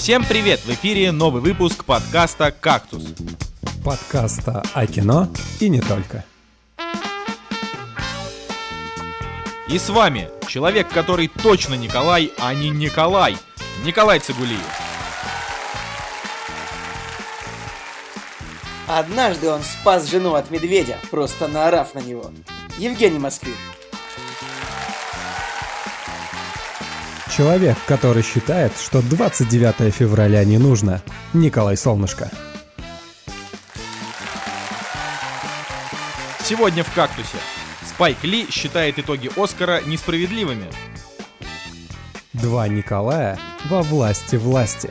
Всем привет! В эфире новый выпуск подкаста «Кактус». Подкаста о кино и не только. И с вами человек, который точно Николай, а не Николай. Николай Цигулиев. Однажды он спас жену от медведя, просто наорав на него. Евгений Москвин. Человек, который считает, что 29 февраля не нужно. Николай Солнышко. Сегодня в «Кактусе». Спайк Ли считает итоги Оскара несправедливыми. Два Николая во власти.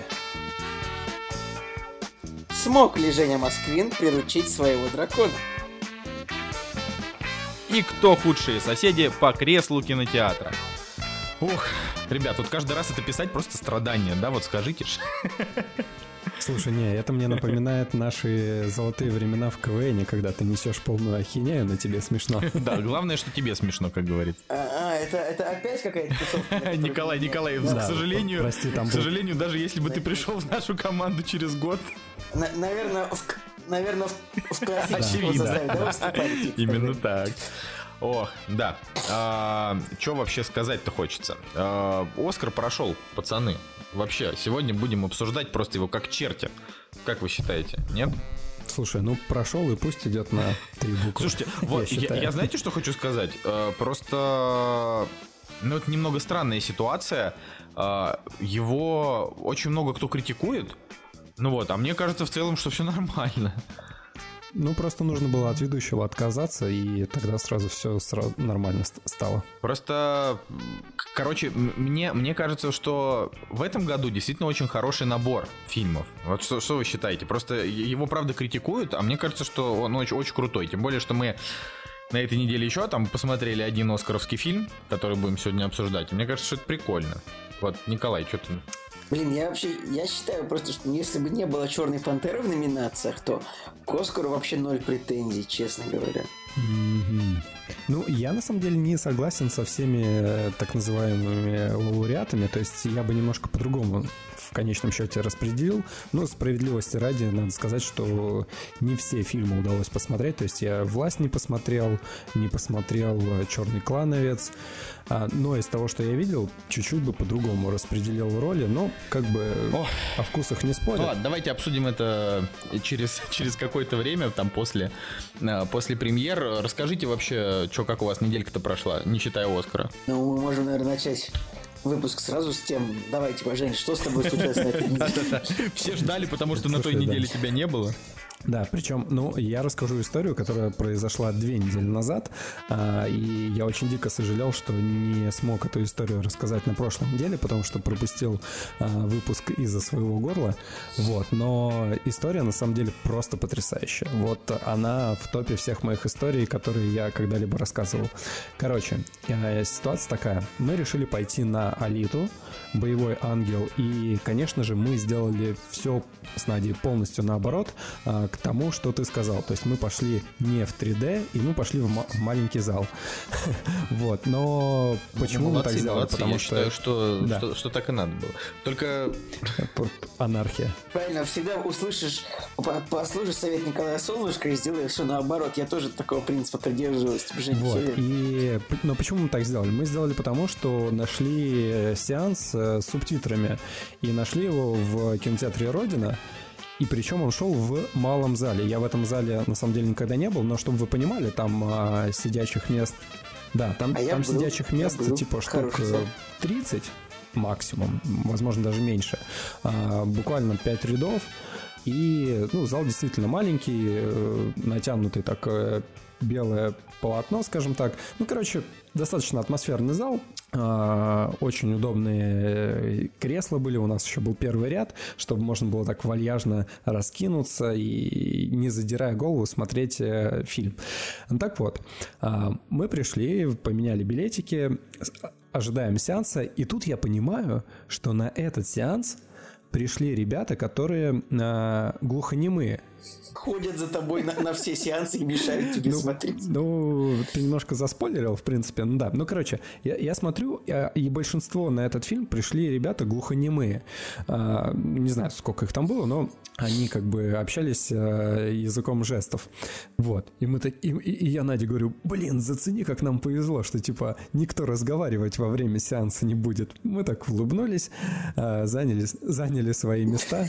Смог ли Женя Москвин приручить своего дракона? И кто худшие соседи по креслу кинотеатра. Ух, ребят, тут каждый раз это писать просто страдания, да, вот скажите ж. Слушай, не, это мне напоминает наши золотые времена в КВН, когда ты несешь полную ахинею, но тебе смешно. Да, главное, что тебе смешно, как говорится. Это опять какая-то тусовка? Николай, к сожалению, прости, к сожалению, даже если бы ты пришел в нашу команду через год... Наверное, в классическом Очевидно. составе, да, выступали? Именно так. Ох, да. Что вообще сказать-то хочется? Оскар прошел, пацаны. Вообще, сегодня будем обсуждать просто его как черти. Как вы считаете, нет? Слушай, ну прошел и пусть идет на 3 буквы. Слушайте, вот я знаете, что хочу сказать? Просто, ну, это немного странная ситуация. Его очень много кто критикует. Ну вот, а мне кажется в целом, что все нормально. Ну, просто нужно было от ведущего отказаться, и тогда сразу все нормально стало. Просто, короче, мне кажется, что в этом году действительно очень хороший набор фильмов. Вот что вы считаете? Просто его, правда, критикуют, а мне кажется, что он очень, очень крутой. Тем более, что мы на этой неделе еще там посмотрели один оскаровский фильм, который будем сегодня обсуждать. И мне кажется, что это прикольно. Вот, Николай, что ты... Блин, я считаю просто, что если бы не было «Черной пантеры» в номинациях, то к Оскару вообще 0 претензий, честно говоря. Mm-hmm. Ну, я на самом деле не согласен со всеми так называемыми лауреатами, то есть я бы немножко по-другому в конечном счете распределил, но справедливости ради надо сказать, что не все фильмы удалось посмотреть, то есть я «Власть» не посмотрел «Черный клановец», но из того, что я видел, чуть-чуть бы по-другому распределил роли, но как бы о вкусах не спорят. Ну ладно, давайте обсудим это через какое-то время, там после премьер. Расскажите вообще, как у вас неделька-то прошла, не считая Оскара. Ну, мы можем, наверное, начать выпуск сразу с тем. Давайте, Жень, что с тобой случилось на этой неделе? Все ждали, потому что на той неделе тебя не было. Да, причем, я расскажу историю, которая произошла 2 недели назад, и я очень дико сожалел, что не смог эту историю рассказать на прошлой неделе, потому что пропустил выпуск из-за своего горла, вот, но история на самом деле просто потрясающая, вот она в топе всех моих историй, которые я когда-либо рассказывал. Короче, ситуация такая, мы решили пойти на Алиту, «Боевой ангел», и, конечно же, мы сделали все с Надей полностью наоборот, к тому, что ты сказал. То есть мы пошли не в 3D, и мы пошли в маленький зал. Вот, но почему мы так сделали? Потому что что так и надо было. Только... Анархия. Правильно, всегда послушаешь совет Николая Солнышко и сделаешь все наоборот. Я тоже такого принципа придерживаюсь. Вот, но почему мы так сделали? Мы сделали потому, что нашли сеанс с субтитрами, и нашли его в кинотеатре «Родина». И причем он шел в малом зале. Я в этом зале на самом деле никогда не был, но чтобы вы понимали, там сидячих мест... Да, там сидячих мест типа штук 30 максимум, возможно даже меньше. Буквально 5 рядов. И зал действительно маленький, натянутый так белое полотно, скажем так. Достаточно атмосферный зал. Очень удобные кресла были. У нас еще был первый ряд, чтобы можно было так вальяжно раскинуться и, не задирая голову, смотреть фильм. Так вот, мы пришли, поменяли билетики, ожидаем сеанса, и тут я понимаю, что на этот сеанс пришли ребята, которые глухонемые. ходят за тобой на все сеансы и мешают тебе смотреть. Ну, ты немножко заспойлерил, в принципе. Ну да, ну короче, я смотрю, и большинство на этот фильм пришли ребята глухонемые. Не знаю, сколько их там было, но они как бы общались языком жестов. Вот. И я Наде говорю, блин, зацени, как нам повезло, что типа никто разговаривать во время сеанса не будет. Мы так улыбнулись, заняли свои места.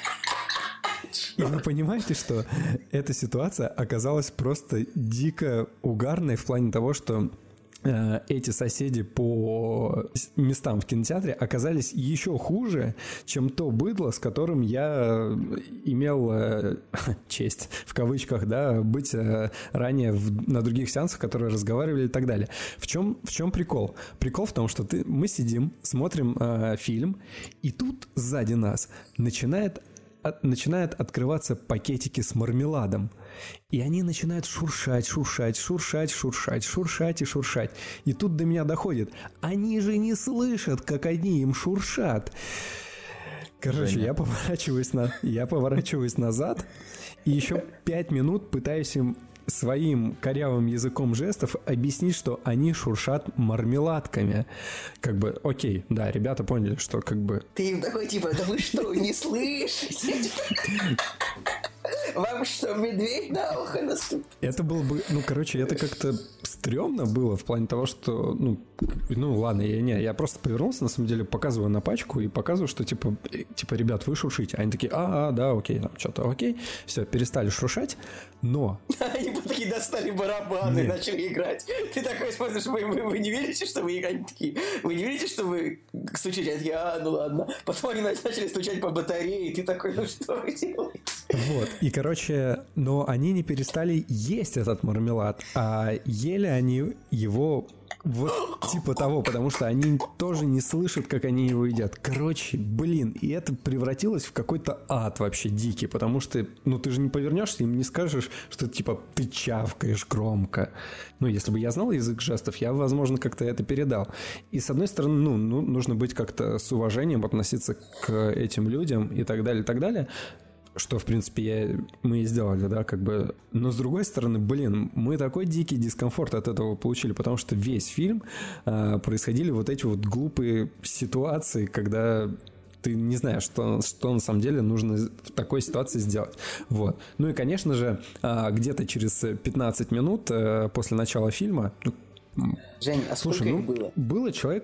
И вы понимаете, что эта ситуация оказалась просто дико угарной в плане того, что эти соседи по местам в кинотеатре оказались еще хуже, чем то быдло, с которым я имел честь, в кавычках, да, быть ранее на других сеансах, которые разговаривали и так далее. В чем прикол? Прикол в том, что мы сидим, смотрим фильм, и тут сзади нас начинают открываться пакетики с мармеладом. И они начинают шуршать. И тут до меня доходит. Они же не слышат, как они им шуршат. Короче, Женя. Я поворачиваюсь назад и еще 5 минут пытаюсь им своим корявым языком жестов объяснить, что они шуршат мармеладками. Как бы, окей, да, ребята поняли, что как бы... Ты им такой, типа, да вы что, не слышите? Вам что, медведь на ухо наступил? Это было бы, это как-то стрёмно было в плане того, что, ладно, я просто повернулся, на самом деле, показываю на пачку и показываю, что, типа, ребят, вы шуршите. Они такие, да, окей, там что-то окей. Все, перестали шуршать, но... Они такие достали барабаны и начали играть. Ты такой смотришь, вы не верите, что вы играете? Такие, вы не верите, что вы стучите? Они такие, ну ладно. Потом они начали стучать по батарее, и ты такой, что вы делаете? Вот, и, короче, но они не перестали есть этот мармелад, а ели они его вот типа того, потому что они тоже не слышат, как они его едят. Короче, блин, и это превратилось в какой-то ад вообще дикий, потому что, ты же не повернешься, им не скажешь, что типа ты чавкаешь громко. Если бы я знал язык жестов, я, возможно, как-то это передал. И, с одной стороны, нужно быть как-то с уважением относиться к этим людям и так далее, и так далее. Что, в принципе, мы и сделали, да, как бы. Но, с другой стороны, мы такой дикий дискомфорт от этого получили, потому что весь фильм происходили вот эти вот глупые ситуации, когда ты не знаешь, что на самом деле нужно в такой ситуации сделать. Вот. Ну и, конечно же, где-то через 15 минут после начала фильма... Жень, а слушай, сколько их было? Было человек...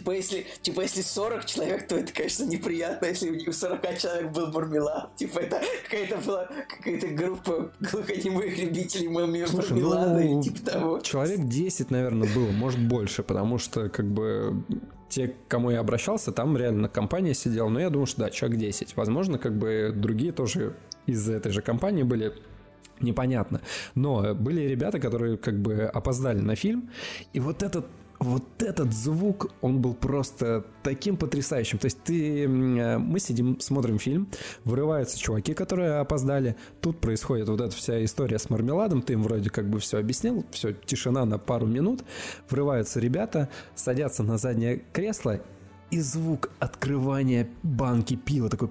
если 40 человек, то это, конечно, неприятно, если у 40 человек был мармелад. Это какая-то группа глухонемых любителей мармелада или типа того. Человек 10, наверное, было, может больше, потому что, как бы, те, к кому я обращался, там реально компания сидела, но я думаю, что да, человек 10. Возможно, как бы, другие тоже из этой же компании были... Непонятно. Но были ребята, которые как бы опоздали на фильм, и вот этот звук, он был просто таким потрясающим. То есть мы сидим, смотрим фильм, вырываются чуваки, которые опоздали, тут происходит вот эта вся история с мармеладом, ты им вроде как бы все объяснил, все, тишина на пару минут, врываются ребята, садятся на заднее кресло, и звук открывания банки пива такой...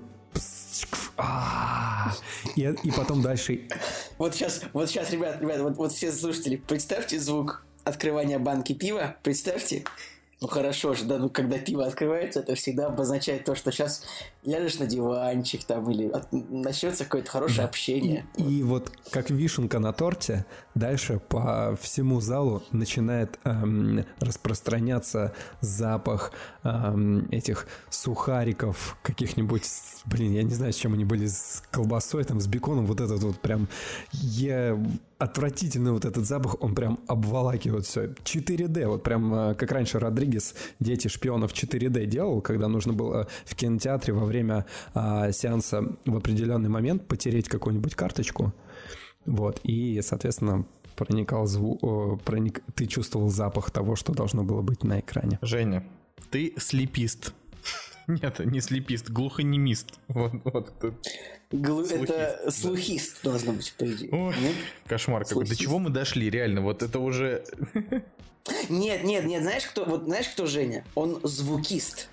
И потом дальше... Вот сейчас, ребят, вот все слушатели, представьте звук открывания банки пива, представьте. Ну хорошо же, да, когда пиво открывается, это всегда обозначает то, что сейчас ляжешь на диванчик там или начнется какое-то хорошее общение. И вот как вишенка на торте, дальше по всему залу начинает распространяться запах этих сухариков каких-нибудь, я не знаю, с чем они были, с колбасой, там, с беконом, вот этот вот прям отвратительный вот этот запах, он прям обволакивает все. 4D, вот прям как раньше Родригес «Дети шпионов» 4D делал, когда нужно было в кинотеатре во время сеанса в определенный момент потереть какую-нибудь карточку, вот, и, соответственно, проникал звук, ты чувствовал запах того, что должно было быть на экране. Женя, ты слепист. Нет, не слепист, глухонемист. Вот. Это слухист должно быть, по идее. Ой, кошмар какой. До чего мы дошли, реально? Вот это уже... Нет, знаешь кто Женя? Он звукист.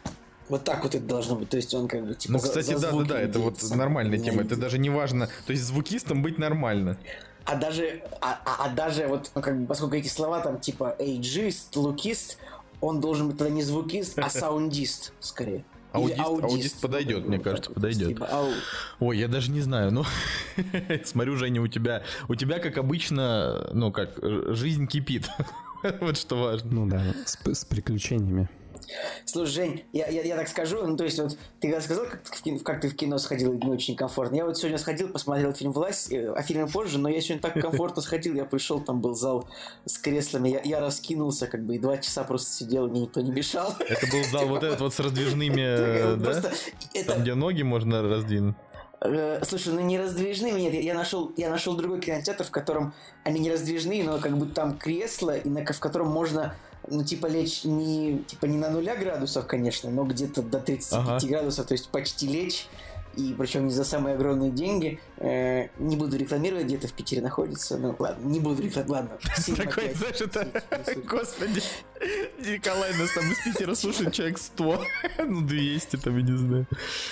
Вот так вот это должно быть. То есть он как бы типа. Ну, кстати, да, это вот нормальная тема. Это даже не важно. То есть звукистом быть нормально. А даже вот, ну, как бы, поскольку эти слова там типа эйджист, лукист, он должен быть тогда не звукист, а саундист, скорее. Аудист подойдет, мне кажется, подойдет. Типа, ой, я даже не знаю, ну, смотрю, Женя, у тебя, как обычно, ну, как, жизнь кипит. Вот что важно. Ну да, с приключениями. Слушай, Жень, я так скажу, ну, то есть, вот, ты когда сказал, как ты в кино сходил, не очень комфортно. Я вот сегодня сходил, посмотрел фильм «Власть», о фильме позже, но я сегодня так комфортно сходил, я пришел, там был зал с креслами, я раскинулся, как бы, и 2 часа просто сидел, мне никто не мешал. Это был зал вот этот вот с раздвижными, да? Там, где ноги можно раздвинуть. Слушай, ну не раздвижные, нет, я нашел другой кинотеатр, в котором они не раздвижные, но как бы там кресло, в котором можно, ну, типа, лечь не на 0 градусов, конечно, но где-то до 35 градусов, то есть почти лечь, и причем не за самые огромные деньги. Не буду рекламировать, где-то в Питере находится, ну ладно, не буду рекламировать, ладно. Такой, знаешь, это, господи, Николай, нас там из Питера слушает человек 100, ну 200 там, я не знаю.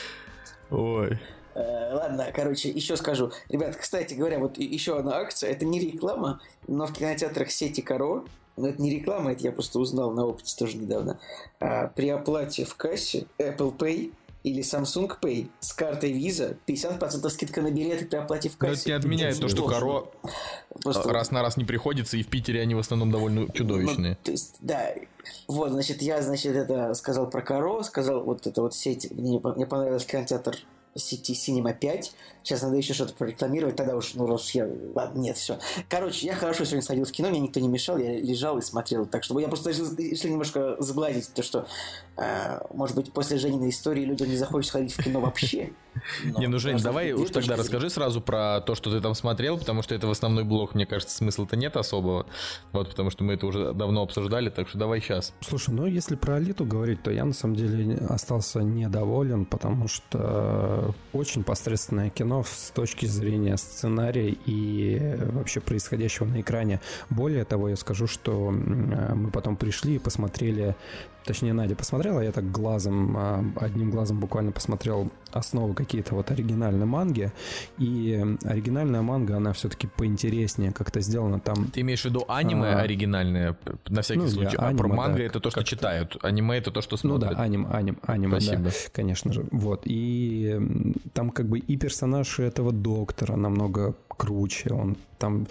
Ой. Ладно, короче, еще скажу. Ребят, кстати говоря, вот еще одна акция. Это не реклама, но в кинотеатрах сети Каро, но это не реклама, это я просто узнал на опыте тоже недавно. При оплате в кассе Apple Pay или Samsung Pay с картой Visa 50% скидка на билеты при оплате в кассе. Но это не отменяет то, что Каро раз на раз не приходится, и в Питере они в основном довольно чудовищные. То есть, да. Вот, значит, я это сказал про Каро, сказал вот это вот сеть. Мне понравился кинотеатр сети Cinema 5. Сейчас надо еще что-то прорекламировать, тогда уж, ну, раз я... Ладно, нет, все. Короче, я хорошо сегодня сходил в кино, мне никто не мешал, я лежал и смотрел. Так что я просто решил немножко сгладить то, что, может быть, после Жениной истории людям не захочется ходить в кино вообще. Не, ну, Жень, давай уж тогда расскажи сразу про то, что ты там смотрел, потому что это в основной блок, мне кажется, смысла-то нет особого. Вот, потому что мы это уже давно обсуждали, так что давай сейчас. Слушай, ну, если про Алиту говорить, то я, на самом деле, остался недоволен, потому что очень посредственное кино с точки зрения сценария и вообще происходящего на экране. Более того, я скажу, что мы потом пришли и посмотрели, точнее, Надя посмотрела, я так одним глазом буквально посмотрел основы какие-то вот оригинальной манги, и оригинальная манга, она все-таки поинтереснее как-то сделана там. Ты имеешь в виду аниме оригинальное, на всякий случай, а про манго да, это то, что читают, аниме это то, что смотрят. Ну да, аниме, спасибо. Да, конечно же. Вот, и там как бы и персонаж этого доктора намного круче, он там...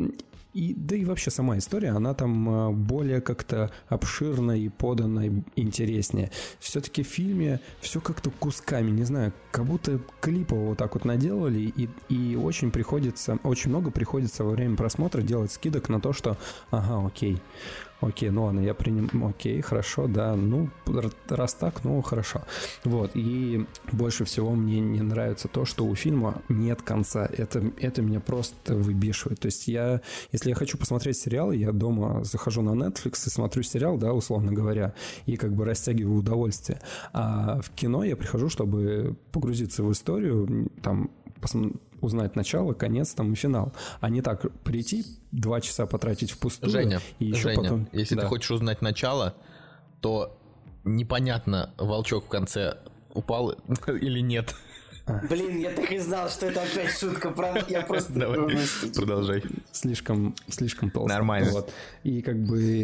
Да и вообще сама история, она там более как-то обширна и подана интереснее. Все-таки в фильме все как-то кусками, не знаю, как будто клипово вот так вот наделали, и очень много приходится во время просмотра делать скидок на то, что ага, окей, ну ладно, я окей, хорошо, да, ну, раз так, ну, хорошо. Вот, и больше всего мне не нравится то, что у фильма нет конца. Это меня просто выбешивает. То есть если я хочу посмотреть сериал, я дома захожу на Netflix и смотрю сериал, да, условно говоря, и как бы растягиваю удовольствие. А в кино я прихожу, чтобы погрузиться в историю, там, узнать начало, конец там и финал. А не так прийти, 2 часа потратить впустую. Женя, и еще потом... если ты хочешь узнать начало, то непонятно, волчок в конце упал или нет. Блин, я так и знал, что это опять шутка про... Я просто... Давай, продолжай. Слишком толсто. Нормально. Вот. И как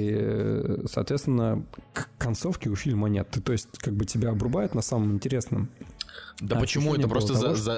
бы, соответственно, концовки у фильма нет. То есть, как бы тебя обрубают на самом интересном. Да почему? Это просто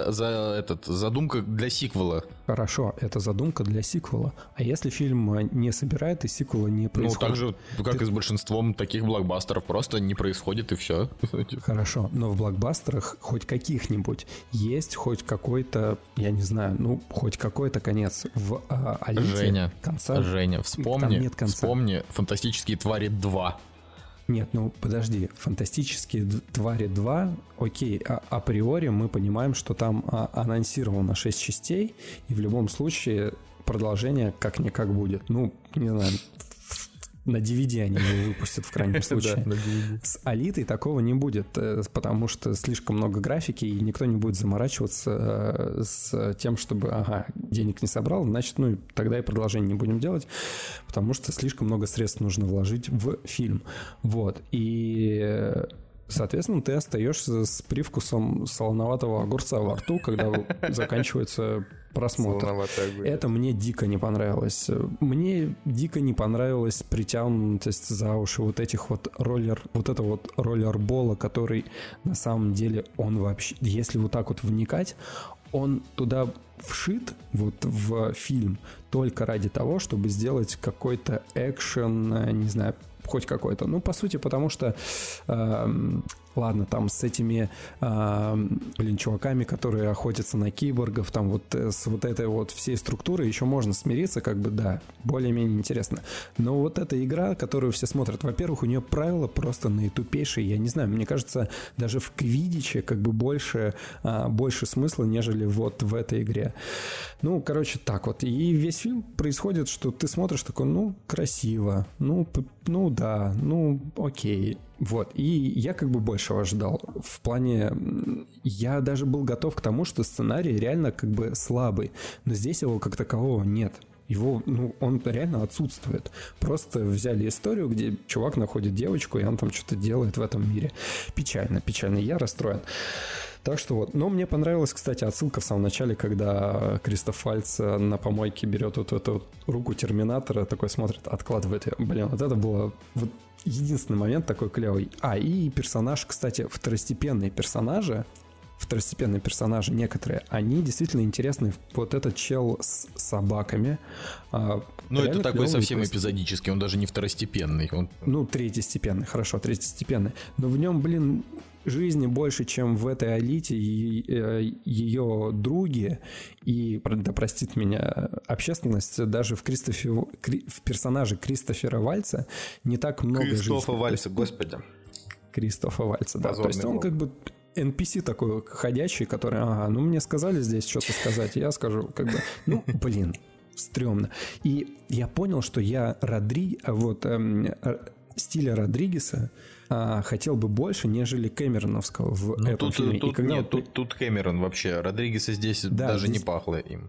задумка для сиквела. Хорошо, это задумка для сиквела. А если фильм не собирает и сиквела не происходит? Ну, так же, как и с большинством таких блокбастеров, просто не происходит и все. Хорошо, но в блокбастерах хоть каких-нибудь есть хоть какой-то, я не знаю, ну, хоть какой-то конец. В Алите Женя, вспомни «Фантастические твари 2». Нет, ну подожди, «Фантастические твари 2», окей, априори мы понимаем, что там анонсировано 6 частей, и в любом случае продолжение как-никак будет. Ну, не знаю, на DVD они его выпустят в крайнем случае. С Алитой такого не будет, потому что слишком много графики, и никто не будет заморачиваться с тем, чтобы, денег не собрал, значит, ну, тогда и продолжение не будем делать, потому что слишком много средств нужно вложить в фильм. Вот, и соответственно, ты остаешься с привкусом солоноватого огурца во рту, когда заканчивается просмотр. Это мне дико не понравилось. Мне дико не понравилась притянутость за уши вот этих вот роллербола, который на самом деле он вообще, если вот так вот вникать, он туда вшит вот в фильм только ради того, чтобы сделать какой-то экшен, не знаю, хоть какой-то. Ну, по сути, потому что ладно, там с этими чуваками, которые охотятся на киборгов, там вот с вот этой вот всей структурой еще можно смириться, как бы, да, более-менее интересно. Но вот эта игра, которую все смотрят, во-первых, у нее правила просто наитупейшие, я не знаю, мне кажется, даже в Квиддиче как бы больше смысла, нежели вот в этой игре. Ну, короче, так вот. И весь фильм происходит, что ты смотришь такой, ну, красиво, ну да, ну, окей. Вот, и я как бы большего ожидал. В плане, я даже был готов к тому, что сценарий реально как бы слабый, но здесь его как такового нет. Его, он реально отсутствует. Просто взяли историю, где чувак находит девочку, и он там что-то делает в этом мире. Печально, я расстроен. Так что вот. Но мне понравилась, кстати, отсылка в самом начале, когда Кристоф Вальц на помойке берет вот эту вот руку Терминатора, такой смотрит, откладывает ее. Блин, вот это было вот единственный момент такой клевый. И персонаж, кстати, второстепенные персонажи некоторые, они действительно интересны. Вот этот чел с собаками. Ну, это такой совсем эпизодический, он даже не второстепенный. Третьестепенный, хорошо, третьестепенный. Но в нем, блин, жизни больше, чем в этой Алите и ее друге. И, да простит меня общественность, даже в персонаже Кристофера Вальца не так много жизни. Кристофа Вальца, господи. Кристофа Вальца, да. То есть он как бы NPC такой ходячий, который, мне сказали здесь что-то сказать, я скажу, как бы, блин, стрёмно. И я понял, что я стиля Родригеса хотел бы больше, нежели Кэмероновского в этом фильме. Тут Кэмерон вообще. Родригеса здесь даже не пахло им.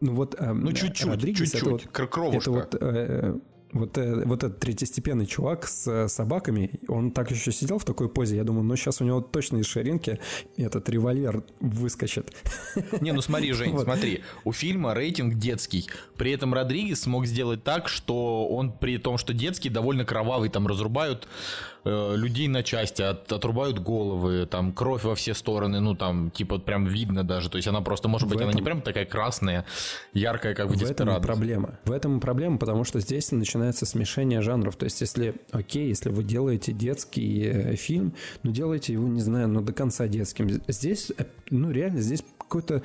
Чуть-чуть, кровушка. Это вот этот третьестепенный чувак с собаками, он так еще сидел в такой позе, я думаю, сейчас у него точно из ширинки этот револьвер выскочит. Смотри, Жень, смотри, у фильма рейтинг детский, при этом Родригес смог сделать так, что он, при том, что детский, довольно кровавый, там разрубают людей на части, отрубают головы, там кровь во все стороны, прям видно даже, то есть она просто, может быть, она не прям такая красная, яркая, как в Деспирадос. В этом и проблема, потому что здесь начинается смешение жанров, то есть если вы делаете детский фильм, делайте его, не знаю, до конца детским. Здесь, реально, здесь какой-то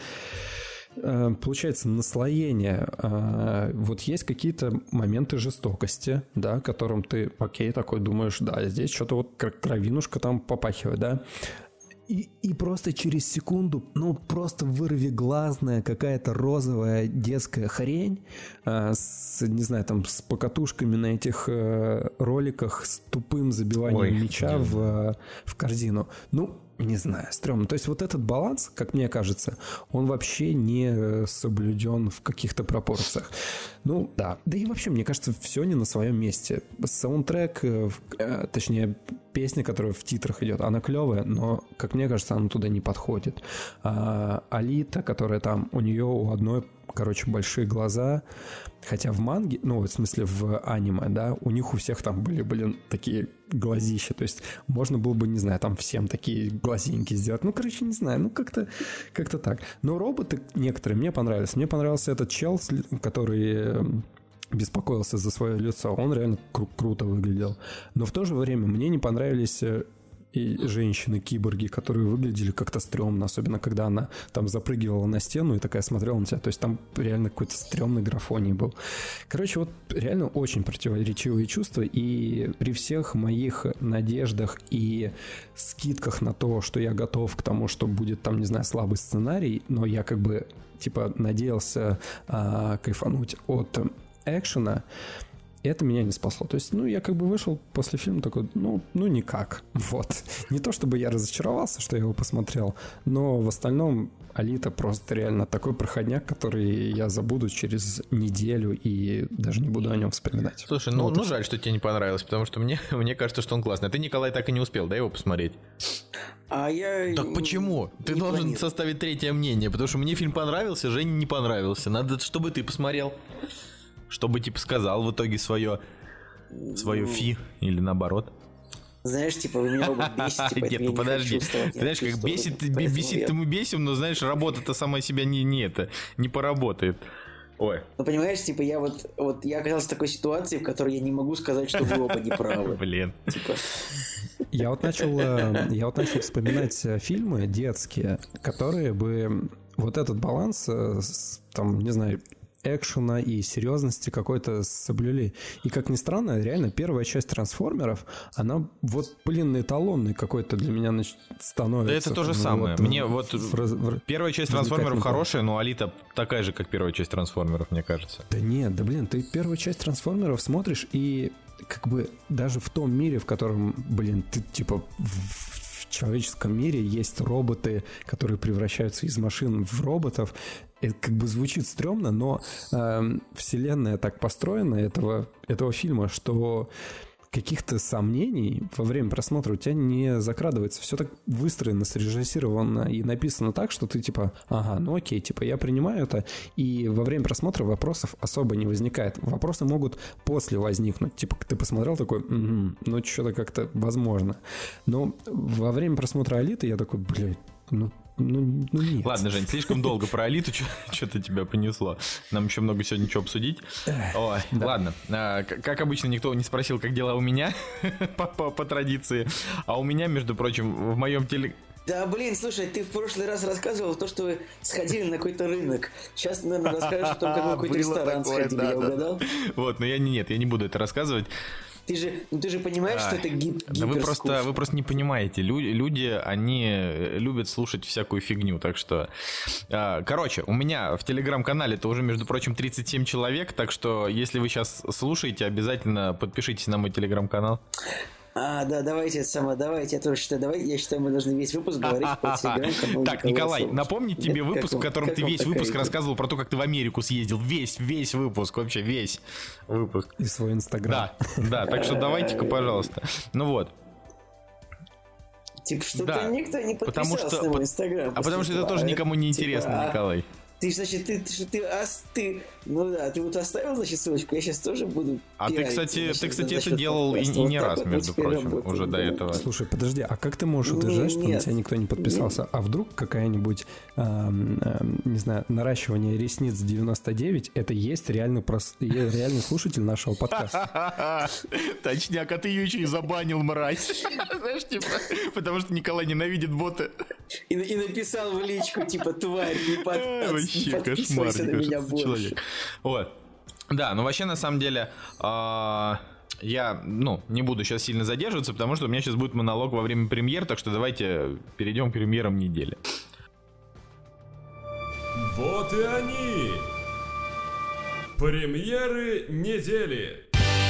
получается наслоение. Вот есть какие-то моменты жестокости, да, которым ты, такой думаешь, да, здесь что-то вот кровинушка там попахивает, да. И просто через секунду, просто вырвиглазная какая-то розовая детская хрень с покатушками на этих роликах, с тупым забиванием мяча в корзину. Не знаю, стрёмно. То есть вот этот баланс, как мне кажется, он вообще не соблюден в каких-то пропорциях. Да. Да и вообще, мне кажется, все не на своем месте. Саундтрек, точнее, песня, которая в титрах идет, она клевая, но, как мне кажется, она туда не подходит. Алита, которая там, у нее у одной, большие глаза, хотя в манге, в смысле в аниме, да, у них у всех там были, такие глазища, то есть можно было бы, не знаю, там всем такие глазеньки сделать, не знаю, как-то так. Но роботы некоторые мне понравились. Мне понравился этот чел, который беспокоился за свое лицо, он реально круто выглядел. Но в то же время мне не понравились и женщины-киборги, которые выглядели как-то стрёмно, особенно когда она там запрыгивала на стену и такая смотрела на тебя, то есть там реально какой-то стрёмный графоний был. Вот реально очень противоречивые чувства, и при всех моих надеждах и скидках на то, что я готов к тому, что будет там, не знаю, слабый сценарий, но я надеялся кайфануть от экшена, это меня не спасло. То есть, я как бы вышел после фильма такой, никак. Вот. Не то чтобы я разочаровался, что я его посмотрел, но в остальном Алита просто реально такой проходняк, который я забуду через неделю и даже не буду о нем вспоминать. Слушай, жаль, что тебе не понравилось, потому что мне кажется, что он классный. А ты, Николай, так и не успел, да, его посмотреть? Так почему? Ты должен составить третье мнение, потому что мне фильм понравился, Жене не понравился. Надо, чтобы ты посмотрел. Чтобы, сказал в итоге свое фи или наоборот. Знаешь, вы меня оба бесите. Нет, подожди. Ты знаешь, как бесит-то мы бесим, но, знаешь, работа-то сама себя не поработает. Ой. Понимаешь, я оказался в такой ситуации, в которой я не могу сказать, что вы оба не правы. Блин. Я вот начал вспоминать фильмы детские, которые бы вот этот баланс, не знаю, экшена и серьезности какой-то соблюли. И, как ни странно, реально первая часть «Трансформеров», она эталонной какой-то для меня становится. Да это то же самое. Мне первая часть «Трансформеров» хорошая, но Алита такая же, как первая часть «Трансформеров», мне кажется. Да нет, ты первую часть «Трансформеров» смотришь, и как бы даже в том мире, в котором, ты в человеческом мире есть роботы, которые превращаются из машин в роботов. Это как бы звучит стрёмно, но вселенная так построена этого фильма, что каких-то сомнений во время просмотра у тебя не закрадывается. Все так выстроено, срежиссировано и написано так, что ты окей, я принимаю это, и во время просмотра вопросов особо не возникает. Вопросы могут после возникнуть. Ты посмотрел такой, что-то как-то возможно. Но во время просмотра «Алиты» я такой, нет. Ладно, Жень, слишком долго про Алиту что-то тебя понесло. Нам еще много сегодня чего обсудить. Ой, да. Ладно. Как обычно, никто не спросил, как дела у меня по традиции. А у меня, между прочим, в моем Да, слушай, ты в прошлый раз рассказывал то, что вы сходили на какой-то рынок. Сейчас, наверное, расскажешь о том, как вы в какой-то ресторан сходили, я угадал? Вот, но я не буду это рассказывать. Ты же понимаешь, что это гиперскучно. Вы просто не понимаете. Люди, они любят слушать всякую фигню. Так что... Короче, у меня в телеграм-канале-то уже, между прочим, 37 человек. Так что, если вы сейчас слушаете, обязательно подпишитесь на мой телеграм-канал. Давайте, я тоже считаю, я считаю, мы должны весь выпуск говорить по телеграм-каналу. Так, Николай, напомнить тебе выпуск, в котором ты весь выпуск рассказывал про то, как ты в Америку съездил. Весь выпуск, вообще весь выпуск. И свой инстаграм. Да, так что давайте-ка, пожалуйста. Что-то никто не подписался на мой инстаграм. Потому что это тоже никому не интересно, Николай. Ты вот оставил, ссылочку, я сейчас тоже буду. Ты, кстати, это делал и не раз, между прочим, уже до этого. Слушай, подожди, а как ты можешь утверждать, что на тебя никто не подписался? А вдруг какая-нибудь, не знаю, наращивание ресниц 99, это есть реальный слушатель нашего подкаста? Точняк, а ты ее еще и забанил, мразь. Знаешь, потому что Николай ненавидит боты. И написал в личку, тварь, вообще кошмар, человек. Вот. Да, вообще, на самом деле, я, не буду сейчас сильно задерживаться, потому что у меня сейчас будет монолог во время премьер, так что давайте перейдем к премьерам недели. Вот и они! Премьеры недели!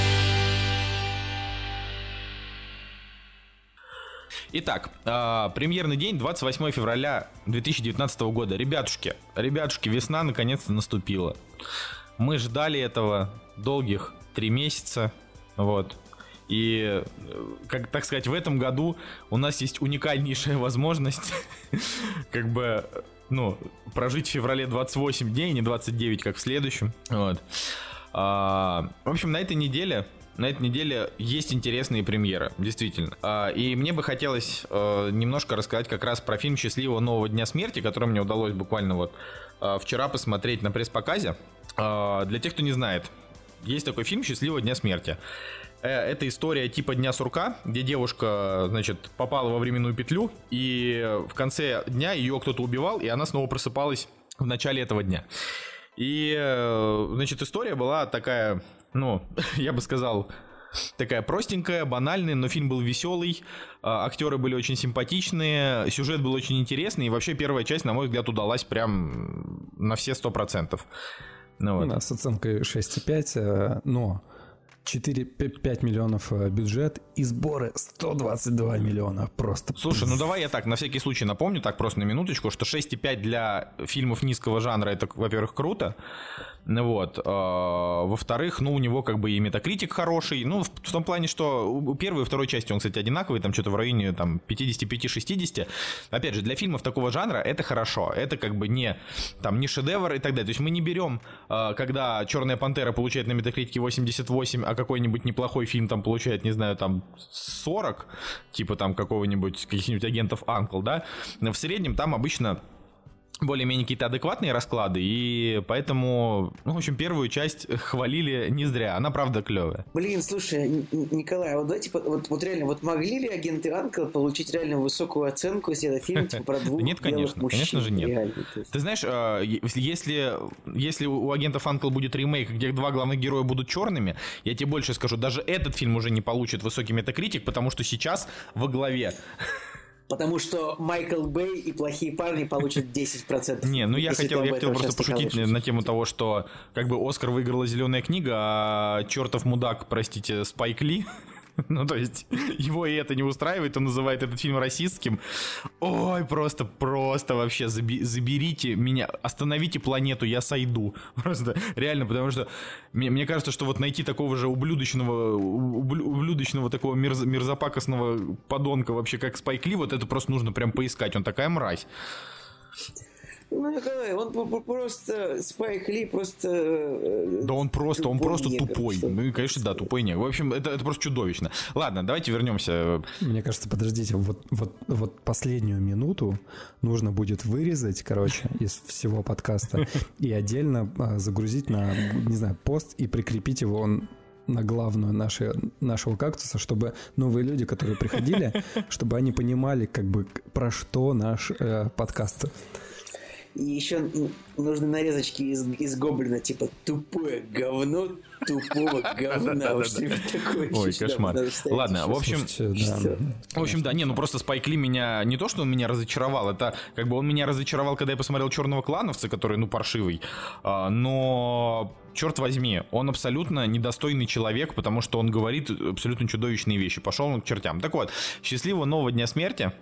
Итак, премьерный день 28 февраля 2019 года. Ребятушки, весна наконец-то наступила. Мы ждали этого долгих 3 месяца. Вот. И, так сказать, в этом году у нас есть уникальнейшая возможность прожить в феврале 28 дней, не 29, как в следующем. Вот. В общем, на этой неделе есть интересные премьеры, действительно. И мне бы хотелось немножко рассказать как раз про фильм «Счастливого нового дня смерти», который мне удалось буквально вчера посмотреть на пресс-показе. Для тех, кто не знает, есть такой фильм «Счастливого дня смерти». Это история типа «Дня сурка», где девушка, попала во временную петлю, и в конце дня ее кто-то убивал, и она снова просыпалась в начале этого дня. И, история была такая... я бы сказал, такая простенькая, банальная, но фильм был веселый, актеры были очень симпатичные, сюжет был очень интересный, и вообще первая часть, на мой взгляд, удалась прям на все 100%. У нас с оценкой 6,5, но 4-5 миллионов бюджет и сборы 122 миллиона. Просто. Слушай, ну давай я так, на всякий случай напомню, так просто на минуточку, что 6,5 для фильмов низкого жанра, это, во-первых, круто. Вот. Во-вторых, ну, у него как бы и метакритик хороший. Ну, в том плане, что у первой и второй части он, кстати, одинаковый, там что-то в районе там, 55-60. Опять же, для фильмов такого жанра это хорошо. Это как бы не шедевр и так далее. То есть мы не берем, когда «Черная пантера» получает на метакритике 88, а какой-нибудь неплохой фильм там получает, не знаю, там 40, типа там каких-нибудь агентов Анкл, да. В среднем там обычно более-менее какие-то адекватные расклады, и поэтому, ну, в общем, первую часть хвалили не зря, она правда клевая. Блин, слушай, Николай, вот давайте, вот реально, вот могли ли агенты Анкл получить реально высокую оценку, если это фильм типа про двух нет, белых мужчин? Конечно же нет. Реально, ты знаешь, если у агентов Анкл будет ремейк, где два главных героя будут черными, я тебе больше скажу, даже этот фильм уже не получит высокий метакритик, потому что сейчас во главе... Потому что Майкл Бэй и «Плохие парни» получат 10%. Не, ну я хотел просто пошутить на тему того, что как бы Оскар выиграла «Зеленая книга», а чертов мудак, простите, Спайк Ли... Ну, то есть, его и это не устраивает, он называет этот фильм расистским. Ой, просто вообще, заберите меня, остановите планету, я сойду. Просто, реально, потому что мне кажется, что вот найти такого же ублюдочного такого мерзопакостного подонка вообще, как Спайк Ли, вот это просто нужно прям поискать, он такая мразь. Ну, Николай, он просто... Спайк Ли просто... Да он просто тупой. Что? Ну, и, конечно, да, тупой негр. В общем, это просто чудовищно. Ладно, давайте вернемся. Мне кажется, подождите, вот последнюю минуту нужно будет вырезать, короче, из всего подкаста и отдельно загрузить на, не знаю, пост и прикрепить его на главную нашего кактуса, чтобы новые люди, которые приходили, чтобы они понимали, как бы, про что наш подкаст. И еще нужны нарезочки из Гоблина, типа «тупое говно тупого говна». Ой, кошмар. Ладно, в общем, да, не, ну просто Спайк Ли меня, не то, что он меня разочаровал, это как бы он меня разочаровал, когда я посмотрел «Черного клановца», который, ну, паршивый, но... Черт возьми, он абсолютно недостойный человек, потому что он говорит абсолютно чудовищные вещи. Пошел он к чертям. Так вот, счастливого нового дня смерти.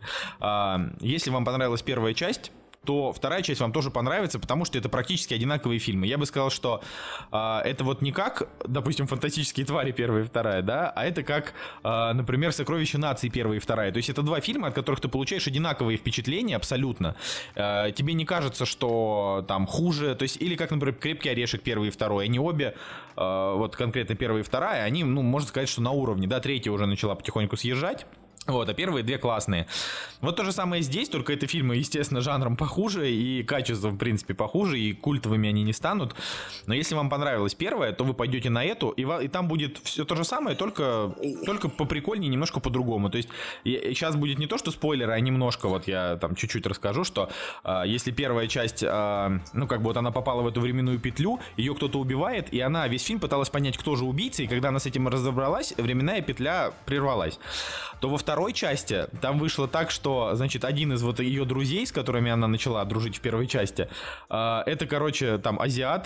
Если вам понравилась первая часть, то вторая часть вам тоже понравится, потому что это практически одинаковые фильмы. Я бы сказал, что это вот не как, допустим, «Фантастические твари» первая и вторая, да, а это как, например, «Сокровища нации» первая и вторая. То есть это два фильма, от которых ты получаешь одинаковые впечатления абсолютно. Тебе не кажется, что там хуже, то есть или как, например, «Крепкий орешек» первый и второй. Они обе, вот конкретно первая и вторая, они, ну, можно сказать, что на уровне, да, третья уже начала потихоньку съезжать. Вот, а первые две классные. Вот то же самое здесь, только это фильмы, естественно, жанром похуже, и качеством, в принципе, похуже, и культовыми они не станут. Но если вам понравилась первая, то вы пойдете на эту, и там будет все то же самое, только поприкольнее, немножко по-другому. То есть сейчас будет не то, что спойлеры, а немножко, вот я там чуть-чуть расскажу, что если первая часть, ну, как бы вот она попала в эту временную петлю, ее кто-то убивает, и она весь фильм пыталась понять, кто же убийца, и когда она с этим разобралась, временная петля прервалась. То во второй части там вышло так, что, значит, один из вот ее друзей, с которыми она начала дружить в первой части, это, короче, там азиат,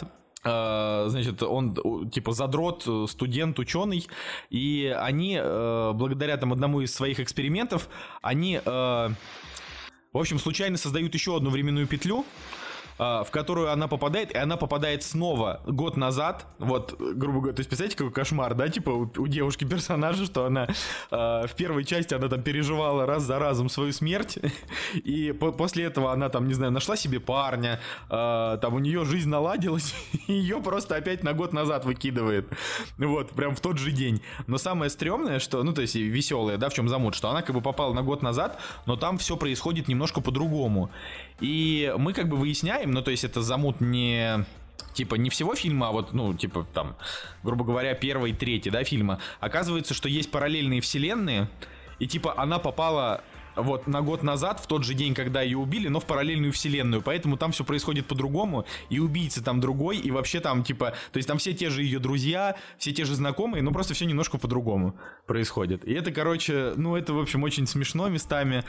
значит, он типа задрот, студент, ученый, и они, благодаря там одному из своих экспериментов, они, в общем, случайно создают еще одну временную петлю, в которую она попадает, и она попадает снова год назад, вот, грубо говоря, то есть, представляете, какой кошмар, да, типа у девушки персонажа, что она в первой части она там переживала раз за разом свою смерть, и после этого она там, не знаю, нашла себе парня, там у нее жизнь наладилась, и ее просто опять на год назад выкидывает, вот, прям в тот же день. Но самое стрёмное, что, ну, то есть, веселое, да, в чем замут, что она как бы попала на год назад, но там все происходит немножко по-другому. И мы как бы выясняем, ну, то есть это замут не... Типа не всего фильма, а вот, ну, типа там, грубо говоря, первой и третьей, да, фильма. Оказывается, что есть параллельные вселенные, и типа она попала вот на год назад, в тот же день, когда ее убили, но в параллельную вселенную, поэтому там все происходит по-другому, и убийца там другой, и вообще там типа, то есть там все те же ее друзья, все те же знакомые, но просто все немножко по-другому происходит. И это, короче, ну это, в общем, очень смешно местами.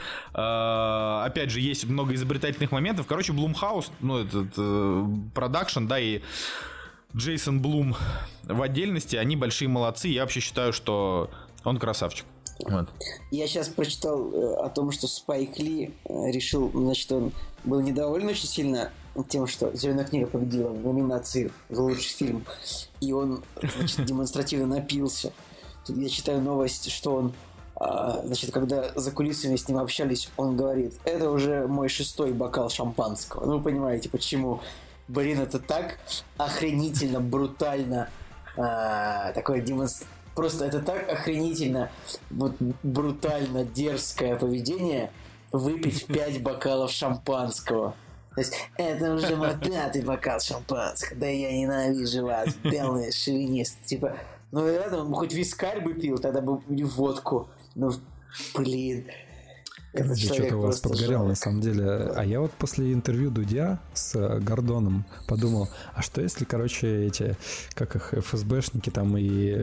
Опять же, есть много изобретательных моментов. Короче, Blumhouse, ну этот продакшн, да, и Джейсон Блум в отдельности, они большие молодцы. Я вообще считаю, что он красавчик. Вот. Я сейчас прочитал о том, что Спайк Ли решил, значит, он был недоволен очень сильно тем, что «Зеленая книга» победила в номинации за лучший фильм, и он, значит, демонстративно напился. Тут я читаю новость, что он, значит, когда за кулисами с ним общались, он говорит: это уже мой 6-й бокал шампанского. Ну, вы понимаете, почему. Блин, это так охренительно, брутально, такое просто это так охренительно, вот, брутально дерзкое поведение выпить 5 бокалов шампанского. То есть, это уже мой 5-й бокал шампанского. Да я ненавижу вас, белые шовинисты. Типа, ну рядом он бы хоть вискарь бы пил, тогда бы и водку. Ну, блин. Этот что-то у вас подгорел, на самом деле. А я вот после интервью Дудя с Гордоном подумал, а что если, короче, эти, как их, ФСБшники там и...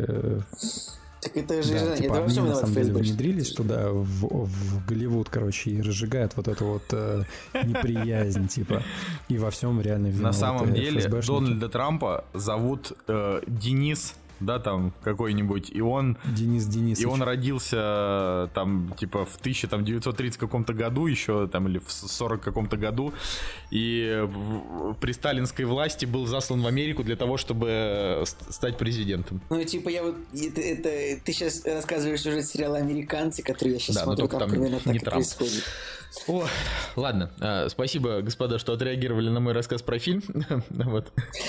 Так это же, да, типа, они на самом деле внедрились туда, в Голливуд, короче, и разжигают вот эту вот неприязнь, типа, и во всем реально виноваты. На самом деле ФСБшники. Дональда Трампа зовут Денис, да, там какой-нибудь, и он... Денис Денисович. И он родился там, типа, в 1930 каком-то году еще, там, или в 40 каком-то году, и при сталинской власти был заслан в Америку для того, чтобы стать президентом. Ну, типа, я вот... Это ты сейчас рассказываешь сюжет сериала «Американцы», который я сейчас смотрю, там примерно так не и Трамп. происходит. О, ладно, спасибо, господа, что отреагировали на мой рассказ про фильм. Вот.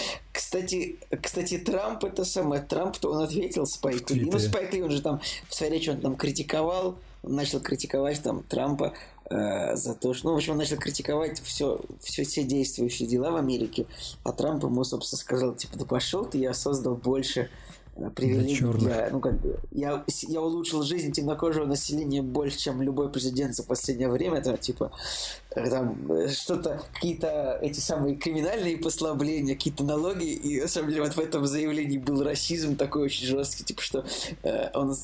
Кстати, Трамп это самое. Трамп-то он ответил Спайк Ли. Ну, Спайк Ли, он же там в своей речи он там критиковал, он начал критиковать там Трампа за то, что... Ну, в общем, он начал критиковать все действующие дела в Америке, а Трамп ему, собственно, сказал, типа, да пошел ты, я создал больше привилегий для... Ну, как бы, я улучшил жизнь темнокожего населения больше, чем любой президент за последнее время. Это, типа, там, что-то, какие-то эти самые криминальные послабления, какие-то налоги, и, на самом деле, вот в этом заявлении был расизм такой очень жесткий, типа, что он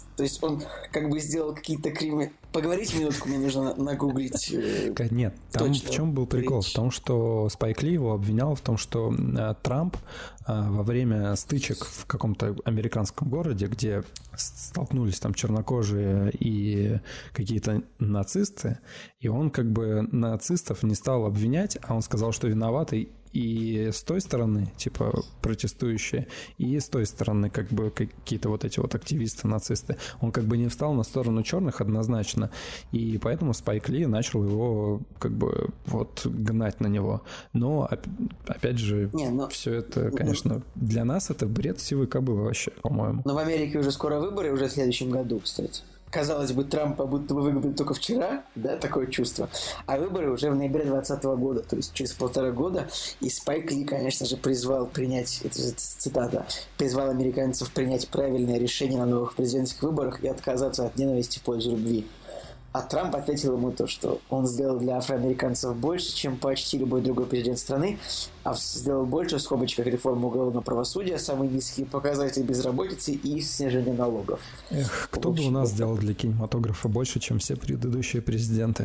как бы сделал какие-то Поговорите минутку, мне нужно нагуглить. Нет, там в чем был прикол? В том, что Спайк Ли его обвинял в том, что Трамп во время стычек в каком-то американском городе, где столкнулись там чернокожие и какие-то нацисты, и он как бы нацистов не стал обвинять, а он сказал, что виноваты и с той стороны, типа, протестующие, и с той стороны, как бы, какие-то вот эти вот активисты, нацисты. Он как бы не встал на сторону черных однозначно, и поэтому Спайк Ли начал его, как бы, вот, гнать на него. Но, опять же, все это, конечно, для нас это бред сивой кобылы вообще, по-моему. Но в Америке уже скоро выборы, уже в следующем году, кстати. Казалось бы, Трампа будто бы выиграли только вчера, да, такое чувство. А выборы уже в ноябре 2020 года, то есть через 1,5 года. И Спайк Ли, конечно же, призвал принять, это цитата, призвал американцев принять правильное решение на новых президентских выборах и отказаться от ненависти в пользу любви. А Трамп ответил ему то, что он сделал для афроамериканцев больше, чем почти любой другой президент страны, а сделал больше, в скобочках, реформу уголовного правосудия, самые низкие показатели безработицы и снижение налогов. Эх, кто бы у нас сделал для кинематографа больше, чем все предыдущие президенты?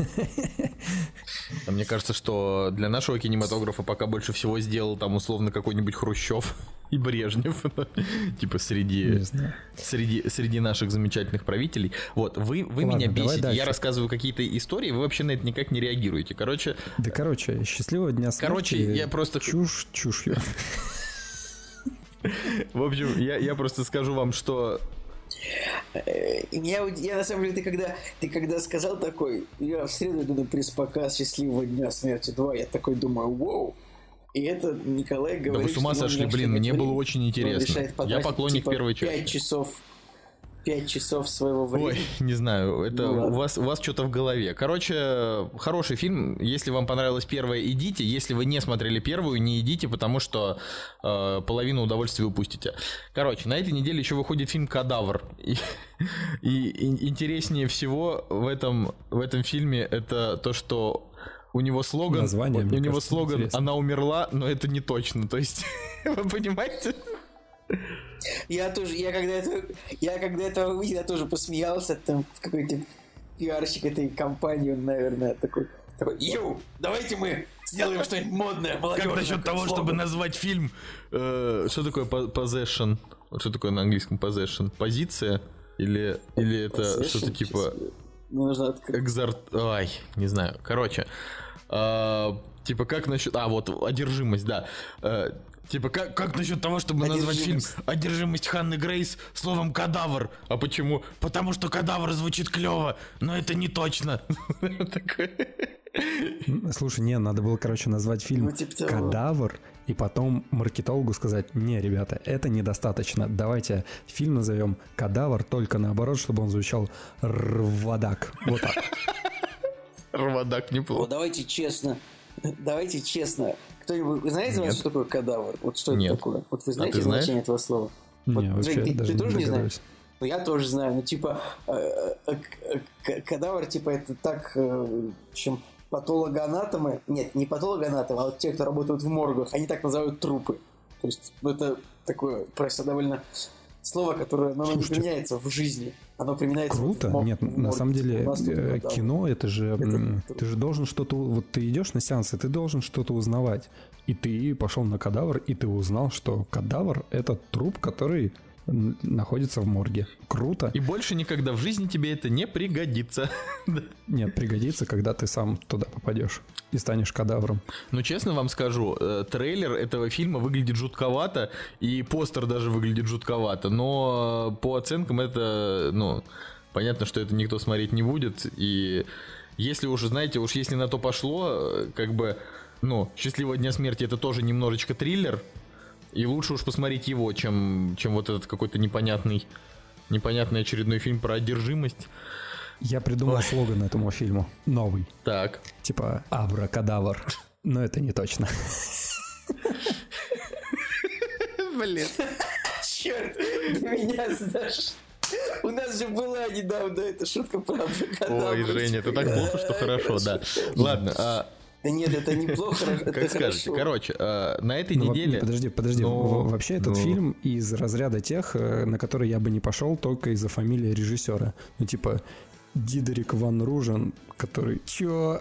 Мне кажется, что для нашего кинематографа пока больше всего сделал там условно какой-нибудь Хрущев и Брежнев. Типа среди наших замечательных правителей. Вот, вы меня бесите. Я рассказываю какие-то истории, вы вообще на это никак не реагируете. Короче, счастливого дня смерти. Я просто... Чушью. В общем, я просто скажу вам, что... Я на самом деле, ты когда сказал такой, я в среду иду на пресс-показ «Счастливого дня смерти 2», я такой думаю, вау. И это Николай говорит... Да вы с ума сошли, блин, мне было очень интересно. Я поклонник первой части. 5 часов своего времени. Ой, не знаю, это у вас что-то в голове. Короче, хороший фильм. Если вам понравилась первая, идите. Если вы не смотрели первую, не идите, потому что половину удовольствия упустите. Короче, на этой неделе еще выходит фильм «Кадавр». И интереснее всего в этом фильме это то, что у него слоган, интересно. «Она умерла, но это не точно». То есть, вы понимаете? Я когда это увидел, я тоже посмеялся, там в какой-то пиарщик этой компании, он, наверное, такой Такой, давайте мы сделаем что-нибудь модное, молодежное. Как насчет того, чтобы назвать фильм... что такое possession? Что такое на английском possession? Позиция? Или это Possession, что-то типа... Нужно открыть. Ай, не знаю. Короче. Типа как насчет... вот, одержимость, да. Типа как насчет того, чтобы назвать фильм «Одержимость Ханны Грейс» словом «кадавр». А почему? Потому что кадавр звучит клево, но это не точно. Слушай, надо было, назвать фильм «Кадавр», и потом маркетологу сказать: не, ребята, это недостаточно, давайте фильм назовем «Кадавр», только наоборот, чтобы он звучал «Рвадак». Вот так. Рвадак неплохо. Давайте честно. Кто-нибудь, вы знаете, что такое кадавр? Вот что это такое? Вот вы знаете значение этого слова? Не, вообще Жень, даже ты тоже не знаешь? догадываюсь. Ну, я тоже знаю. Кадавр, это так, чем патологоанатомы... Нет, не патологоанатомы, а вот те, кто работают в моргах, они так называют трупы. То есть, это такое просто довольно слово, которое оно не применяется в жизни. Оно применяется круто. Нет, на самом деле кино, это же ты же должен что-то... Вот ты идешь на сеанс, и ты должен что-то узнавать. И ты пошел на кадавр, и ты узнал, что кадавр — это труп, который находится в морге. Круто. И больше никогда в жизни тебе это не пригодится. Нет, пригодится, когда ты сам туда попадешь и станешь кадавром. Ну, честно вам скажу, трейлер этого фильма выглядит жутковато, и постер даже выглядит жутковато, но по оценкам это, понятно, что это никто смотреть не будет, и если уж, знаете, если на то пошло, «Счастливого дня смерти» — это тоже немножечко триллер, и лучше уж посмотреть его, чем вот этот какой-то непонятный очередной фильм про одержимость. Я придумал слоган этому фильму. Новый. Так. Типа «Абракадавр». Но это не точно. Блин. Черт, меня знаешь. У нас же была недавно эта шутка про абракадабру. Ой, Женя, это так плохо, что хорошо, да. Ладно, Да нет, это неплохо, это как скажете. Короче, на этой неделе... Подожди. Вообще этот фильм из разряда тех, на которые я бы не пошел только из-за фамилии режиссера. Дидерик Ван Ружен, который... Чё?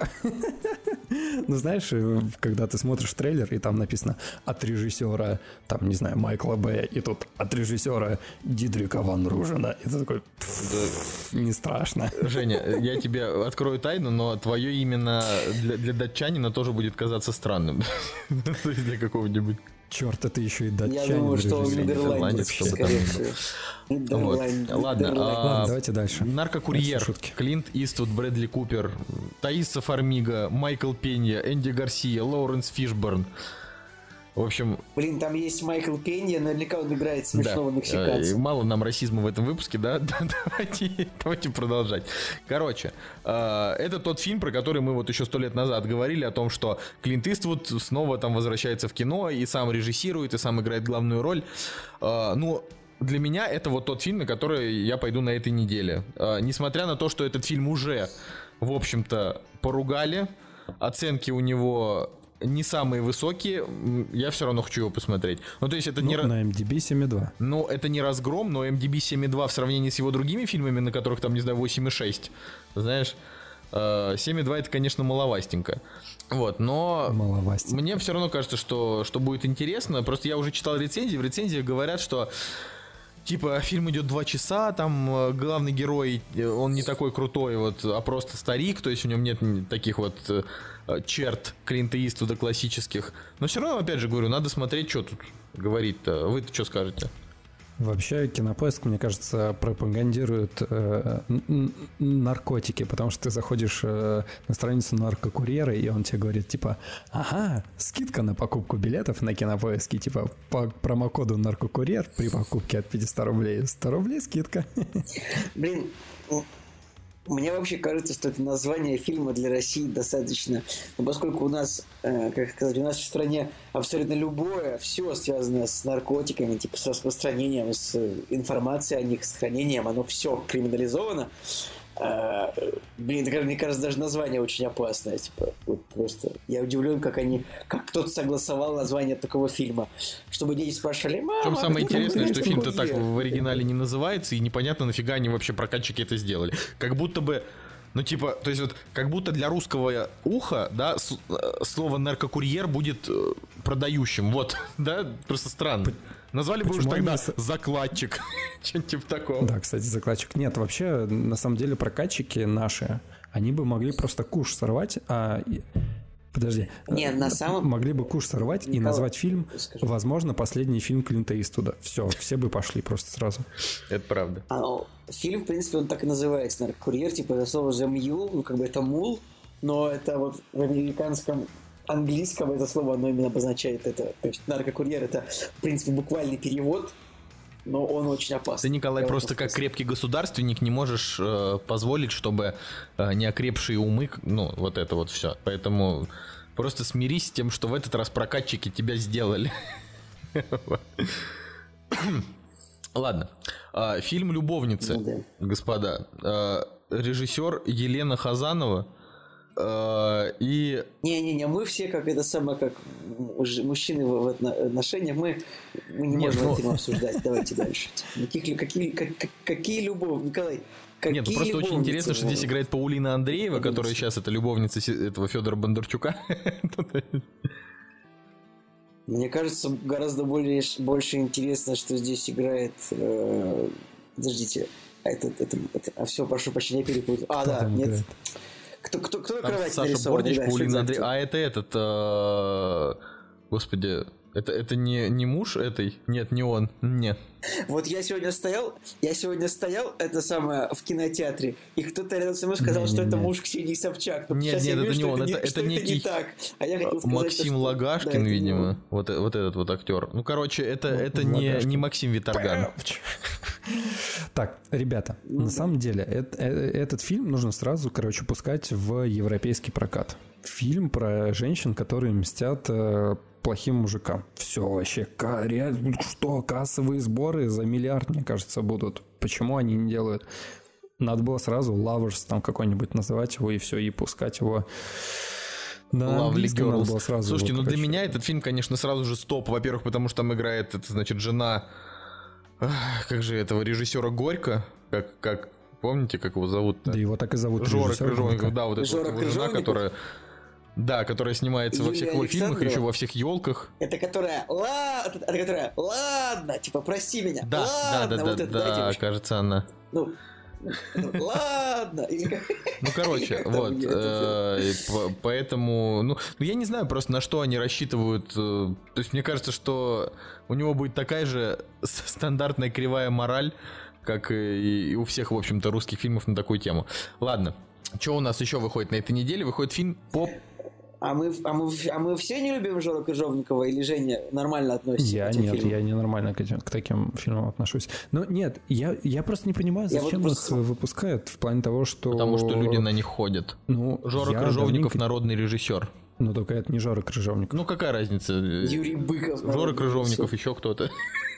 Знаешь, когда ты смотришь трейлер, и там написано «от режиссера», там, не знаю, Майкла Бэя, и тут «от режиссера Дидрика Ван Ружена», и ты такой... Не страшно. Женя, я тебе открою тайну, но твое имя для датчанина тоже будет казаться странным. То есть для какого-нибудь... Черт, это еще и датчанин. Я думаю, что он нидерландец, скорее всего. Ладно, давайте дальше. «Наркокурьер», Клинт Иствуд, Брэдли Купер, Таиса Фармига, Майкл Пенья, Энди Гарсия, Лоуренс Фишборн. В общем... Блин, там есть Майкл Пенья, наверняка он играет смешного мексиканца. Мало нам расизма в этом выпуске, да? Давайте продолжать. Короче, это тот фильм, про который мы вот еще 100 лет назад говорили, о том, что Клинт Иствуд снова там возвращается в кино и сам режиссирует, и сам играет главную роль. Для меня это вот тот фильм, на который я пойду на этой неделе. Несмотря на то, что этот фильм уже, в общем-то, поругали, оценки у него... не самые высокие, я все равно хочу его посмотреть. То есть это на MDB 7,2. Это не разгром, но MDB 7,2 в сравнении с его другими фильмами, на которых там, не знаю, 8,6. Знаешь, 7,2 это, конечно, маловастенько. Но мне все равно кажется, что будет интересно. Просто я уже читал рецензии. В рецензиях говорят, что типа фильм идет 2 часа, там главный герой, он не такой крутой, а просто старик, то есть у него нет таких черт Клинта Иствуда классических. Но все равно, опять же говорю, надо смотреть, что тут говорить-то. Вы-то что скажете? Вообще, Кинопоиск, мне кажется, пропагандирует наркотики, потому что ты заходишь на страницу наркокурьера, и он тебе говорит, типа, ага, скидка на покупку билетов на Кинопоиске, типа, по промокоду наркокурьер при покупке от 500 рублей, 100 рублей скидка. Блин, мне вообще кажется, что это название фильма для России достаточно, поскольку у нас, как сказать, у нас в стране абсолютно любое, все связанное с наркотиками, типа с распространением, с информацией о них, с хранением, оно все криминализовано. Блин, мне кажется, даже название очень опасное. Типа, просто я удивлен, как кто-то согласовал название такого фильма. Чтобы дети спрашивали: мама, причем самое интересное, что фильм-то так в оригинале не называется, и непонятно, нафига они вообще прокатчики это сделали. Как будто бы Ну, типа, то есть вот, как будто для русского уха, да, слово наркокурьер будет продающим. Вот, да, просто странно. Назвали бы уже тогда закладчик. Что-нибудь типа такого. Да, кстати, закладчик. Нет, вообще, на самом деле, прокатчики наши, они бы могли просто куш сорвать, Подожди. Нет, на самом... Могли бы куш сорвать и назвать фильм, возможно, последний фильм Клинта Иствуда. Все бы пошли просто сразу. Это правда. Фильм, в принципе, он так и называется, «Наркокурьер», типа это слово «the mule», ну, как бы это мул, но это вот в американском английском это слово, оно именно обозначает это. То есть наркокурьер — это, в принципе, буквальный перевод, но он очень опасный. Ты, Николай, просто как крепкий государственник не можешь позволить, чтобы неокрепшие умы, ну, вот это вот все. Поэтому просто смирись с тем, что в этот раз прокатчики тебя сделали. Ладно. Фильм «Любовницы», господа. Режиссер Елена Хазанова. И... Не-не-не, мы все как это самое, как мужчины в отношениях, мы не можем это обсуждать. Давайте дальше. Какие любовь, Николай? Нет, ну просто очень интересно, что здесь играет Паулина Андреева, которая сейчас это любовница этого Федора Бондарчука. Мне кажется, гораздо больше интересно, что здесь играет... Подождите. Все, прошу прощения, перепутал. Да, нет. Кто на кровати Саша нарисован? Бордич, Паулина Андреева. А это этот... Господи... Это не муж этой? Нет, не он. Нет. Вот я сегодня стоял, это самое, в кинотеатре, и кто-то рядом со мной сказал, что это муж Ксении Собчак. Нет, это не он, это некий не так. А я хотел сказать, Максим Лагашкин, видимо. Вот этот вот актер. Ну, короче, это не Максим Виторган. Так, ребята, на самом деле, этот фильм нужно сразу, пускать в европейский прокат. Фильм про женщин, которые мстят плохим мужикам. Все вообще. Что? Кассовые сборы за миллиард, мне кажется, будут. Почему они не делают? Надо было сразу Lovers там какой-нибудь называть его и все, и пускать его на английском надо было сразу. Слушайте, ну для меня этот фильм, конечно, сразу же стоп. Во-первых, потому что там играет, это, значит, жена... Как же этого режиссера Горько? Как помните, как его зовут? Да его так и зовут. Жора Крыжовников. Да, вот эта вот жена, которая... Да, которая снимается во всех его фильмах, еще во всех елках. Это которая ладно, типа прости меня. Да, кажется, она. Ну, ладно. Ну, короче, вот. Поэтому, ну, я не знаю просто, на что они рассчитывают. То есть, мне кажется, что у него будет такая же стандартная кривая мораль, как и у всех, в общем-то, русских фильмов на такую тему. Ладно. Что у нас еще выходит на этой неделе? Выходит фильм «Поп». А мы все не любим Жору Крыжовникова, или Женя нормально относится к этим фильмам? Я ненормально к таким фильмам отношусь. Но нет, я просто не понимаю, зачем их выпускают, в плане того, что... Потому что люди на них ходят. Ну, Жора Крыжовников народный режиссер. Ну, только это не Жора Крыжовников. Ну, какая разница? Юрий Быков. Жора Крыжовников, еще кто-то.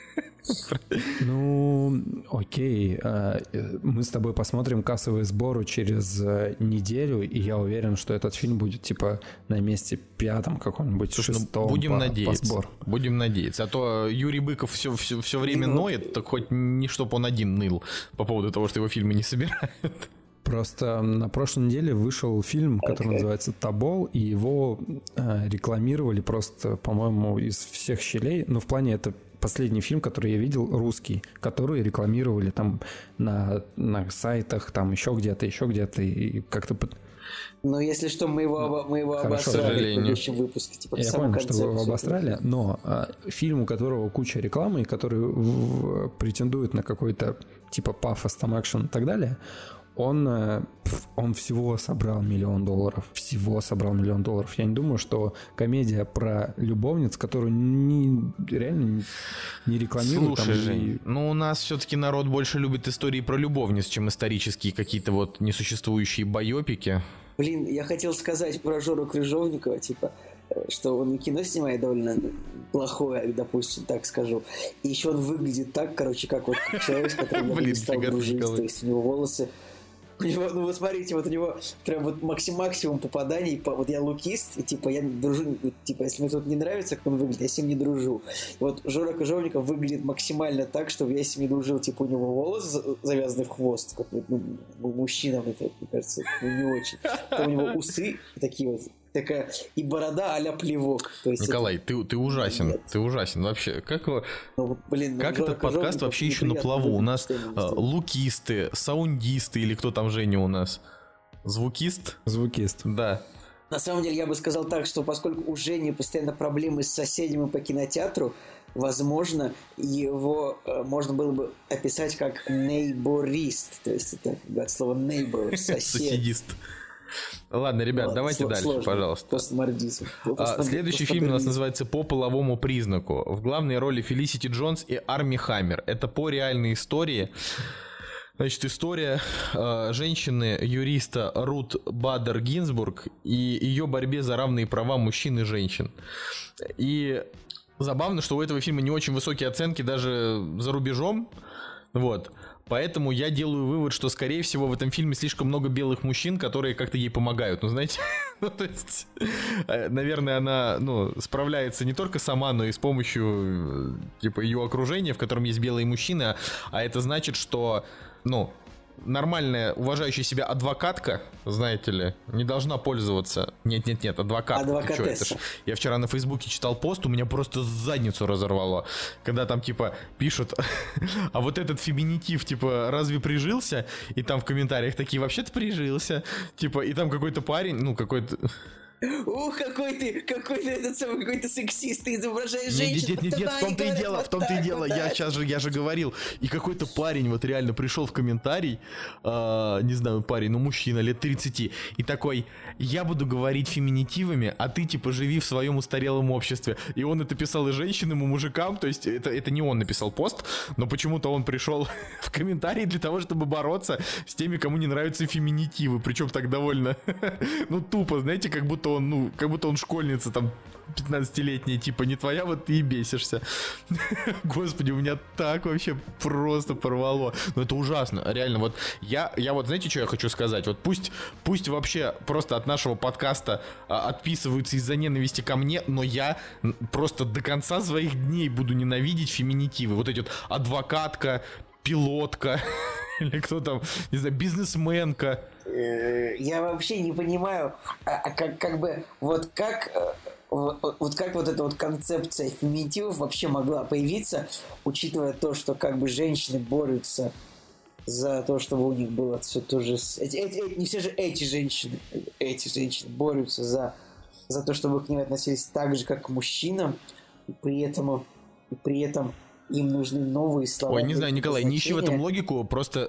Ну, окей. Мы с тобой посмотрим кассовые сборы через неделю, и я уверен, что этот фильм будет типа на месте 5 каком-нибудь, 6 будем надеяться. по сбору. Будем надеяться. А то Юрий Быков все время ноет, так хоть не чтоб он один ныл по поводу того, что его фильмы не собирают. Просто на прошлой неделе вышел фильм, который называется «Тобол», и его рекламировали просто, по-моему, из всех щелей. Ну, в плане это последний фильм, который я видел, русский, который рекламировали там на сайтах, там еще где-то, и как-то... Ну, если что, мы его обосрали в предыдущем выпуске. Типа, я понял, что вы его обосрали, но фильм, у которого куча рекламы, и который претендует на какой-то типа пафос, там, экшен и так далее, он всего собрал $1 миллион. Всего собрал $1 миллион. Я не думаю, что комедия про любовниц, которую реально не рекламируют. Слушай, Жень, ну у нас все-таки народ больше любит истории про любовниц, чем исторические какие-то вот несуществующие байопики. Блин, я хотел сказать про Жору Крыжовникова, типа, что он кино снимает довольно плохое, допустим, так скажу. И еще он выглядит так, как вот человек, с которым я стал дружить. То есть у него волосы У него, ну вы смотрите, вот у него прям вот максимум попаданий, вот я лукист, и типа я дружу, типа если мне тут не нравится, как он выглядит, я с ним не дружу. И вот Жора Крыжовников выглядит максимально так, чтобы я с ним не дружил, типа у него волосы завязаны в хвост, как вот, ну, мужчинам это, мне кажется, ну, не очень. Там у него усы такие вот, такая, и борода а-ля плевок. То есть Николай, это... ты ужасен, Нет. ты ужасен. Вообще, как его... Ну, блин, как этот подкаст вообще еще на плаву? У нас лукисты, саундисты или кто там Женя у нас? Звукист? Звукист. Да. На самом деле, я бы сказал так, что поскольку у Жени постоянно проблемы с соседями по кинотеатру, возможно, его можно было бы описать как нейборист. То есть это от слова neighbor, сосед. Соседист. Ладно, ребят, Ладно, давайте дальше, сложно. пожалуйста. Постмодернизм. Следующий фильм у нас называется «По половому признаку». В главной роли Фелисити Джонс и Арми Хаммер. Это по реальной истории. Значит, история женщины-юриста Рут Бадер Гинзбург и ее борьбе за равные права мужчин и женщин. И забавно, что у этого фильма не очень высокие оценки даже за рубежом. Вот. Поэтому я делаю вывод, что, скорее всего, в этом фильме слишком много белых мужчин, которые как-то ей помогают. Ну, знаете, ну, то есть, наверное, она, ну, справляется не только сама, но и с помощью, типа, ее окружения, в котором есть белые мужчины. А это значит, что, ну, нормальная, уважающая себя адвокатка, знаете ли, не должна пользоваться... Нет, адвокатка. Ты чё, это ж... Я вчера на Фейсбуке читал пост, у меня просто задницу разорвало. Когда там, типа, пишут, а вот этот феминитив, типа, разве прижился? И там в комментариях такие, вообще-то прижился. Типа, и там какой-то парень, ну, какой-то... Ух, какой ты этот самый, какой-то сексист, ты изображаешь женщину. Нет, в том-то и дело, я же говорил. И какой-то парень вот реально пришел в комментарий, не знаю, парень, ну мужчина, лет 30, и такой, я буду говорить феминитивами, а ты типа живи в своем устарелом обществе. И он это писал и женщинам, и мужикам, то есть это не он написал пост, но почему-то он пришел в комментарий для того, чтобы бороться с теми, кому не нравятся феминитивы, причем так довольно, ну тупо, знаете, как будто он школьница, там, 15-летняя, типа, не твоя, вот ты и бесишься. Господи, у меня так вообще просто порвало. Ну, это ужасно, реально, вот, я вот, знаете, что я хочу сказать? Вот пусть вообще просто от нашего подкаста отписываются из-за ненависти ко мне, но я просто до конца своих дней буду ненавидеть феминитивы. Вот эти вот адвокатка, пилотка, или кто там, не знаю, бизнесменка. Я вообще не понимаю, как бы, вот как вот эта вот концепция феминитивов вообще могла появиться, учитывая то, что как бы женщины борются за то, чтобы у них было все то же... Не все же эти женщины борются за то, чтобы к ним относились так же, как к мужчинам, и при этом им нужны новые слова. Ой, не знаю, Николай, не ищи в этом логику, просто...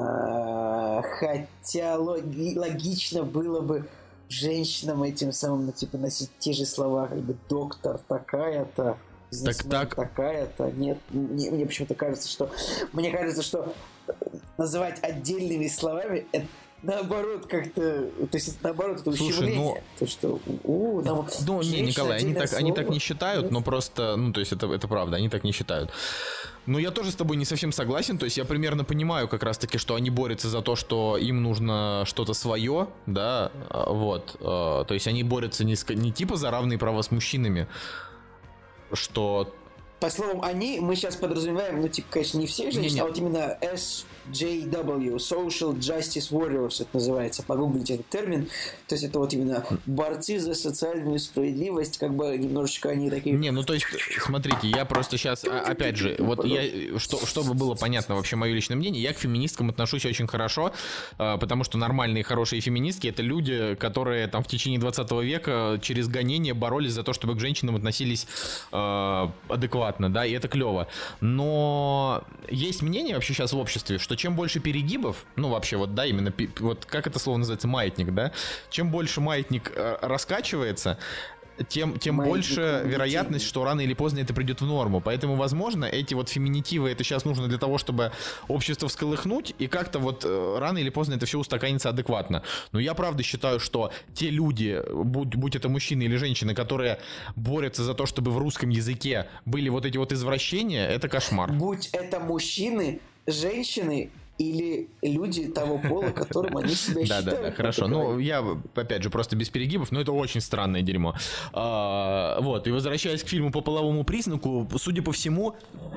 Хотя логично было бы женщинам этим самым, ну, типа, носить те же слова, как бы доктор такая-то, бизнесмен такая-то. Нет, мне почему-то кажется, что... Мне кажется, что называть отдельными словами это наоборот как-то... То есть это наоборот, это ущемление. То, что... не, Николай, они так не считают, нет? Но просто... Ну, то есть это правда, они так не считают. Но я тоже с тобой не совсем согласен. То есть я примерно понимаю как раз-таки, что они борются за то, что им нужно что-то свое, да, вот. То есть они борются не типа за равные права с мужчинами, что... По словам «они» мы сейчас подразумеваем, ну, типа, конечно, не все женщины, а вот именно SJW, Social Justice Warriors, это называется, погуглите этот термин, то есть это вот именно борцы за социальную справедливость, как бы немножечко они такие... Не, ну, то есть, смотрите, я просто сейчас, опять же, вот я, чтобы было понятно вообще мое личное мнение, я к феминисткам отношусь очень хорошо, потому что нормальные, хорошие феминистки — это люди, которые там в течение 20 века через гонения боролись за то, чтобы к женщинам относились адекватно. Да, и это клево. Но есть мнение вообще сейчас в обществе, что чем больше перегибов, ну вообще вот, да, именно, вот как это слово называется, маятник, да, чем больше маятник раскачивается, тем больше вероятность, что рано или поздно это придет в норму. Поэтому, возможно, эти вот феминитивы, это сейчас нужно для того, чтобы общество всколыхнуть, и как-то вот рано или поздно это все устаканится адекватно. Но я правда считаю, что те люди, будь это мужчины или женщины, которые борются за то, чтобы в русском языке были вот эти вот извращения, это кошмар. Будь это мужчины, женщины или люди того пола, которым они себя считают. Да, хорошо. Ну, я, опять же, просто без перегибов, но это очень странное дерьмо. Вот, и возвращаясь к фильму по половому признаку, судя по всему,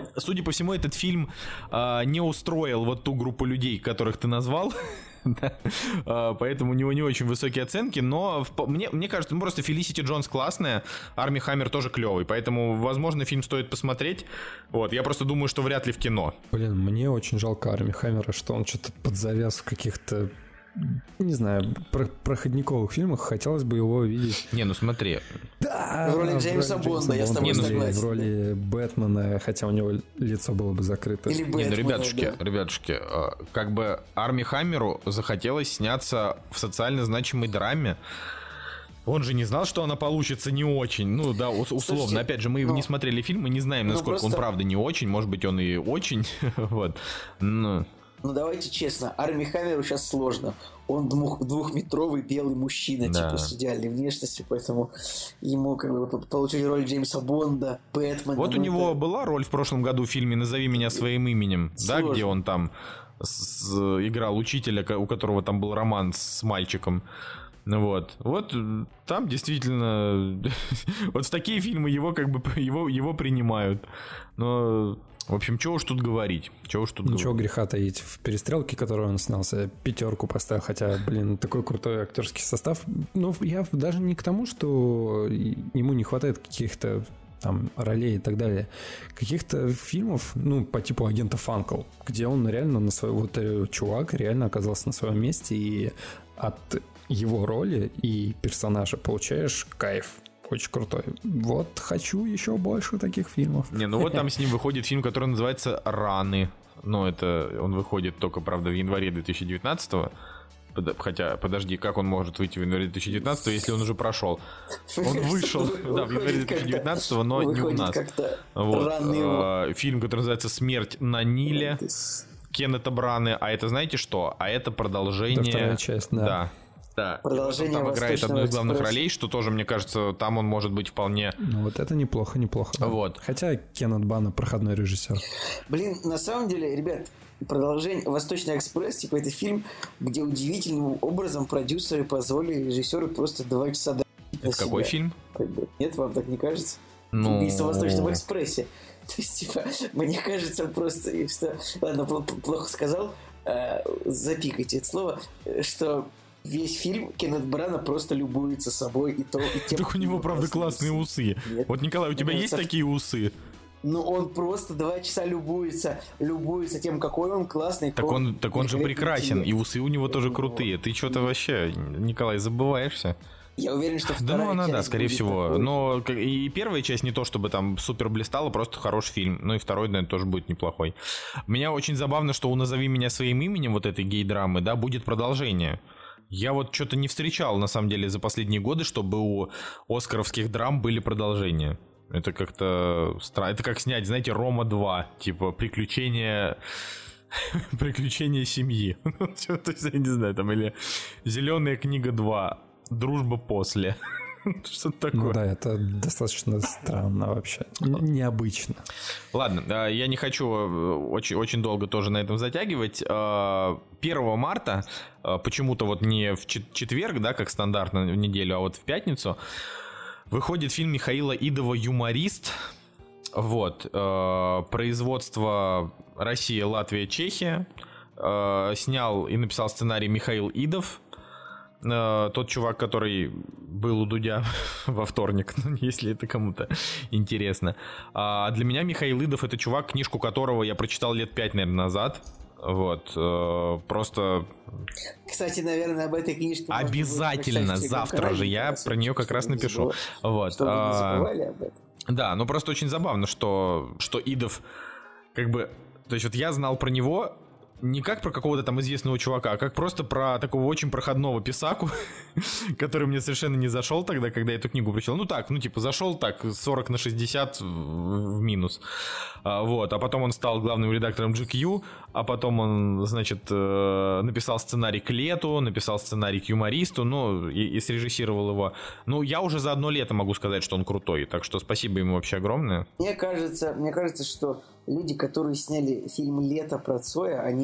этот фильм не устроил вот ту группу людей, которых ты назвал. Поэтому у него не очень высокие оценки, но мне кажется, просто Фелисити Джонс классная, Арми Хаммер тоже клевый, поэтому, возможно, фильм стоит посмотреть. Вот, я просто думаю, что вряд ли в кино. Блин, мне очень жалко Арми Хаммера, что он что-то подзавяз в каких-то, не знаю, проходниковых фильмах. Хотелось бы его видеть. Не, ну смотри. Да, в роли Джеймса Бонда, я с тобой согласен. В роли Бэтмена, хотя у него лицо было бы закрыто. Или Бэтмена, ребятушки, как бы Арми Хаммеру захотелось сняться в социально значимой драме. Он же не знал, что она получится не очень. Ну да, условно. Слушайте, опять же, мы не смотрели фильм, мы не знаем, насколько он правда не очень. Может быть, он и очень. Вот. Ну давайте честно, Арми Хаммеру сейчас сложно. Он двухметровый белый мужчина, типа с идеальной внешностью, поэтому ему как бы получили роль Джеймса Бонда, Бэтмена. Вот у него была роль в прошлом году в фильме «Назови меня своим именем», да, где он там играл учителя, у которого там был роман с мальчиком. Вот там действительно вот в такие фильмы его как бы его принимают. Но в общем, чего уж тут говорить? Ничего греха таить. В «Перестрелке», которую он снялся, 5 поставил. Хотя, блин, такой крутой актерский состав. Ну, я даже не к тому, что ему не хватает каких-то там ролей и так далее. Каких-то фильмов, ну, по типу «Агента Фанкл», где он реально на своем... Вот чувак реально оказался на своем месте, и от его роли и персонажа получаешь кайф. Очень крутой. Вот хочу еще больше таких фильмов. Не, ну вот там с ним выходит фильм, который называется «Раны». Но это он выходит только, правда, в январе 2019-го. Хотя, подожди, как он может выйти в январе 2019-го, если он уже прошел? Он вышел, да, в январе 2019-го, но не у нас. Вот. Фильм, который называется «Смерть на Ниле» Кеннета Браны. А это знаете что? А это продолжение... Это вторая часть, да. Да, продолжение он там играет одну из главных ролей, что тоже, мне кажется, там он может быть вполне... Ну вот это неплохо. Да. Вот. Хотя Кеннет Брана проходной режиссер. Блин, на самом деле, ребят, продолжение «Восточный экспресс», типа это фильм, где удивительным образом продюсеры позволили режиссеру просто 2 часа дать на себя. Какой фильм? Нет, вам так не кажется? Ну... «Убийство в Восточном экспрессе». То есть, типа, мне кажется просто, что... Ладно, плохо сказал, запикайте это слово, что... Весь фильм Кеннет Брана просто любуется собой и тем. Так у него, правда, классные усы. Нет. Вот, Николай, у тебя есть такие усы? Ну, он просто 2 часа любуется тем, какой он классный. Так он же прекрасен, и усы у него тоже крутые. Ты что-то вообще, Николай, забываешься? Я уверен, что вторая часть да, скорее всего. Такой. Но и первая часть не то, чтобы там супер блистала, просто хороший фильм. Ну и второй, наверное, тоже будет неплохой. Меня очень забавно, что у «Назови меня своим именем» вот этой гей-драмы, да, будет продолжение. Я вот что-то не встречал, на самом деле, за последние годы, чтобы у оскаровских драм были продолжения. Это как-то странно. Это как снять, знаете, «Рома 2», типа «Приключения семьи». То есть, я не знаю, там, или «Зеленая книга 2», «Дружба после». Что-то такое. Ну да, это достаточно странно вообще. Необычно. Ладно, я не хочу очень долго тоже на этом затягивать. 1 марта, почему-то вот не в четверг, да, как стандартно в неделю, а вот в пятницу, выходит фильм Михаила Идова «Юморист». Вот. Производство Россия, Латвия, Чехия. Снял и написал сценарий Михаил Идов. Тот чувак, который был у Дудя во вторник, если это кому-то интересно. А для меня Михаил Идов — это чувак, книжку которого я прочитал лет 5, наверное, назад. Вот, просто... Кстати, наверное, об этой книжке... Обязательно, завтра же я про нее как раз напишу. Вот. Чтобы не забывали об этом. Да, но просто очень забавно, что Идов как бы... То есть вот я знал про него... Не как про какого-то там известного чувака, а как просто про такого очень проходного писаку, который мне совершенно не зашел тогда, когда я эту книгу прочитал. Ну так, типа зашел так 40/60 в минус. Вот, а потом он стал главным редактором GQ, а потом он, значит, написал сценарий к «Лету», написал сценарий к «Юмористу», ну, и срежиссировал его. Ну, я уже за одно лето могу сказать, что он крутой, так что спасибо ему вообще огромное. Мне кажется, что люди, которые сняли фильм «Лето» про Цоя, они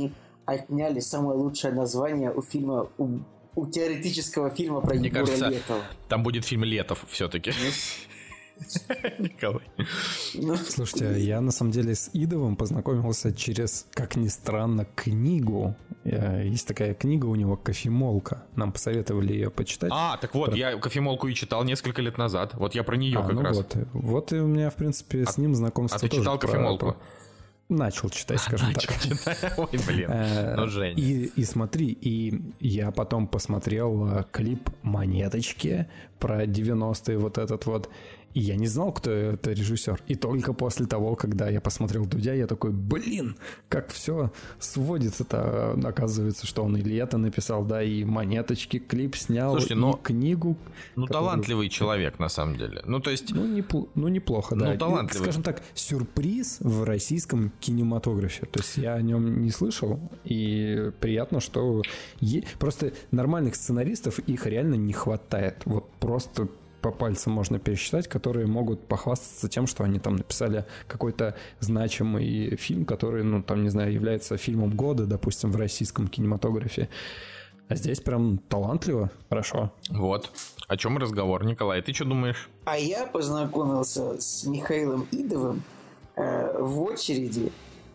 отняли самое лучшее название у фильма, у теоретического фильма про Мне Егора кажется, Летова. там будет фильм «Летов» все-таки. Николай. Слушайте, я на самом деле с Идовым познакомился через, как ни странно, книгу. Есть такая книга у него «Кофемолка». Нам посоветовали ее почитать. Так вот, я «Кофемолку» и читал несколько лет назад. Вот я про нее как раз. Вот и у меня, в принципе, с ним знакомство тоже. А ты читал «Кофемолку»? Начал читать, скажем так. Ой, блин, ну Женя. И смотри, и я потом посмотрел клип «Монеточки» про 90-е вот этот вот. И я не знал, кто это режиссер. И только после того, когда я посмотрел Дудя, я такой, блин, как все сводится-то. Оказывается, что он и «Лето» написал, да, и «Монеточки», клип снял. Слушайте, и книгу. Талантливый человек, на самом деле. Ну, то есть... неплохо, да. Ну, талантливый. Скажем так, сюрприз в российском кинематографе. То есть я о нем не слышал, и приятно, что... Просто нормальных сценаристов их реально не хватает. Вот просто... по пальцам можно пересчитать, которые могут похвастаться тем, что они там написали какой-то значимый фильм, который, не знаю, является фильмом года, допустим, в российском кинематографе. А здесь прям талантливо, хорошо. Вот. О чем разговор, Николай? Ты что думаешь? А я познакомился с Михаилом Идовым в очереди.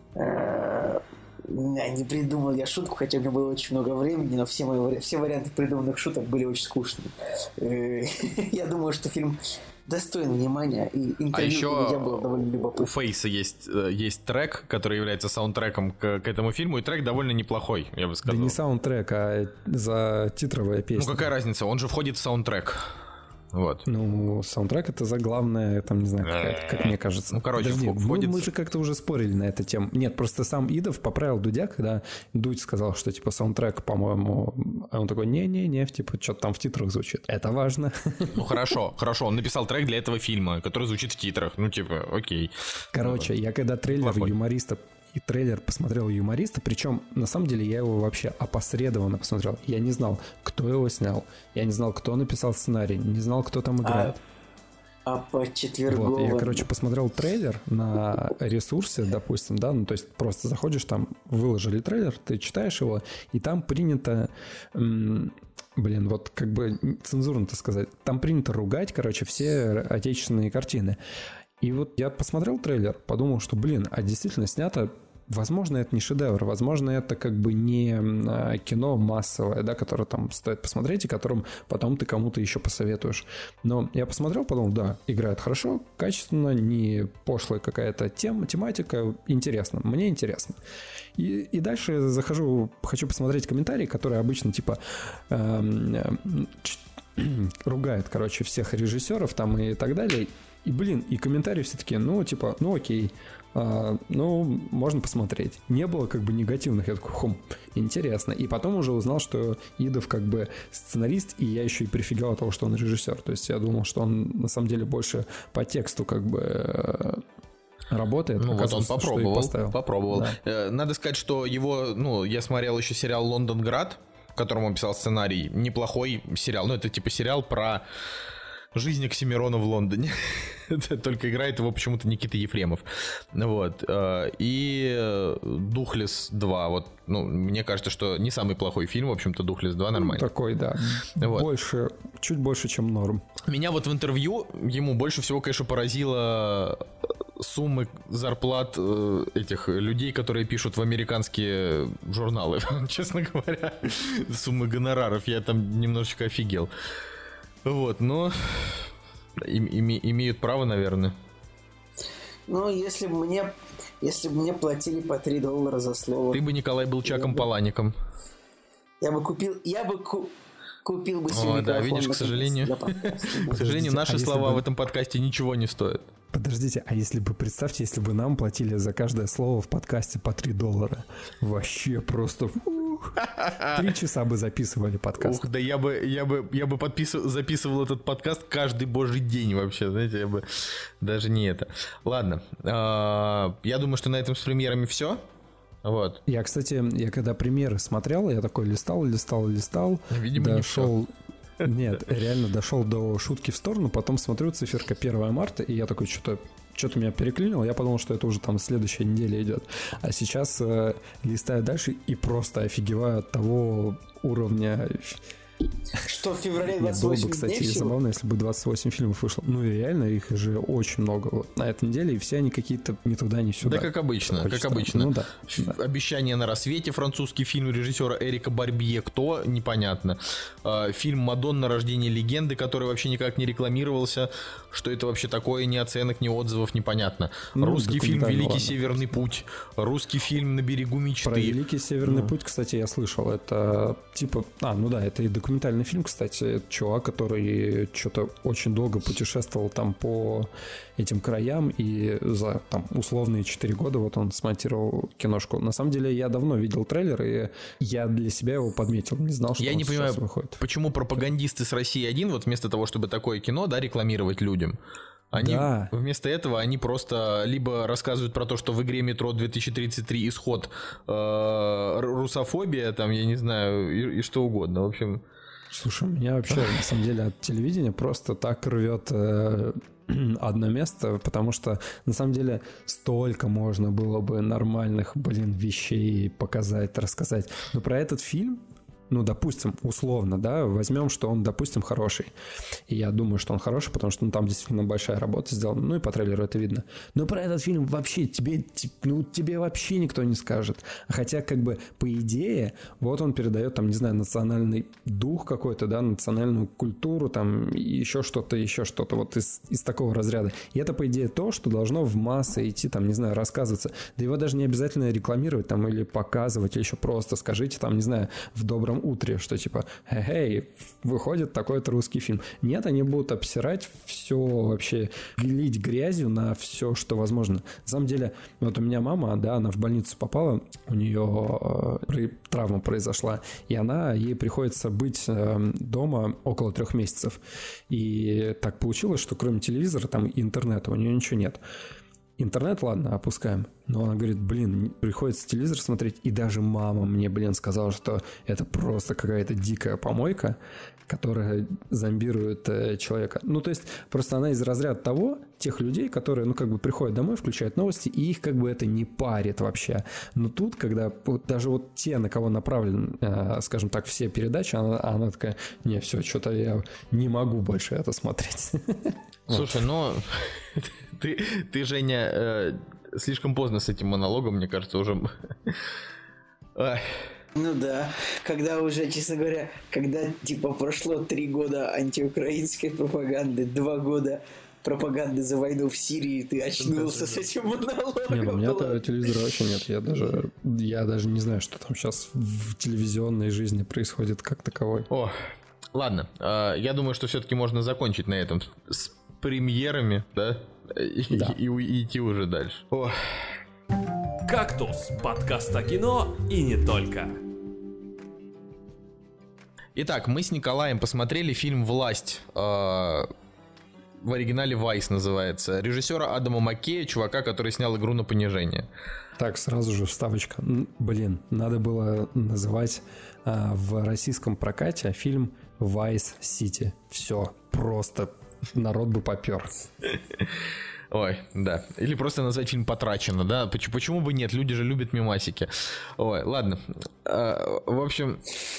Не придумал я шутку, хотя у меня было очень много времени, но все варианты придуманных шуток были очень скучными. Я думаю, что фильм достоин внимания, и интервью у меня было довольно любопытно. У Фейса есть трек, который является саундтреком к этому фильму, и трек довольно неплохой, я бы сказал. Да не саундтрек, а затитровая песня. Ну какая разница, он же входит в саундтрек. Вот. Саундтрек — это заглавная, там, не знаю, как мне кажется. Подожди, мы же как-то уже спорили на эту тему. Нет, просто сам Идов поправил Дудя, когда Дудь сказал, что, типа, саундтрек, по-моему... А он такой, не-не-не, типа, что-то там в титрах звучит. Это важно. Ну, хорошо, он написал трек для этого фильма, который звучит в титрах. Ну, типа, окей. Короче, я когда трейлер юмориста и трейлер посмотрел «Юмориста», причем, на самом деле, я его вообще опосредованно посмотрел. Я не знал, кто его снял, я не знал, кто написал сценарий, не знал, кто там играет. По четвергу. Вот, я, посмотрел трейлер на ресурсе, допустим, да, то есть просто заходишь, там выложили трейлер, ты читаешь его, и там принято... вот как бы цензурно-то сказать, там принято ругать, все отечественные картины. И вот я посмотрел трейлер, подумал, что, а действительно снято, возможно, это не шедевр, возможно, это как бы не кино массовое, да, которое там стоит посмотреть, и которым потом ты кому-то еще посоветуешь. Но я посмотрел, подумал, да, играет хорошо, качественно, не пошлая какая-то тематика, интересно, мне интересно. И дальше захожу, хочу посмотреть комментарии, которые обычно типа... ругает, всех режиссеров там и так далее. И, и комментарии все таки, окей, можно посмотреть. Не было негативных, я такой, интересно. И потом уже узнал, что Идов сценарист, и я еще и прифигал от того, что он режиссер. То есть я думал, что он на самом деле больше по тексту работает. Ну вот он попробовал. Да. Надо сказать, что его, я смотрел еще сериал «Лондонград», в котором он писал сценарий. Неплохой сериал. Это типа сериал про жизнь Оксимирона в Лондоне. Только играет его почему-то Никита Ефремов. Вот. И «Духлесс 2». Мне кажется, что не самый плохой фильм. В общем-то, «Духлесс 2» нормальный. Такой, да. Вот. Чуть больше, чем норм. Меня в интервью ему больше всего, конечно, поразило суммы зарплат этих людей, которые пишут в американские журналы. Честно говоря, суммы гонораров. Я там немножечко офигел. Вот, но имеют право, наверное. Если бы мне платили по $3 за слово... Ты бы, Николай, был Чаком Палаником. Я бы купил бы себе микрофон. Да, видишь, к сожалению, наши слова в этом подкасте ничего не стоят. Подождите, а представьте, если бы нам платили за каждое слово в подкасте по $3. Вообще просто... 3 часа бы записывали подкаст. Ух, да я бы записывал этот подкаст каждый божий день вообще, знаете, я бы даже не это. Ладно, я думаю, что на этом с премьерами все. Вот. Я, кстати, когда премьеры смотрел, я такой листал, видимо, дошел... Нет, реально дошел до шутки в сторону, потом смотрю, циферка 1 марта, и я такой, что-то меня переклинило, я подумал, что это уже там следующая неделя идет. А сейчас листаю дальше и просто офигеваю от того уровня... Что в феврале 28 было бы, дней кстати, всего? забавно, если бы 28 фильмов вышло. Ну и реально, их же очень много вот на этой неделе, и все они какие-то ни туда, ни сюда. Да, как обычно, как странно. обычно. Ну да. «Обещание на рассвете», французский фильм режиссера Эрика Барбье. Кто? Непонятно. Фильм «Мадонна. Рождение легенды», который вообще никак не рекламировался. Что это вообще такое? Ни оценок, ни отзывов, непонятно. Ну, Русский фильм «Великий ладно. Северный путь». Русский фильм «На берегу мечты». Про «Великий Северный путь», кстати, я слышал. Это типа... это и документальный фильм, кстати. Это чувак, который что-то очень долго путешествовал там по этим краям, и за там условные 4 года вот он смонтировал киношку. На самом деле, я давно видел трейлер, и я для себя его подметил. Не знал, что Я он не сейчас понимаю, выходит. почему пропагандисты с России-1, вот вместо того, чтобы такое кино, да, рекламировать людям, они вместо этого они просто либо рассказывают про то, что в игре «Метро 2033» исход русофобия, там, я не знаю, и что угодно, в общем... Слушай, меня вообще, на самом деле, от телевидения просто так рвет одно место, потому что, на самом деле, столько можно было бы нормальных, вещей показать, рассказать. Но про этот фильм, допустим, условно, да, возьмем, что он, допустим, хороший. И я думаю, что он хороший, потому что там действительно большая работа сделана. И по трейлеру это видно. Но про этот фильм вообще тебе вообще никто не скажет. Хотя, по идее, вот он передает, там, не знаю, национальный дух какой-то, да, национальную культуру, там, еще что-то, вот из такого разряда. И это, по идее, то, что должно в массы идти, там, не знаю, рассказываться. Да его даже не обязательно рекламировать, там, или показывать, или еще просто скажите, там, не знаю, в добром утре, что типа, эй, выходит такой-то русский фильм. Нет, они будут обсирать все вообще, лить грязью на все, что возможно. На самом деле, вот у меня мама, да, она в больницу попала, у нее травма произошла, и ей приходится быть дома около 3 месяцев. И так получилось, что кроме телевизора там и интернета у нее ничего нет. Интернет, ладно, опускаем. Но она говорит, приходится телевизор смотреть. И даже мама мне, сказала, что это просто какая-то дикая помойка, которая зомбирует человека. То есть, просто она из разряда тех людей, которые, приходят домой, включают новости, и их это не парит вообще. Но тут, когда даже те, на кого направлены, скажем так, все передачи, она такая, не, все, что-то я не могу больше это смотреть. Слушай, ты, Женя, слишком поздно с этим монологом, мне кажется, уже... Ну да, когда уже, честно говоря, прошло 3 года антиукраинской пропаганды, 2 года пропаганды за войну в Сирии, ты очнулся с этим монологом. Не, у меня-то телевизора вообще нет. Я даже не знаю, что там сейчас в телевизионной жизни происходит как таковой. Ладно, я думаю, что все-таки можно закончить на этом с премьерами, да? И идти уже дальше. «Кактус» — подкаст о кино и не только. Итак, мы с Николаем посмотрели фильм «Власть». В оригинале «Вайс» называется. Режиссера Адама Маккея, чувака, который снял «Игру на понижение». Так, сразу же вставочка. Надо было называть в российском прокате фильм «Вайс Сити». Все, просто народ бы попер. Ой, да. Или просто назвать фильм «Потрачено», да? Почему бы нет? Люди же любят мемасики. Ой, ладно. В общем...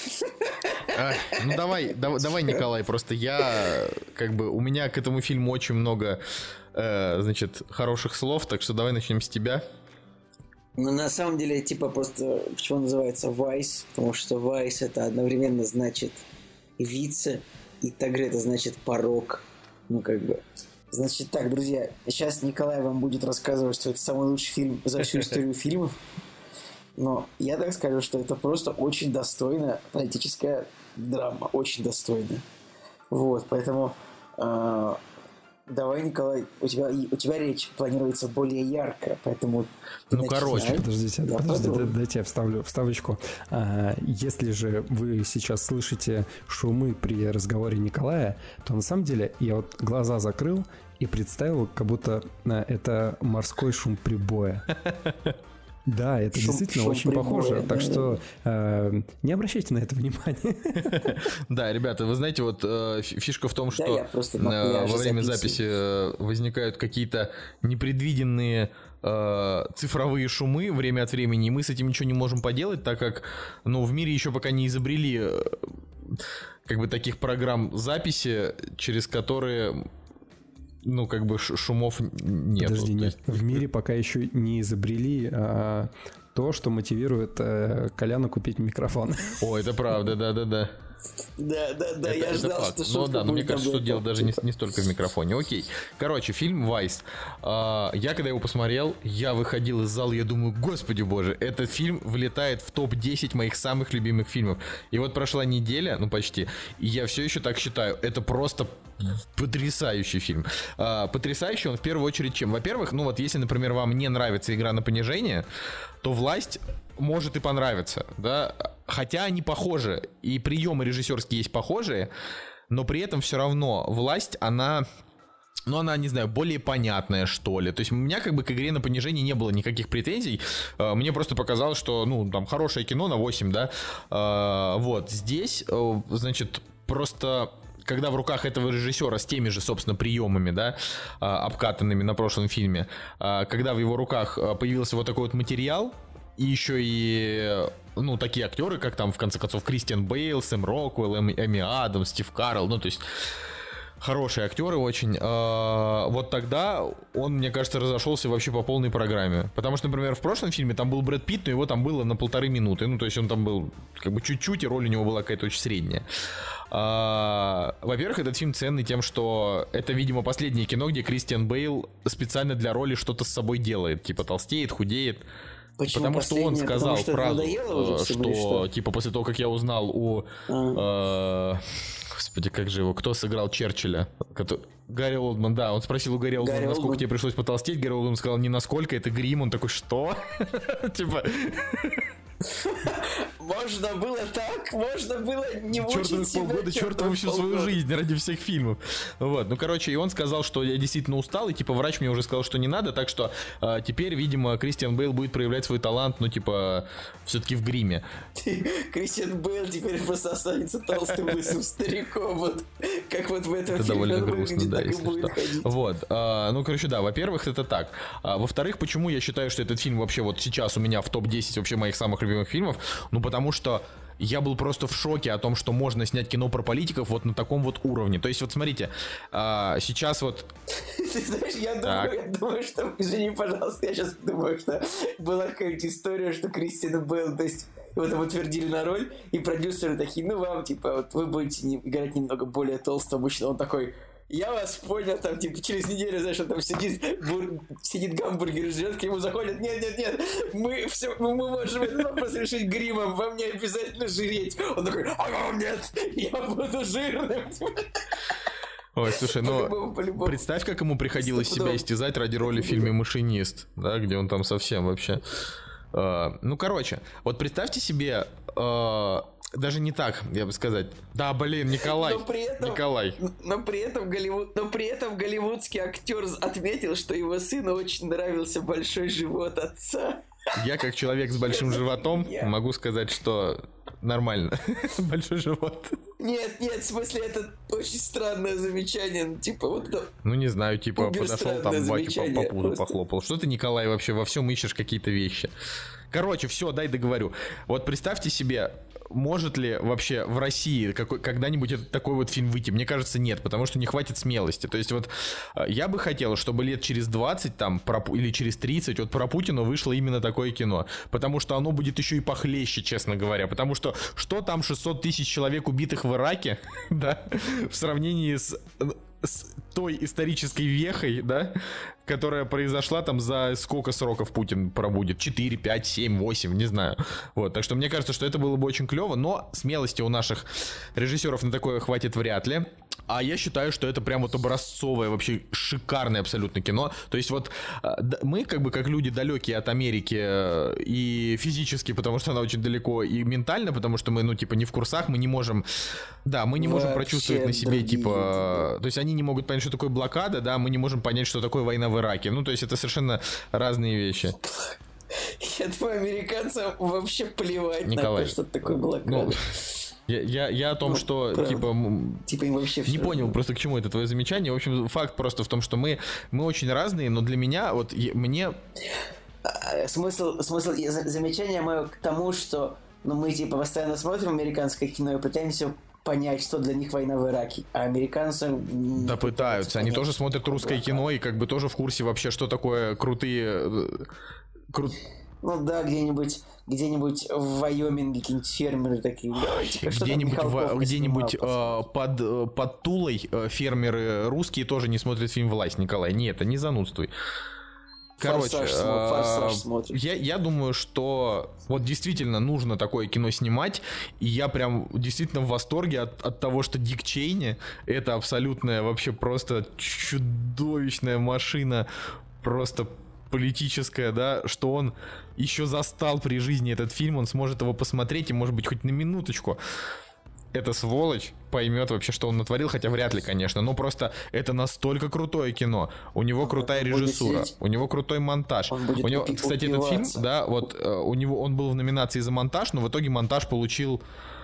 давай, Николай, просто у меня к этому фильму очень много, хороших слов, так что давай начнем с тебя. На самом деле, просто, почему называется Vice? Потому что Vice это одновременно значит вице, и также это значит порог. Значит так, друзья, сейчас Николай вам будет рассказывать, что это самый лучший фильм за всю историю фильмов. Но я так скажу, что это просто очень достойная политическая драма. Очень достойная. Вот, поэтому давай, Николай, у тебя речь планируется более яркая, поэтому... Подождите, дайте я вставлю вставочку. Если же вы сейчас слышите шумы при разговоре Николая, то на самом деле я глаза закрыл и представил, как будто это морской шум прибоя. Да, это действительно очень похоже. Так что не обращайте на это внимания. Да, ребята, вы знаете, вот фишка в том, что во время записи возникают какие-то непредвиденные цифровые шумы время от времени, и мы с этим ничего не можем поделать, так как, в мире еще пока не изобрели как бы таких программ записи, через которые, шумов нет. Подожди, нет. В мире пока еще не изобрели то, что мотивирует Коляна купить микрофон. О, это правда, да. Да, я ждал, факт. что шутка будет. Но мне кажется, что дело даже не столько в микрофоне. Окей. Короче, фильм «Вайс». Я когда его посмотрел, я выходил из зала, я думаю, господи боже, этот фильм влетает в топ-10 моих самых любимых фильмов. И вот прошла неделя, почти, и я все еще так считаю. Это просто потрясающий фильм. Потрясающий он в первую очередь чем? Во-первых, если, например, вам не нравится «Игра на понижение», то «Власть» может и понравиться, да, хотя они похожи, и приемы режиссерские есть похожие, но при этом все равно «Власть», она, не знаю, более понятная, что ли. То есть у меня как бы к «Игре на понижение» не было никаких претензий. Мне просто показалось, что, там хорошее кино на 8, да. Вот, здесь, значит, просто... Когда в руках этого режиссера с теми же, собственно, приемами, да, обкатанными на прошлом фильме, когда в его руках появился вот такой вот материал, и еще и, такие актеры, как там, в конце концов, Кристиан Бейл, Сэм Роквелл, Эми Адамс, Стив Карелл, то есть хорошие актеры очень. Вот тогда он, мне кажется, разошелся вообще по полной программе. Потому что, например, в прошлом фильме там был Брэд Питт, но его там было на 1,5 минуты. То есть он там был как бы чуть-чуть, и роль у него была какая-то очень средняя. Во-первых, этот фильм ценный тем, что это, видимо, последнее кино, где Кристиан Бейл специально для роли что-то с собой делает. Типа толстеет, худеет. Почему потому что он сказал фразу, что типа после того, как я узнал у... Господи, как же его? Кто сыграл Черчилля? Гарри Олдман, да. Он спросил у Гарри Олдмана, насколько тебе пришлось потолстеть. Гарри Олдман сказал, не насколько, это грим. Он такой, что? Типа... Можно было так, можно было не мучить себя. Полгода, чертову всю свою жизнь ради всех фильмов. Вот, и он сказал, что я действительно устал, и врач мне уже сказал, что не надо, так что теперь, видимо, Кристиан Бейл будет проявлять свой талант, все-таки в гриме. Кристиан Бейл теперь просто останется толстым лысым стариком, вот, как вот в этом это фильме. Это довольно грустно, да, если что. Вот, да, во-первых, это так. Во-вторых, почему я считаю, что этот фильм вообще вот сейчас у меня в топ-10 вообще моих самых любимых фильмов, потому что я был просто в шоке о том, что можно снять кино про политиков вот на таком вот уровне. То есть вот смотрите, сейчас вот... Ты знаешь, я думаю, что... Извини, пожалуйста, я сейчас думаю, что была какая-то история, что Кристиан Бейл, то есть его там утвердили на роль, и продюсеры такие, вам, вот вы будете играть немного более толстого мужчину. Он такой... Я вас понял, там, через неделю, знаешь, он там сидит гамбургер жрет, к нему заходят, нет, мы можем этот вопрос решить гримом, вам не обязательно жиреть. Он такой, а вам нет, я буду жирным. Ой, слушай, по-любому. Представь, как ему приходилось себя истязать ради роли в фильме «Машинист», да, где он там совсем вообще... вот представьте себе... Даже не так, я бы сказать. Да, Николай. Но при этом голливудский актер отметил, что его сыну очень нравился большой живот отца. Я, как человек с большим животом, могу сказать, что нормально. Большой живот. Нет, в смысле, это очень странное замечание. Не знаю, подошел там, батю по пузу похлопал. Что ты, Николай, вообще во всем ищешь какие-то вещи? Короче, все, дай договорю. Вот представьте себе, может ли вообще в России когда-нибудь такой вот фильм выйти? Мне кажется, нет, потому что не хватит смелости. То есть вот я бы хотел, чтобы лет через 20 там, или через 30 вот про Путина вышло именно такое кино. Потому что оно будет еще и похлеще, честно говоря. Потому что там 600 тысяч человек убитых в Ираке, да, в сравнении с той исторической вехой, да, которая произошла там за сколько сроков Путин пробудет? 4, 5, 7, 8, не знаю. Вот, так что мне кажется, что это было бы очень клево, но смелости у наших режиссеров на такое хватит вряд ли. А я считаю, что это прям вот образцовое, вообще шикарное абсолютно кино. То есть вот мы как люди далекие от Америки и физически, потому что она очень далеко, и ментально, потому что мы, не в курсах, мы не можем... Да, мы не можем прочувствовать на себе, то есть они не могут понять, что такое блокада, да, мы не можем понять, что такое война в Ираке. То есть это совершенно разные вещи. Я думаю, американцам вообще плевать Николай, на то, что такое блокада. Я о том, что, правда. Типа им вообще не понял равно. просто к чему это твое замечание. В общем, факт просто в том, что мы очень разные, но для меня, вот, мне... Смысл замечания мое к тому, что мы типа постоянно смотрим американское кино и пытаемся понять, что для них война в Ираке, а американцы... Да пытаются, они тоже смотрят русское кино и как бы тоже в курсе вообще, что такое крутые... Ну да, где-нибудь в Вайоминге какие-нибудь фермеры такие. Где-нибудь под Тулой фермеры русские тоже не смотрят фильм «Власть», Николай. Нет, не занудствуй. Короче, Форсаж смотрит. Я думаю, что вот действительно нужно такое кино снимать, и я прям действительно в восторге от того, что Дик Чейни — это абсолютная вообще просто чудовищная машина, просто политическая, да, что он еще застал при жизни этот фильм, он сможет его посмотреть и, может быть, хоть на минуточку эта сволочь поймет вообще, что он натворил, хотя вряд ли, конечно, но просто это настолько крутое кино, у него крутая режиссура, у него крутой монтаж, у него, кстати, этот фильм, да, вот у него, он был в номинации за монтаж, но в итоге монтаж получил,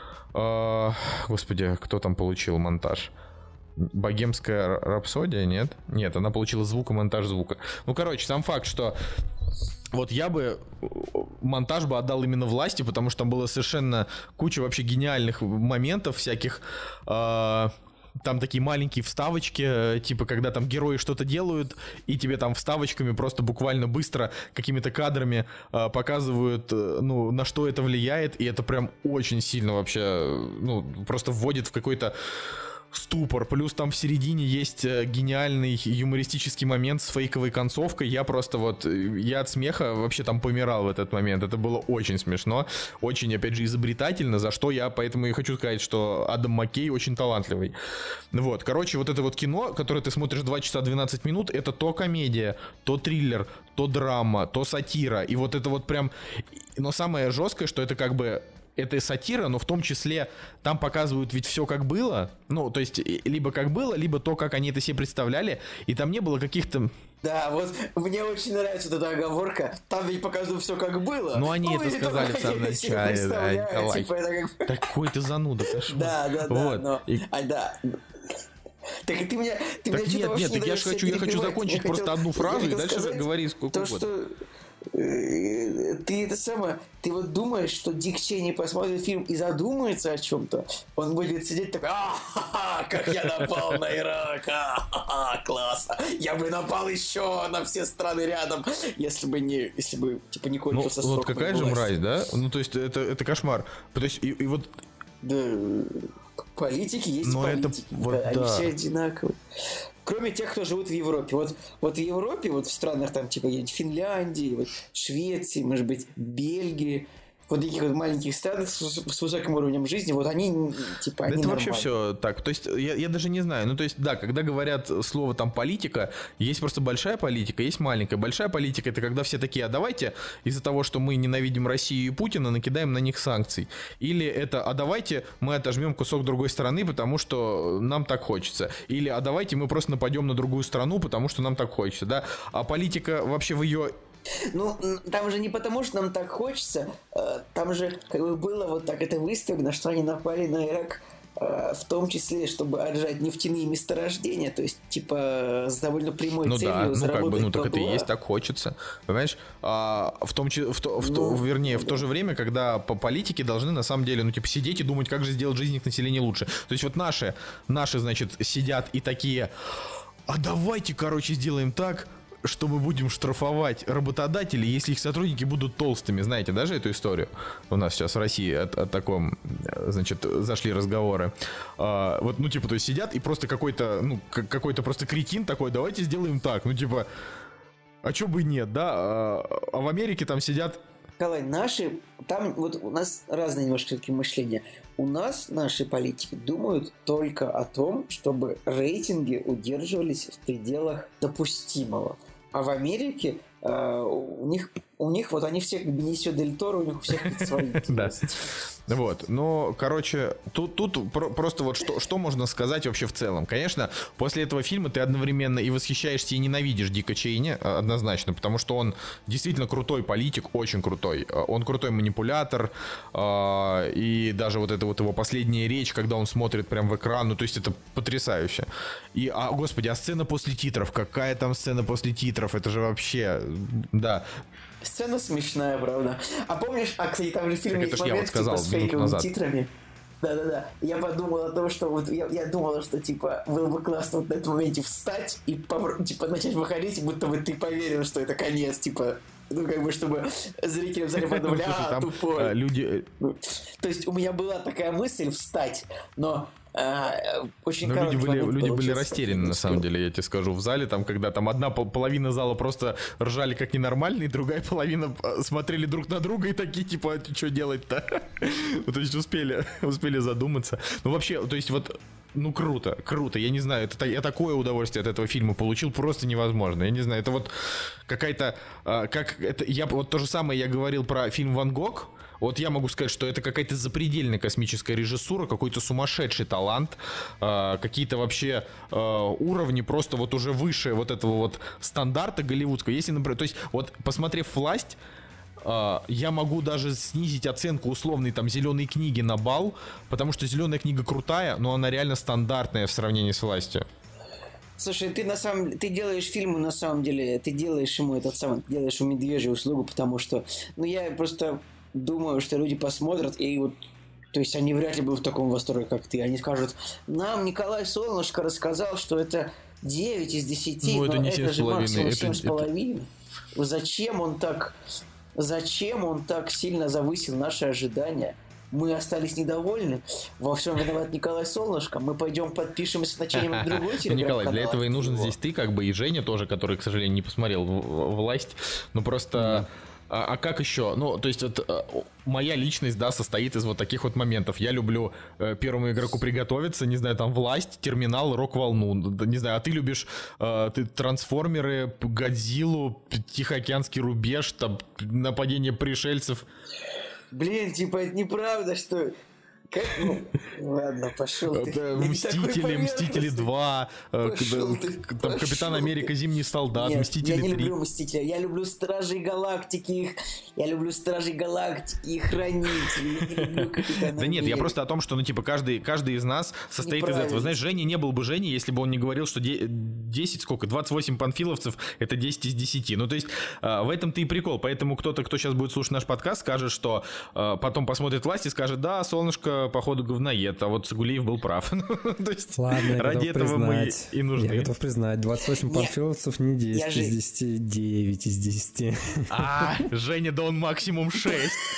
господи, кто там получил монтаж? Богемская рапсодия, нет? Нет, она получила звук и монтаж звука. Ну, короче, сам факт, что вот я бы монтаж бы отдал именно «Власти», потому что там было совершенно куча вообще гениальных моментов всяких. Там такие маленькие вставочки, типа когда там герои что-то делают, и тебе там вставочками просто буквально быстро какими-то кадрами показывают, ну, на что это влияет, и это прям очень сильно вообще, ну, просто вводит в какой-то ступор. Плюс там в середине есть гениальный юмористический момент с фейковой концовкой. Я просто вот, я от смеха вообще там помирал в этот момент. Это было очень смешно, очень, опять же, изобретательно, за что я поэтому и хочу сказать, что Адам Маккей очень талантливый. Вот, короче, вот это вот кино, которое ты смотришь 2 часа 12 минут, это то комедия, то триллер, то драма, то сатира. И вот это вот прям... Но самое жесткое, что это как бы... Это сатира, но в том числе там показывают ведь все как было. Ну, то есть, либо как было, либо то, как они это себе представляли. И там не было каких-то... Да, вот мне очень нравится вот эта оговорка. Там ведь показывают все как было. Ну, они это сказали в самом начале, да, Николай. Типа, Такой ты зануда, кошмар. Да, вот. но... да. Так и ты меня так что-то нет, так я хочу закончить просто одну фразу и дальше говори сколько угодно. Что ты это самое, ты вот думаешь, что Дик Чейни посмотрит фильм и задумается о чем-то, он будет сидеть такой: как я напал на Ирак, классно, я бы напал еще на все страны рядом, если бы типа не кончился срок. Вот какая же мразь, да? Ну то есть это кошмар. То есть и вот. Да, политики есть политики, они все одинаковые. Кроме тех, кто живут в Европе. Вот в Европе, вот в странах там типа Финляндии, вот Швеции, может быть, Бельгии, вот таких вот маленьких странах с высоким уровнем жизни, вот они типа они это нормально. Вообще все так. То есть я даже не знаю. Ну то есть да, когда говорят слово там политика, есть просто большая политика, есть маленькая. Большая политика — это когда все такие: а давайте из-за того, что мы ненавидим Россию и Путина, накидаем на них санкций. Или это: а давайте мы отожмем кусок другой страны, потому что нам так хочется. Или: а давайте мы просто нападем на другую страну, потому что нам так хочется, да. А политика вообще в ее... Ну, там же не потому, что нам так хочется, там же как бы было вот так это выставлено, что они напали на Ирак, в том числе, чтобы отжать нефтяные месторождения, то есть, типа, с довольно прямой целью заработать так это и есть, так хочется, понимаешь? В то же время, когда по политике должны, на самом деле, сидеть и думать, как же сделать жизнь их населения лучше. То есть вот наши, значит, сидят и такие: а давайте, сделаем так, что мы будем штрафовать работодателей, если их сотрудники будут толстыми. Знаете даже эту историю? У нас сейчас в России о таком, значит, зашли разговоры. Вот, то есть сидят и просто какой-то просто кретин такой: давайте сделаем так. А чё бы и нет, да? А в Америке там сидят... Николай, там вот у нас разные немножко все-таки мышления. У нас наши политики думают только о том, чтобы рейтинги удерживались в пределах допустимого. А в Америке у них вот они все как Бенисио Дель Торо, у них у всех свои. Да. Вот, ну, короче, тут просто вот что можно сказать вообще в целом. Конечно, после этого фильма ты одновременно и восхищаешься, и ненавидишь Дика Чейни, однозначно, потому что он действительно крутой политик, очень крутой. Он крутой манипулятор, и даже вот эта вот его последняя речь, когда он смотрит прям в экран, ну, то есть это потрясающе. И, господи, а сцена после титров, какая там сцена после титров, это же вообще, да. Сцена смешная, правда. А помнишь, кстати, там же в фильме есть момент, сказал, типа, с фейковыми титрами. Да. Я подумал о том, что вот я думал, что типа было бы классно вот на этом моменте встать и типа начать выходить, будто бы ты поверил, что это конец, типа. Ну, как бы, чтобы зрители в зале подумали, тупой. Люди... То есть у меня была такая мысль встать, но очень короткий момент. Люди были растеряны, на самом деле, я тебе скажу, в зале, там, когда там одна половина зала просто ржали как ненормальные, другая половина смотрели друг на друга и такие, типа, что делать-то? То есть успели задуматься. Ну, вообще, то есть вот... Ну, круто, я не знаю, я такое удовольствие от этого фильма получил, просто невозможно, я не знаю, это вот какая-то, вот то же самое я говорил про фильм «Ван Гог», вот я могу сказать, что это какая-то запредельная космическая режиссура, какой-то сумасшедший талант, какие-то вообще уровни просто вот уже выше вот этого вот стандарта голливудского, если, например, то есть вот посмотрев «Власть», я могу даже снизить оценку условной там «Зеленой книги» на балл, потому что «Зеленая книга» крутая, но она реально стандартная в сравнении с «Властью». Слушай, ты делаешь фильму, на самом деле, ты делаешь ему делаешь ему медвежью услугу, потому что, я просто думаю, что люди посмотрят и вот, то есть они вряд ли будут в таком восторге, как ты. Они скажут, нам Николай Солнышко рассказал, что это 9 из 10, но это же максимум 7,5. Зачем он так сильно завысил наши ожидания? Мы остались недовольны. Во всем виноват Николай Солнышко. Мы пойдем подпишемся на что-нибудь другой телеграм-канал. Николай, для этого и нужен здесь ты, как бы, и Женя тоже, который, к сожалению, не посмотрел «Власть». Ну, просто... А как еще? Ну, то есть, моя личность, да, состоит из вот таких вот моментов. Я люблю первому игроку приготовиться, не знаю, там, «Власть», «Терминал», «Рок-волну». Не знаю, а ты любишь ты «Трансформеры», «Годзиллу», «Тихоокеанский рубеж», там, «Нападение пришельцев». Блин, типа, это неправда, что... Как? Ладно, пошел ты. Мстители 2, там Капитан Америка, Зимний солдат, Мстители 3. Я не люблю Мстителя, я люблю Стражей Галактики, я люблю Стражей Галактики и Хранителей, я не люблю Капитана Америка. Да нет, я просто о том, что, каждый из нас состоит из этого. Знаешь, Женя не был бы Женей, если бы он не говорил, что 28 панфиловцев это 10 из 10. Ну, то есть, в этом-то и прикол. Поэтому кто сейчас будет слушать наш подкаст, скажет, что потом посмотрит «Власть» и скажет, да, Солнышко, походу, говноед, а вот Цигулиев был прав. То есть, ладно, ради этого мы и нужны. Я готов признать, 28 панфиловцев не 10 из 10, 9 из 10. Женя, да он максимум 6.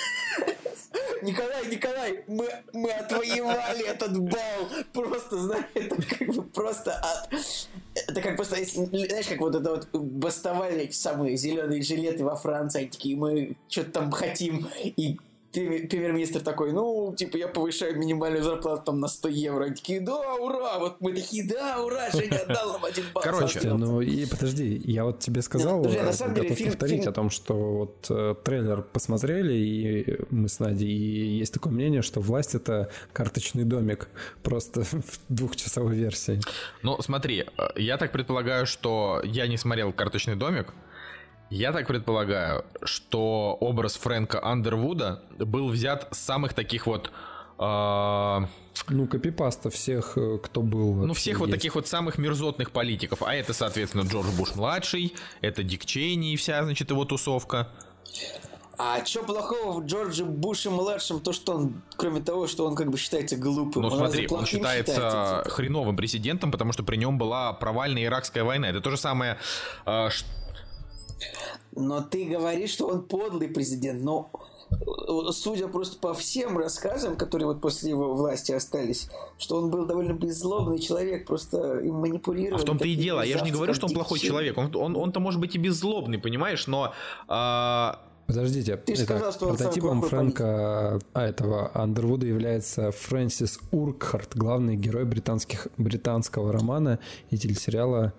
Николай, мы отвоевали этот балл. Просто, знаешь, это как бы просто это как просто, знаешь, как вот это вот бастовали эти самые зеленые жилеты во Франции, такие, мы что-то там хотим, и премьер-министр такой, я повышаю минимальную зарплату там на 100 евро. Они такие, да, ура! Вот мы такие, да, ура, Женя отдал нам 1 балл. Короче, и подожди, я вот тебе сказал, готов повторить о том, что вот трейлер посмотрели, и мы с Надей, и есть такое мнение, что «Власть» — это карточный домик, просто в 2-часовой версии. Ну, смотри, я так предполагаю, что я не смотрел «Карточный домик». Я так предполагаю, что образ Фрэнка Андервуда был взят с самых таких вот... копипаста всех, кто был... всех вот таких вот самых мерзотных политиков. А это, соответственно, Джордж Буш-младший, это Дик Чейни и вся, значит, его тусовка. А что плохого в Джордже Буше-младшем, то, что он, кроме того, что он как бы считается глупым? Смотри, он считается хреновым президентом, потому что при нем была провальная Иракская война. Это то же самое... Но ты говоришь, что он подлый президент, но судя просто по всем рассказам, которые вот после его власти остались, что он был довольно беззлобный человек, просто им манипулировали. А в том-то и дело, я же не говорю, что он плохой человек, он-то может быть и беззлобный, понимаешь, но... Подождите, ты сказал, что прототипом Фрэнка этого Андервуда является Фрэнсис Уркхарт, главный герой британского романа и телесериала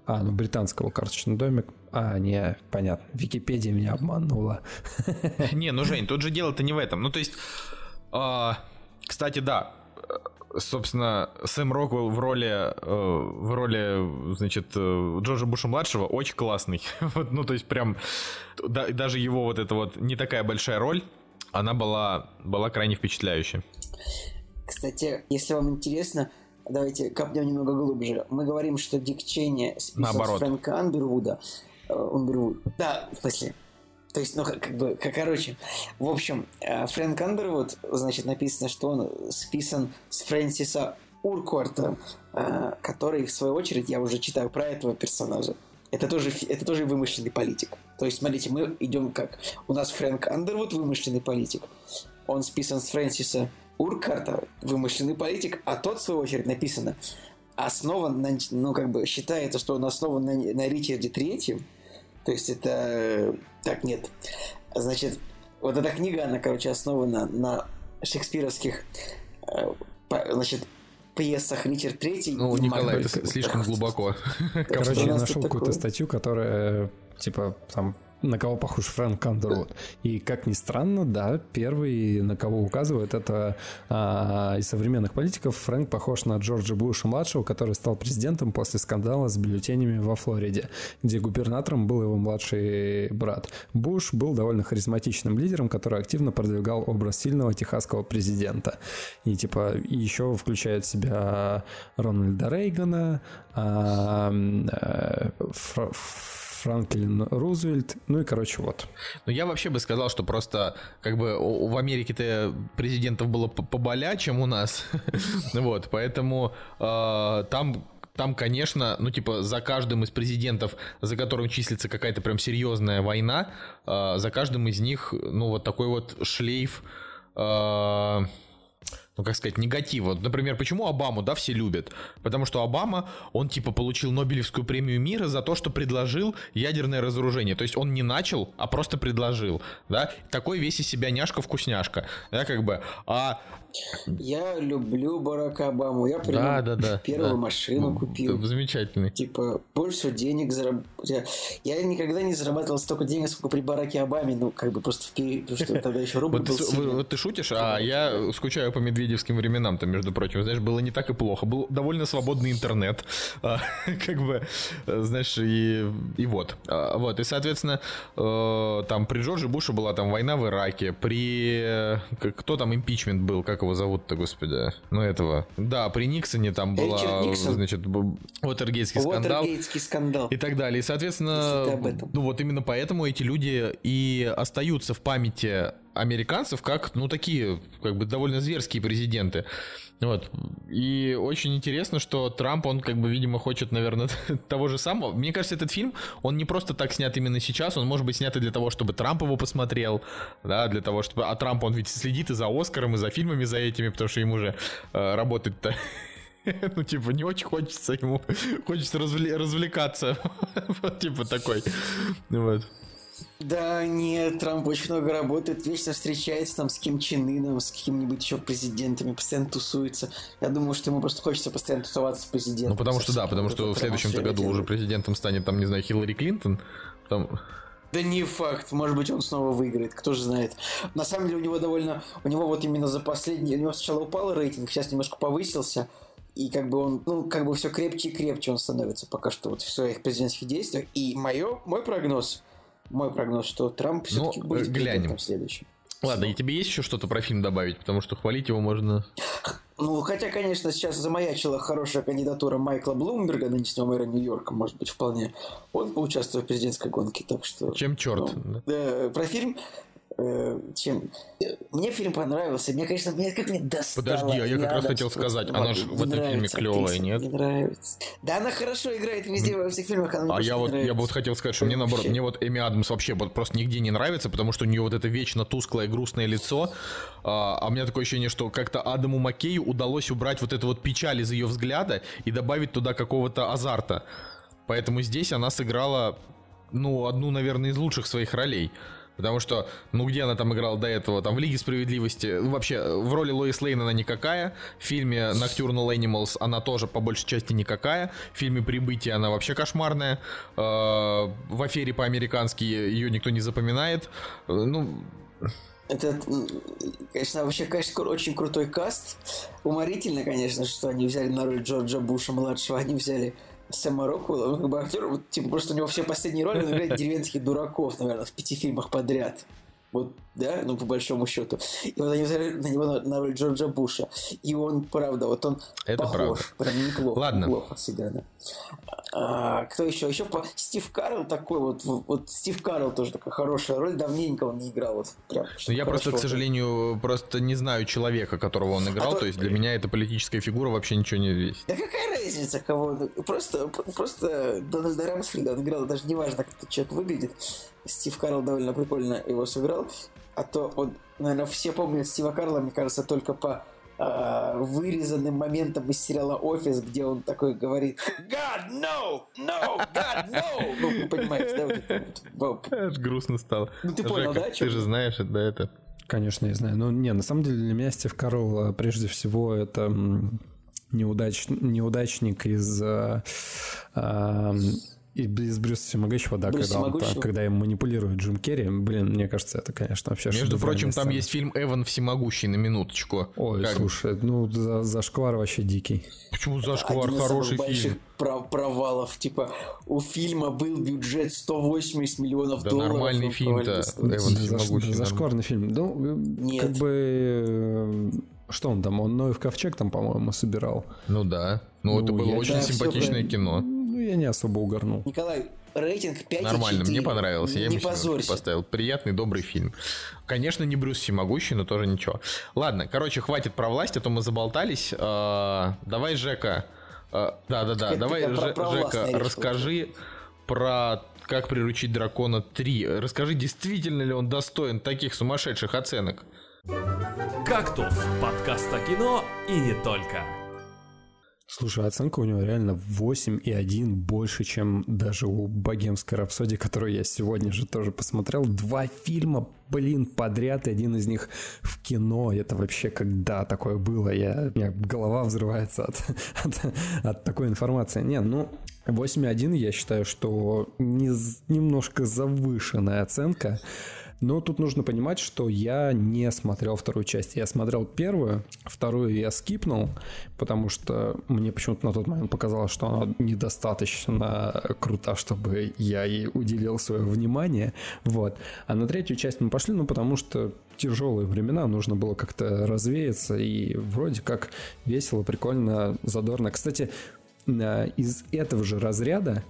ну британского карточный домик. Не, понятно. Википедия меня обманула. Не, ну, Жень, тут же дело-то не в этом. Ну, то есть, кстати, да, собственно, Сэм Роквелл в роли, значит, Джорджа Буша-младшего очень классный. Ну, то есть, прям, даже его вот эта вот не такая большая роль, она была крайне впечатляющая. Кстати, если вам интересно, давайте копнем немного глубже. Мы говорим, что Дик Чейни списан с Фрэнка Андервуда. Да, в смысле. То есть, ну, короче. В общем, Фрэнк Андервуд, значит, написано, что он списан с Фрэнсиса Уркварта, который, в свою очередь, я уже читаю про этого персонажа. Это тоже вымышленный политик. То есть, смотрите, мы идем как? У нас Фрэнк Андервуд, вымышленный политик. Он списан с Фрэнсиса Уркварта, вымышленный политик, а тот, в свою очередь, написано, основан на, ну, как бы, считается, что он основан на Ричарде Третьем. То есть это... Так, нет. Значит, вот эта книга, она, короче, основана на шекспировских, значит, пьесах Ричард Третий. Ну, Николай, это слишком глубоко. Короче, я нашел какую-то статью, которая, типа, там... На кого похож Фрэнк Андервуд. И, как ни странно, да, первый, на кого указывает, это из современных политиков Фрэнк похож на Джорджа Буша-младшего, который стал президентом после скандала с бюллетенями во Флориде, где губернатором был его младший брат. Буш был довольно харизматичным лидером, который активно продвигал образ сильного техасского президента. И, типа, еще включает в себя Рональда Рейгана, Франклин Рузвельт, ну и, короче, вот. Ну, я вообще бы сказал, что просто, как бы, в Америке-то президентов было поболя, чем у нас, вот, поэтому там, конечно, ну, типа, за каждым из президентов, за которым числится какая-то прям серьезная война, за каждым из них, ну, вот такой вот шлейф... ну, как сказать, негатива. Например, почему Обаму, да, все любят? Потому что Обама, он, типа, получил Нобелевскую премию мира за то, что предложил ядерное разоружение. То есть он не начал, а просто предложил, да? Такой весь из себя няшка-вкусняшка, да, как бы. Я люблю Барака Обаму. Я при нем первую машину купил. Замечательный. Типа, больше всего денег заработал. Я никогда не зарабатывал столько денег, сколько при Бараке Обаме. Ну, как бы просто потому что тогда еще рубль был сильный. Вот ты шутишь, а я скучаю по медведевским временам-то, между прочим. Знаешь, было не так и плохо. Был довольно свободный интернет. Как бы, знаешь, и вот. Вот, и, соответственно, там при Джордже Буше была там война в Ираке. Кто там импичмент был? Как его зовут-то, господи? Ну, этого. Да, при Никсоне там была, значит, Уотергейтский скандал. И так далее. И, соответственно, ну, вот именно поэтому эти люди и остаются в памяти американцев как, ну, такие, как бы, довольно зверские президенты. Вот. И очень интересно, что Трамп, он, как бы, видимо, хочет, наверное, того же самого. Мне кажется, этот фильм, он не просто так снят именно сейчас, он может быть снят и для того, чтобы Трамп его посмотрел, да, для того, чтобы... А Трамп, он ведь следит и за Оскаром, и за фильмами за этими, потому что ему же работать-то... Ну, типа, не очень хочется ему... Хочется развлекаться. Вот, типа, такой. Вот. Да, нет, Трамп очень много работает, вечно встречается там с Ким Чен Ыном, с какими-нибудь еще президентами, постоянно тусуется. Я думаю, что ему просто хочется постоянно тусоваться с президентом. Ну, потому что, да, потому что в следующем году уже президентом станет, там, не знаю, Хиллари Клинтон. Там... Да не факт, может быть, он снова выиграет, кто же знает. На самом деле, у него вот именно за последний, у него сначала упал рейтинг, сейчас немножко повысился. И как бы он, ну, как бы все крепче и крепче он становится пока что вот в своих президентских действиях. И мой прогноз, что Трамп все-таки будет президентом следующим. Ладно, и тебе есть еще что-то про фильм добавить? Потому что хвалить его можно... Ну, хотя, конечно, сейчас замаячила хорошая кандидатура Майкла Блумберга, нынешнего мэра Нью-Йорка, может быть, вполне. Он поучаствует в президентской гонке, так что... Чем черт? Ну, да, про фильм... Мне фильм понравился. Мне, конечно, как мне достало. Подожди, а я как раз хотел сказать, она же в этом фильме клевая, нет? Мне нравится. Да, она хорошо играет везде, во всех фильмах. Я бы вот хотел сказать, что мне наоборот, мне вот Эми Адамс вообще вот просто нигде не нравится, потому что у нее вот это вечно тусклое, грустное лицо. А у меня такое ощущение, что как-то Адаму Маккею удалось убрать вот эту вот печаль из ее взгляда и добавить туда какого-то азарта. Поэтому здесь она сыграла, ну, одну, наверное, из лучших своих ролей. Потому что, ну где она там играла до этого? Там в Лиге Справедливости, вообще в роли Лоис Лейн она никакая. В фильме Nocturnal Animals она тоже по большей части никакая. В фильме Прибытие она вообще кошмарная. В Афере по-американски ее никто не запоминает. Ну... Это, конечно, вообще, конечно, очень крутой каст. Уморительно, конечно, что они взяли на роль Джорджа Буша-младшего, они взяли Сэма Роквелла. Ну, как бы актер, вот, типа, просто у него все последние роли, он играет деревенских дураков, наверное, в 5 фильмах подряд. Вот, да, ну, по большому счету. И вот они взяли на него на роль Джорджа Буша. И он, правда, вот он это похож. Правда. Прям неплохо. Ладно. Неплохо сыграно. Кто еще? Еще Стив Карелл такой вот Стив Карелл тоже такая хорошая роль. Давненько он не играл. Вот, прям, ну, я просто, к сожалению, просто не знаю человека, которого он играл. То есть для меня эта политическая фигура вообще ничего не весит. Да какая разница, кого? Просто Дональда Рамсфельда он играл. Даже не важно, как этот человек выглядит. Стив Карелл довольно прикольно его сыграл. А то, вот, наверное, все помнят Стива Карелла, мне кажется, только по вырезанным моментам из сериала «Офис», где он такой говорит «God, no! No! God, no!» Ну, вы понимаете, да? Вот, это грустно стало. Ну, ты понял, Жека, да? Ты же знаешь, да, это... Конечно, я знаю. Но не, на самом деле для меня Стив Карелл, прежде всего, это неудачник из Брюса Всемогущего, да, когда им манипулирует Джим Керри. Блин, мне кажется, это, конечно, вообще... Между прочим, там есть фильм «Эван Всемогущий», на минуточку. Ой, слушай, ну, зашквар вообще дикий. Почему зашквар? Хороший фильм. Провалов, типа, у фильма был бюджет 180 миллионов долларов. Да нормальный фильм-то, Эван Всемогущий. Зашкварный фильм. Ну, нет. Как бы... Что он там? Он Ноев ковчег там, по-моему, собирал. Ну да. Ну, это было очень симпатичное кино. Ну, я не особо угорнул. Николай, рейтинг 5,4. Нормально, мне понравился. Я ему позорься. Поставил. Приятный, добрый фильм. Конечно, не Брюс Всемогущий, но тоже ничего. Ладно, короче, хватит про власть, а то мы заболтались. Давай, Жека. Да-да-да. Давай, Жека, расскажи про «Как приручить дракона 3». Расскажи, действительно ли он достоин таких сумасшедших оценок. «Кактус» — подкаст о кино и не только. Слушай, оценка у него реально 8,1, больше, чем даже у «Богемской рапсодии», которую я сегодня же тоже посмотрел. 2 фильма, подряд, и один из них в кино. Это вообще когда такое было? У меня голова взрывается от такой информации. Не, ну, 8,1 я считаю, что немножко завышенная оценка. Но тут нужно понимать, что я не смотрел вторую часть. Я смотрел первую, вторую я скипнул, потому что мне почему-то на тот момент показалось, что она недостаточно крута, чтобы я ей уделил свое внимание. Вот. А на третью часть мы пошли, потому что тяжелые времена, нужно было как-то развеяться, и вроде как весело, прикольно, задорно. Кстати, из этого же разряда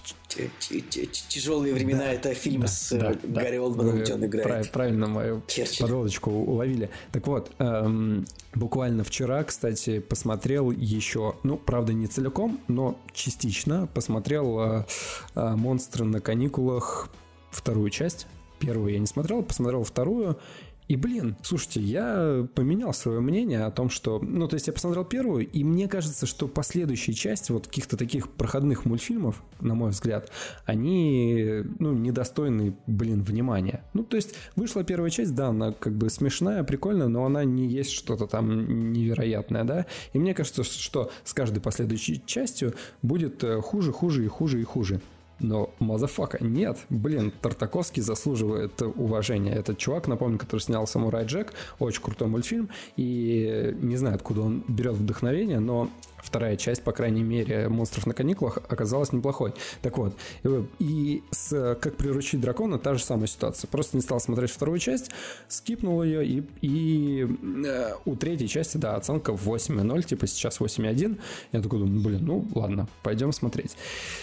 «Тяжелые времена» — это фильм с Гарри Олдманом, где он играет. Правильно мою подводочку уловили. Так вот, буквально вчера, кстати, посмотрел еще, правда, не целиком, но частично посмотрел «Монстры на каникулах» вторую часть. Первую я не смотрел, посмотрел вторую. И, слушайте, я поменял свое мнение о том, что... то есть я посмотрел первую, и мне кажется, что последующие части вот каких-то таких проходных мультфильмов, на мой взгляд, они, недостойны, внимания. То есть вышла первая часть, да, она как бы смешная, прикольная, но она не есть что-то там невероятное, да. И мне кажется, что с каждой последующей частью будет хуже, хуже и хуже и хуже. Но, мазафака, нет. Тартаковский заслуживает уважения. Этот чувак, напомню, который снял «Самурай Джек», очень крутой мультфильм. И не знаю, откуда он берет вдохновение, но вторая часть, по крайней мере, «Монстров на каникулах» оказалась неплохой. Так вот, и с «Как приручить дракона» та же самая ситуация. Просто не стал смотреть вторую часть, скипнул ее, и у третьей части, да, оценка 8,0, типа сейчас 8,1. Я такой думаю, ладно, пойдем смотреть.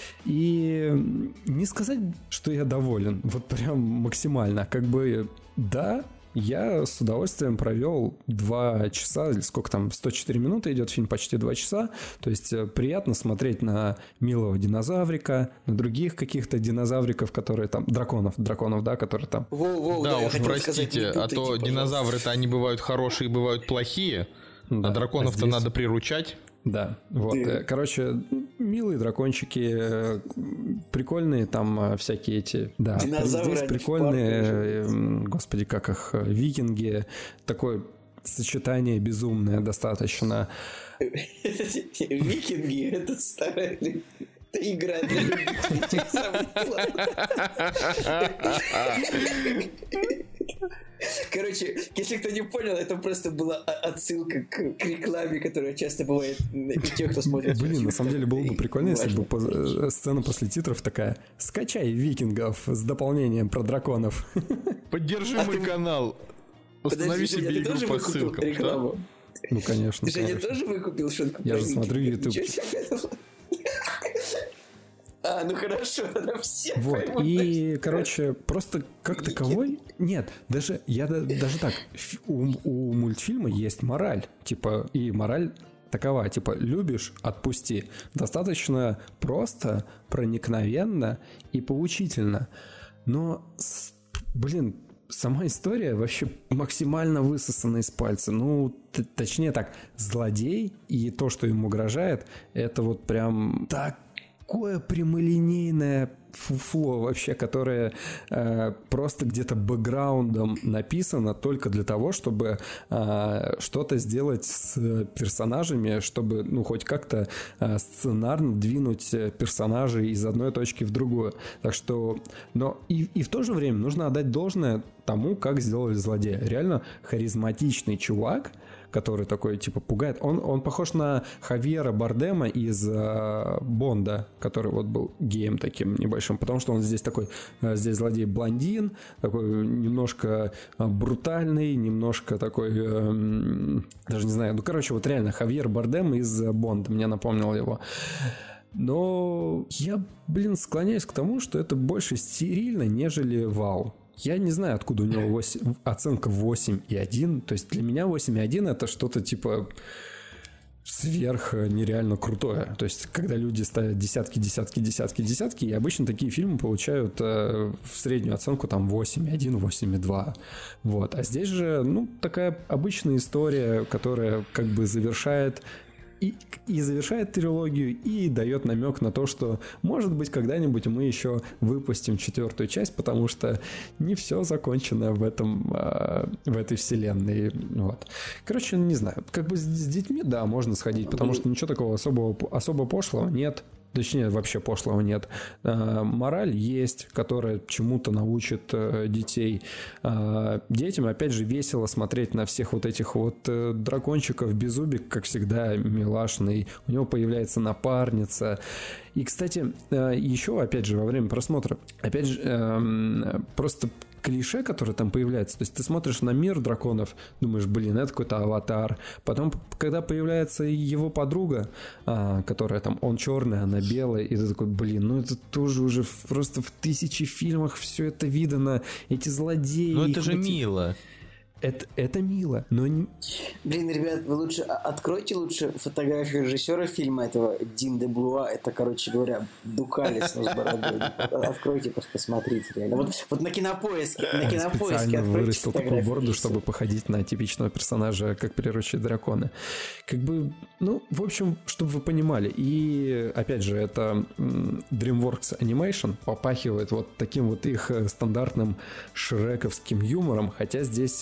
И не сказать, что я доволен, вот прям максимально. Как бы, да, я с удовольствием провел 2 часа, или сколько там, 104 минуты идет фильм, почти 2 часа. То есть приятно смотреть на милого динозаврика, на других каких-то динозавриков, которые там, драконов, да, которые там... Да, уж простите, а то динозавры-то они бывают хорошие, бывают плохие. А драконов-то здесь... надо приручать. Да, вот. Короче, милые дракончики, прикольные там всякие эти... Да, здесь прикольные, господи, как их, викинги. Такое сочетание безумное достаточно. Викинги — это старая... Это игра для любителей самых Короче, если кто не понял, это просто была отсылка к рекламе, которая часто бывает у тех, кто смотрит. Блин, на самом деле было бы прикольно, если бы сцена после титров такая: скачай викингов с дополнением про драконов. Поддержи мой канал. Установи себе игру по ссылкам. Ну, конечно. Ты же не тоже выкупил шутку? Я же смотрю YouTube. Ну хорошо, тогда все. Вот, и, короче, просто как таковой... Нет, даже так, у мультфильма есть мораль, типа, и мораль такова, типа, любишь — отпусти. Достаточно просто, проникновенно и поучительно. Но, блин, сама история вообще максимально высосана из пальца. Ну, точнее так, злодей и то, что ему угрожает, это вот прям такое прямолинейное фуфло вообще, которое просто где-то бэкграундом написано только для того, чтобы что-то сделать с персонажами, чтобы, ну, хоть как-то сценарно двинуть персонажей из одной точки в другую. Так что, но и в то же время нужно отдать должное тому, как сделали злодея. Реально харизматичный чувак, который такой, типа, пугает. Он похож на Хавьера Бардема из Бонда, который вот был геем таким небольшим, потому что он здесь такой, здесь злодей блондин, такой немножко брутальный, немножко такой, даже не знаю, ну, короче, вот реально Хавьер Бардем из Бонда, мне напомнил его. Но я, склоняюсь к тому, что это больше стерильно, нежели вау. Я не знаю, откуда у него оценка 8,1. То есть для меня 8,1 это что-то типа сверх нереально крутое. То есть когда люди ставят десятки, и обычно такие фильмы получают в среднюю оценку там 8,1, 8,2. Вот. А здесь же, ну, такая обычная история, которая как бы завершает... И завершает трилогию, и дает намек на то, что, может быть, когда-нибудь мы еще выпустим 4-ю часть, потому что не все закончено в этой вселенной. Вот. Короче, не знаю. Как бы с детьми, да, можно сходить, потому что ничего такого особо пошлого нет. Точнее, вообще пошлого нет. Мораль есть, которая чему-то научит детей. Детям, опять же, весело смотреть на всех вот этих вот дракончиков. Беззубик, как всегда, милашный. У него появляется напарница. И, кстати, еще, опять же, во время просмотра, опять же, просто клише, которое там появляется. То есть ты смотришь на мир драконов, думаешь, блин, это какой-то аватар. Потом, когда появляется его подруга, которая там, он черный, она белая, и ты такой, блин, ну это тоже уже просто в 1000 фильмах все это видано. Эти злодеи. Ну это же мило. Это мило, но... Блин, ребят, вы лучше откройте фотографию режиссера фильма этого Дин де Блуа. Это, короче говоря, Дукалис с бородой. Откройте, посмотрите. Реально. Вот на Кинопоиске. Специально вырастил такую бороду, чтобы походить на типичного персонажа, как приручить дракона. Как бы, ну, в общем, чтобы вы понимали. И, опять же, это DreamWorks Animation попахивает вот таким вот их стандартным шрековским юмором, хотя здесь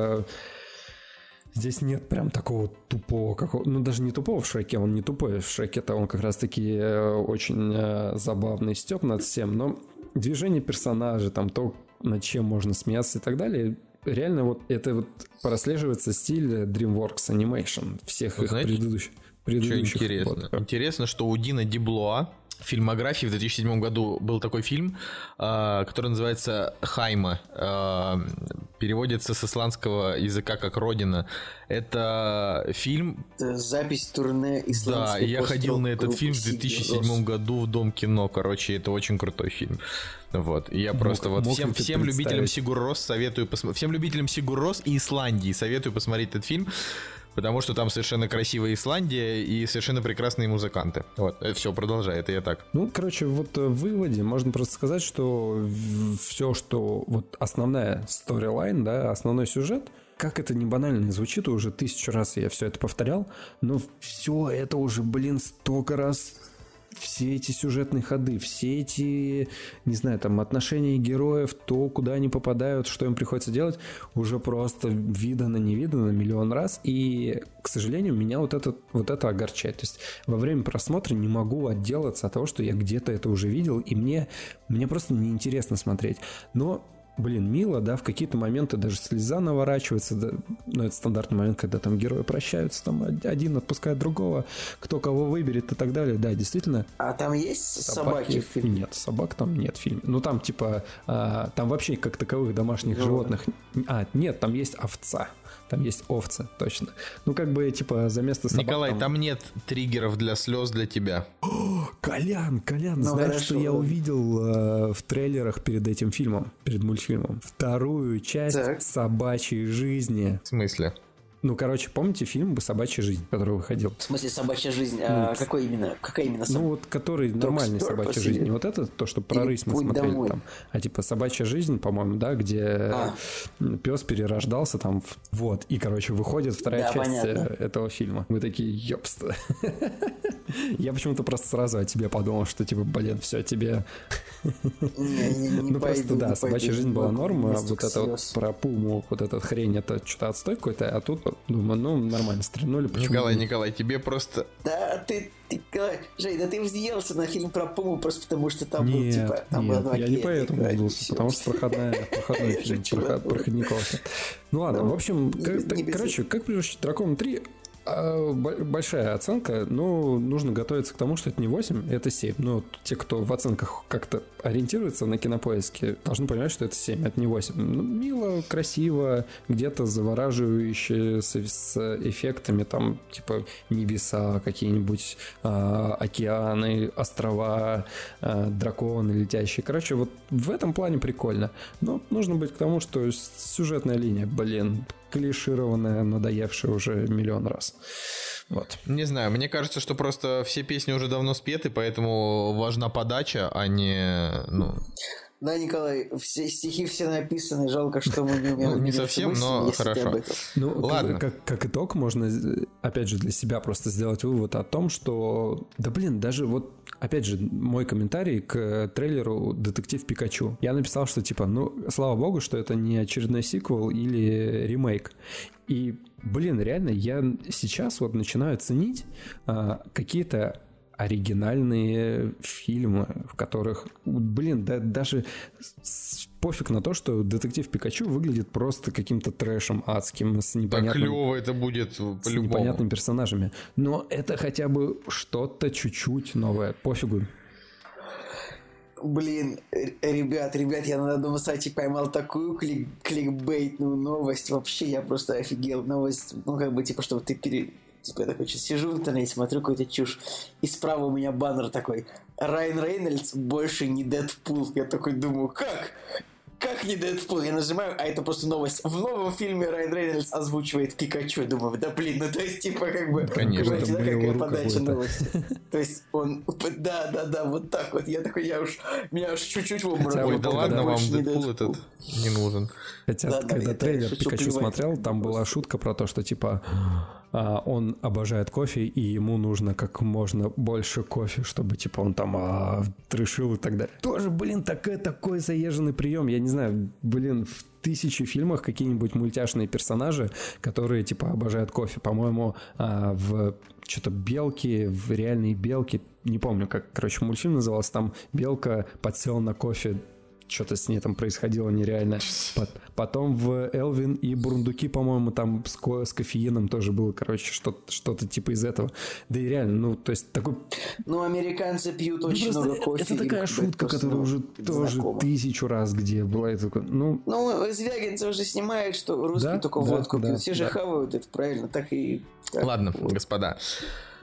нет прям такого тупого, ну даже не тупого в Шреке, он не тупой в Шреке-то, он как раз-таки очень забавный, стёб над всем, но движение персонажей, там то, над чем можно смеяться и так далее, реально вот это вот прослеживается стиль DreamWorks Animation всех их предыдущих. Что интересно? Вот. Интересно, что у Дина де Блуа в фильмографии в 2007 году был такой фильм, который называется «Хайма». Переводится с исландского языка как «Родина». Это фильм... Это запись турне исландской. Да, я ходил на этот фильм в 2007 году в Дом кино. Короче, это очень крутой фильм. Вот. И я просто вот всем любителям Сигур Рос советую посмотреть. Всем любителям Сигур Рос и Исландии советую посмотреть этот фильм. Потому что там совершенно красивая Исландия и совершенно прекрасные музыканты. Вот, все, продолжай, это я так. Ну, короче, вот в выводе можно просто сказать, что все, что вот основная сторилайн, да, основной сюжет, как это не банально звучит, уже 1000 раз я все это повторял, но все это уже, столько раз... Все эти сюжетные ходы, все эти, не знаю, там, отношения героев, то, куда они попадают, что им приходится делать, уже просто видано-невидано миллион раз. И, к сожалению, меня вот это огорчает. То есть во время просмотра не могу отделаться от того, что я где-то это уже видел, и мне просто неинтересно смотреть. Но... мило, да, в какие-то моменты даже слеза наворачивается, да, но это стандартный момент, когда там герои прощаются, там один отпускает другого, кто кого выберет и так далее, да, действительно. А там есть собаки в фильме? Нет, собак там нет в фильме. Ну, там, типа, там вообще как таковых домашних животных... нет, там есть овца. Там есть овцы, точно. Ну, как бы, типа, за место собак... Николай, там нет триггеров для слез для тебя. Колян, знаешь, что я увидел в трейлерах перед этим фильмом, перед мультфильмом? Вторую часть «Собачьей жизни». В смысле? Ну, короче, помните фильм «Собачья жизнь», который выходил? В смысле «Собачья жизнь»? Какая именно? Ну, вот который нормальный «Собачья жизнь». Не вот это то, что про рысь мы смотрели там. А типа «Собачья жизнь», по-моему, да, где пес перерождался там. Вот. И, короче, выходит вторая часть этого фильма. Мы такие, ёпста. Я почему-то просто сразу о тебе подумал, что типа, все, тебе... Ну, просто, да, «Собачья жизнь» была норма. Вот это вот про пуму, вот эта хрень, это что-то отстой какой-то. А тут думаю, нормально, стрельнули. Николай, тебе просто... Да, ты, Жень, да ты взъелся на фильм про пуму просто потому, что там был, типа... Нет, я не поэтому взъелся, потому что проходной фильм, проходниковый. Ну ладно, в общем, короче, «Как приручить дракона 3»... Большая оценка, но нужно готовиться к тому, что это не 8, это 7. Но те, кто в оценках как-то ориентируется на Кинопоиске, должны понимать, что это 7, это не 8. Ну, мило, красиво, где-то завораживающе, с эффектами, там, типа, небеса, какие-нибудь океаны, острова, драконы летящие. Короче, вот в этом плане прикольно. Но нужно быть к тому, что сюжетная линия, клишированная, надоевшая уже миллион раз. Вот. Не знаю, мне кажется, что просто все песни уже давно спеты, поэтому важна подача, а не... Да, Николай, все стихи все написаны, жалко, что мы не умеем. Не совсем, но хорошо. Ладно. Как итог, можно, опять же, для себя просто сделать вывод о том, что, даже вот, опять же, мой комментарий к трейлеру «Детектив Пикачу». Я написал, что, типа, слава богу, что это не очередной сиквел или ремейк. И, реально, я сейчас вот начинаю ценить какие-то оригинальные фильмы, в которых, даже пофиг на то, что «Детектив Пикачу» выглядит просто каким-то трэшем адским с непонятным... Так клево это будет по-любому. С непонятными персонажами. Но это хотя бы что-то чуть-чуть новое. Пофигу. Ребят, я на одном сайте поймал такую кликбейтную новость. Вообще, я просто офигел. Новость, чтобы ты я такой сижу в интернете, смотрю какую-то чушь, и справа у меня баннер такой: Райан Рейнольдс больше не Дэдпул. Я такой думаю, как не Дэдпул? Я нажимаю, а это просто новость. В новом фильме Райан Рейнольдс озвучивает Пикачу. Я думаю, то есть, типа, Конечно, какая подача новости. То есть, он, да, вот так вот. Я такой, меня уж чуть-чуть в обморок. Ой, да ладно, вам Дэдпул этот не нужен. Хотя, когда трейлер Пикачу смотрел, там была шутка про то, что, типа, он обожает кофе, и ему нужно как можно больше кофе, чтобы, типа, он там трешил и так далее. Тоже, такой заезженный прием. Я не знаю, в 1000 фильмах какие-нибудь мультяшные персонажи, которые, типа, обожают кофе. По-моему, в что-то белки, в реальные белки, не помню, как, мультфильм назывался, там белка подсела на кофе, что-то с ней там происходило нереально. Потом в «Элвин и Бурундуки», по-моему, там с кофеином тоже было, что-то типа из этого. Да и реально, то есть такой... американцы пьют очень много кофе. Это такая шутка, которая уже тоже 1000 раз где была. И такой, Звягинцев уже снимает, что русские только водку пьют. Все же хавают, это правильно, так и... Ладно, господа.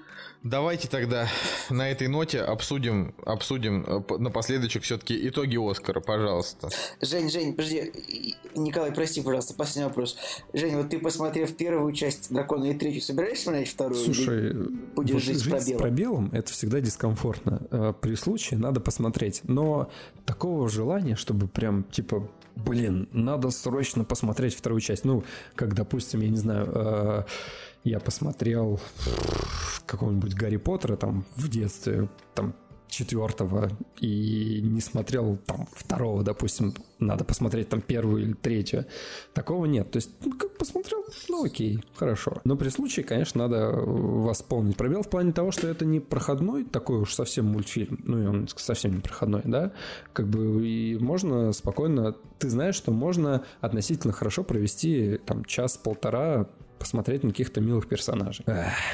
Давайте тогда на этой ноте обсудим напоследочек все-таки итоги Оскара, пожалуйста. Жень, подожди. Николай, прости, пожалуйста, последний вопрос. Жень, вот ты, посмотрев первую часть «Дракона» и третью, собираешься смотреть вторую? Слушай, будешь вот жить с пробелом это всегда дискомфортно. При случае надо посмотреть. Но такого желания, чтобы прям, типа, надо срочно посмотреть вторую часть. Ну, как, допустим, я не знаю... Я посмотрел какого-нибудь Гарри Поттера там в детстве, там 4-го, и не смотрел там 2-го, допустим, надо посмотреть там 1-ю или 3-ю. Такого нет. То есть, как посмотрел, окей, хорошо. Но при случае, конечно, надо восполнить пробел в плане того, что это не проходной такой уж совсем мультфильм. Ну, и он совсем не проходной, да? Как бы и можно спокойно... Ты знаешь, что можно относительно хорошо провести там час-полтора, посмотреть на каких-то милых персонажей.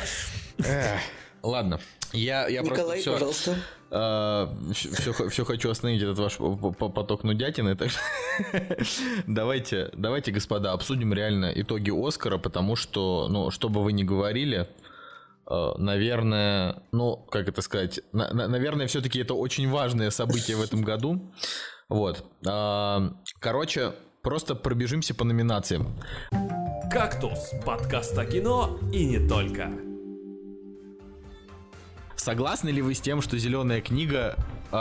Ладно. Я Николай, просто пожалуйста. все хочу остановить этот ваш поток нудятины. Так что давайте, господа, обсудим реально итоги Оскара, потому что, что бы вы ни говорили, наверное, как это сказать, наверное, все-таки это очень важное событие в этом году. Вот. Короче, просто пробежимся по номинациям. «Кактус» – подкаст о кино и не только. Согласны ли вы с тем, что «Зеленая книга»,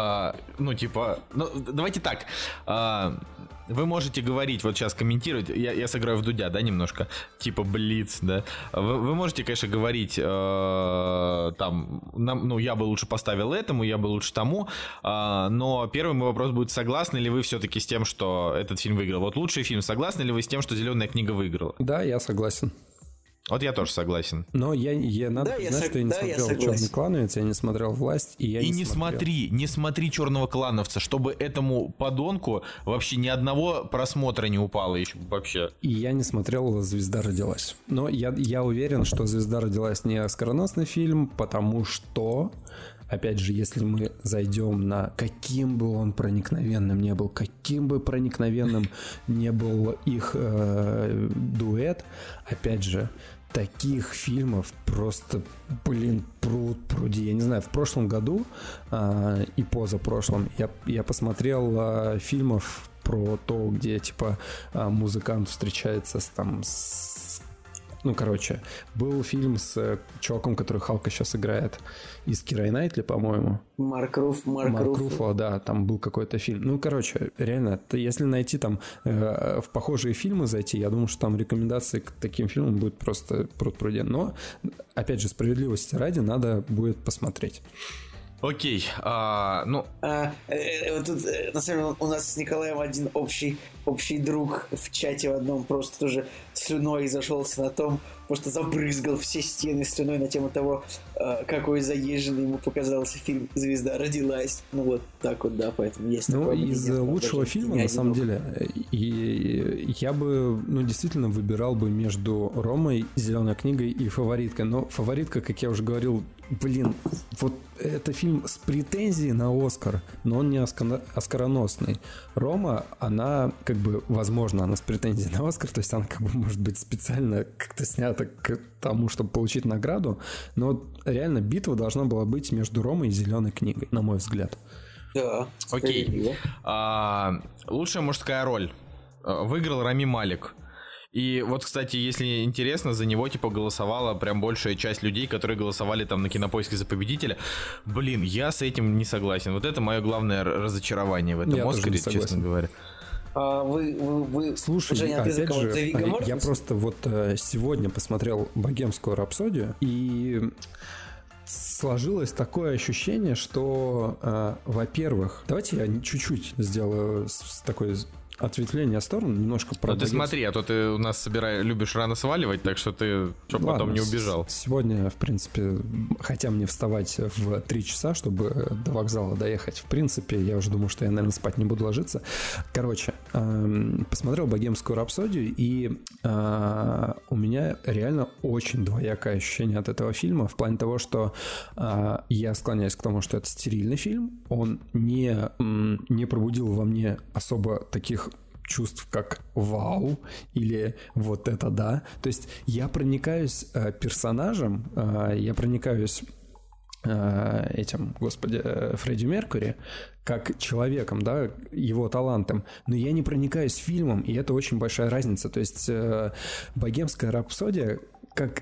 давайте так, вы можете говорить, вот сейчас комментировать, я сыграю в Дудя, да, немножко, типа Блиц, да, вы можете, конечно, говорить, я бы лучше поставил этому, я бы лучше тому, но первый мой вопрос будет: согласны ли вы все-таки с тем, что этот фильм выиграл? Вот лучший фильм, согласны ли вы с тем, что «Зеленая книга» выиграла? Да, я согласен. Вот я тоже согласен. Но надо признать, что я не смотрел «Черный клановец», я не смотрел «Власть», и я не смотрел. Не смотри «Черного клановца», чтобы этому подонку вообще ни одного просмотра не упало еще вообще. И я не смотрел «Звезда родилась». Но я уверен, что «Звезда родилась» не оскароносный фильм, потому что... Опять же, если мы зайдем на каким бы он проникновенным не был, каким бы проникновенным не был их дуэт, опять же, таких фильмов просто, пруд-пруди. Я не знаю, в прошлом году и позапрошлом я посмотрел фильмов про то, где типа музыкант встречается был фильм с чуваком, который Халка сейчас играет, из Кирой Найтли, по-моему. Марк Руффало, да, там был какой-то фильм. Реально, если найти там в похожие фильмы зайти, я думаю, что там рекомендации к таким фильмам будет просто пруд-пруди. Но, опять же, справедливости ради, надо будет посмотреть. Окей, тут, на самом деле, у нас с Николаем один общий друг в чате в одном просто тоже слюной зашелся на том, просто забрызгал все стены слюной на тему того, какой заезженный ему показался фильм «Звезда родилась». Поэтому есть такое. Из лучшего фильма, на самом деле, и я бы, действительно выбирал бы между «Ромой», «Зеленой книгой» и «Фавориткой». Но «Фаворитка», как я уже говорил, вот это фильм с претензией на Оскар, но он не оскароносный. «Рома», она возможно, она с претензией на Оскар, то есть она может быть специально как-то снята к тому, чтобы получить награду, но реально битва должна была быть между «Ромой» и «Зеленой книгой», на мой взгляд. Да, окей. Лучшая мужская роль выиграл Рами Малик. И вот, кстати, если интересно, за него голосовала прям большая часть людей, которые голосовали там на Кинопоиске за победителя. Я с этим не согласен. Вот это мое главное разочарование в этом Оскаре, честно говоря. Вы слушай, Женя, опять же, я просто сегодня посмотрел «Богемскую рапсодию», и сложилось такое ощущение, что, во-первых, давайте я чуть-чуть сделаю такой ответвление в сторону, немножко про... ты смотри, а то ты у нас любишь рано сваливать, так что ты потом не убежал. Сегодня, в принципе, хотя мне вставать в 3 часа, чтобы до вокзала доехать, в принципе, я уже думаю, что я, наверное, спать не буду ложиться. Короче, посмотрел «Богемскую рапсодию», и у меня реально очень двоякое ощущение от этого фильма, в плане того, что я склоняюсь к тому, что это стерильный фильм, он не пробудил во мне особо таких чувств, как «вау» или «вот это да». То есть я проникаюсь персонажем, я проникаюсь этим, господи, Фредди Меркьюри, как человеком, да, его талантом, но я не проникаюсь фильмом, и это очень большая разница. То есть «Богемская рапсодия» как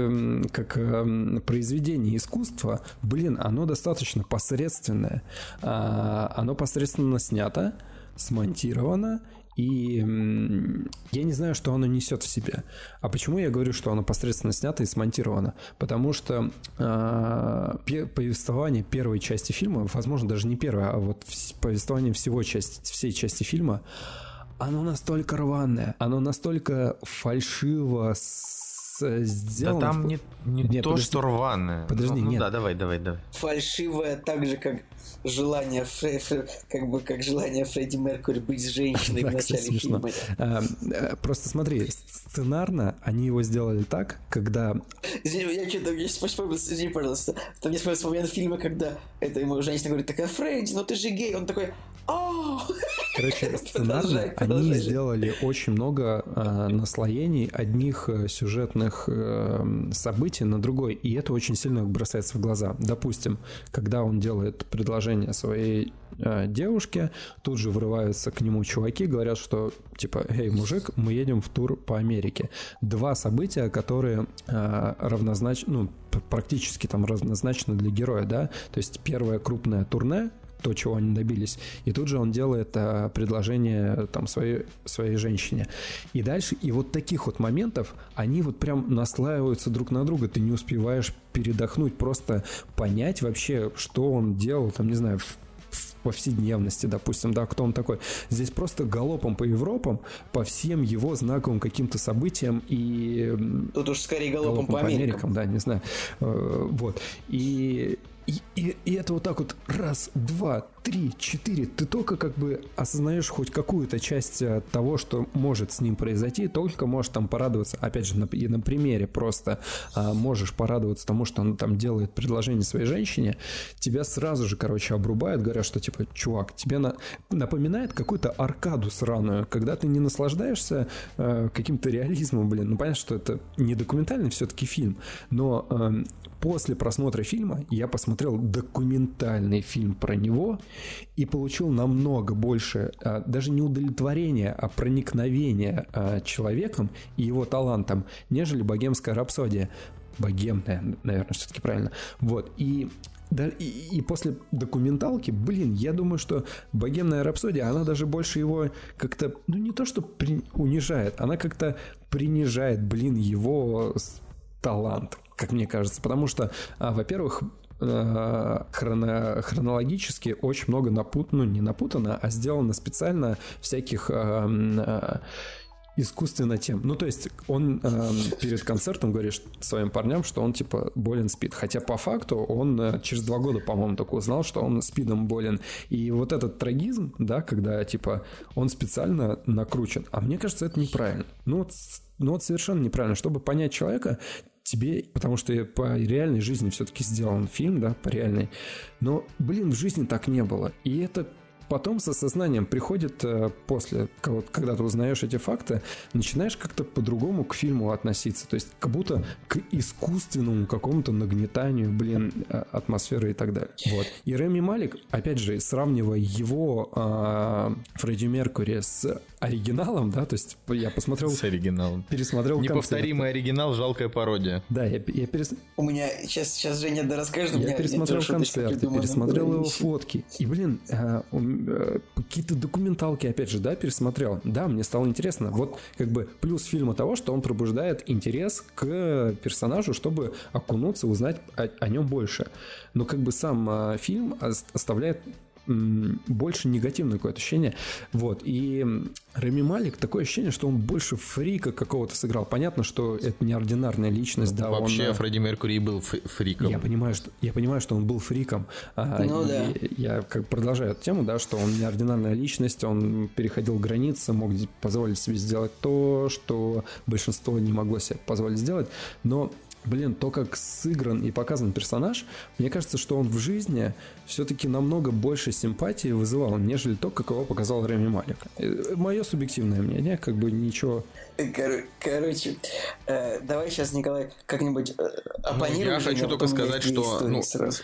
произведение искусства, оно достаточно посредственное. Оно посредственно снято, смонтировано, и я не знаю, что оно несет в себе. А почему я говорю, что оно посредственно снято и смонтировано? Потому что повествование первой части фильма, возможно, даже не первой, а вот повествование всей части фильма, оно настолько рваное, оно настолько фальшиво сделано. Да там не то, что рваное. Подожди, нет. Да, давай. Фальшивое так же, как желание Фредди Меркьюри быть с женщиной в начале фильма. Просто смотри, сценарно они его сделали так, когда... Извини, я сейчас вспомнил, извини, пожалуйста. Там не вспомнил момент фильма, когда ему женщина говорит, такая, Фредди, ну ты же гей. Он такой, короче, сценарно они сделали очень много наслоений одних сюжетных событий на другой, и это очень сильно бросается в глаза. Допустим, когда он делает предложение своей девушке, тут же врываются к нему чуваки, говорят, что типа, эй, мужик, мы едем в тур по Америке. Два события, которые равнозначны, практически там равнозначны для героя, да, то есть первое крупное турне, то, чего они добились. И тут же он делает предложение там своей женщине. И дальше, и вот таких вот моментов, они вот прям наслаиваются друг на друга. Ты не успеваешь передохнуть, просто понять вообще, что он делал, там, не знаю, в повседневности, допустим, да, кто он такой. Здесь просто галопом по Европам, по всем его знаковым каким-то событиям и... Тут уж скорее галопом по Америкам. Да, не знаю. Вот. И это вот так вот раз, два, 3, 4, ты только как бы осознаешь хоть какую-то часть того, что может с ним произойти, только можешь там порадоваться, опять же, на примере просто можешь порадоваться тому, что он там делает предложение своей женщине, тебя сразу же, короче, обрубают, говорят, что типа, чувак, тебе напоминает какую-то аркаду сраную, когда ты не наслаждаешься каким-то реализмом, ну понятно, что это не документальный все-таки фильм, но после просмотра фильма я посмотрел документальный фильм про него и получил намного больше даже не удовлетворения, а проникновения человеком и его талантом, нежели «Богемская рапсодия». Богемная, наверное, все-таки правильно. Вот. И после документалки, я думаю, что «Богемная рапсодия», она даже больше его как-то, не то что унижает, она как-то принижает, его талант, как мне кажется. Потому что, во-первых, хронологически очень много не напутано, а сделано специально всяких искусственно тем. То есть он перед концертом говорит своим парням, что он типа болен СПИД. Хотя по факту он через 2 года, по-моему, только узнал, что он СПИДом болен. И вот этот трагизм, да, когда типа он специально накручен. А мне кажется, это неправильно. Вот совершенно неправильно. Чтобы понять человека, тебе, потому что по реальной жизни все-таки сделан фильм, да, по реальной. Но, в жизни так не было. И это потом с осознанием приходит после, когда ты узнаешь эти факты, начинаешь как-то по-другому к фильму относиться. То есть как будто к искусственному какому-то нагнетанию, атмосферы и так далее. Вот. И Рами Малик, опять же, сравнивая его Фредди Меркьюри с оригиналом, да, то есть я посмотрел... С оригиналом. Пересмотрел неповторимый оригинал, жалкая пародия. Да, У меня... Сейчас Женя расскажет. Я пересмотрел концерты, пересмотрел его фотки. И, какие-то документалки, опять же, да, пересмотрел. Да, мне стало интересно. Вот, плюс фильма того, что он пробуждает интерес к персонажу, чтобы окунуться, узнать о нем больше. Но, сам фильм оставляет больше негативное какое-то ощущение. Вот. И Рами Малик, такое ощущение, что он больше фрика какого-то сыграл. Понятно, что это неординарная личность. Да, вообще Фредди Меркьюри был фриком. Я понимаю, что он был фриком. Да. Я продолжаю эту тему, да, что он неординарная личность, он переходил границы, мог позволить себе сделать то, что большинство не могло себе позволить сделать. Но то, как сыгран и показан персонаж, мне кажется, что он в жизни все-таки намного больше симпатии вызывал, нежели то, как его показал Рами Малек. Мое субъективное мнение, как бы ничего... Короче, давай сейчас, Николай, как-нибудь оппонируем. Я хочу только сказать, что... сразу.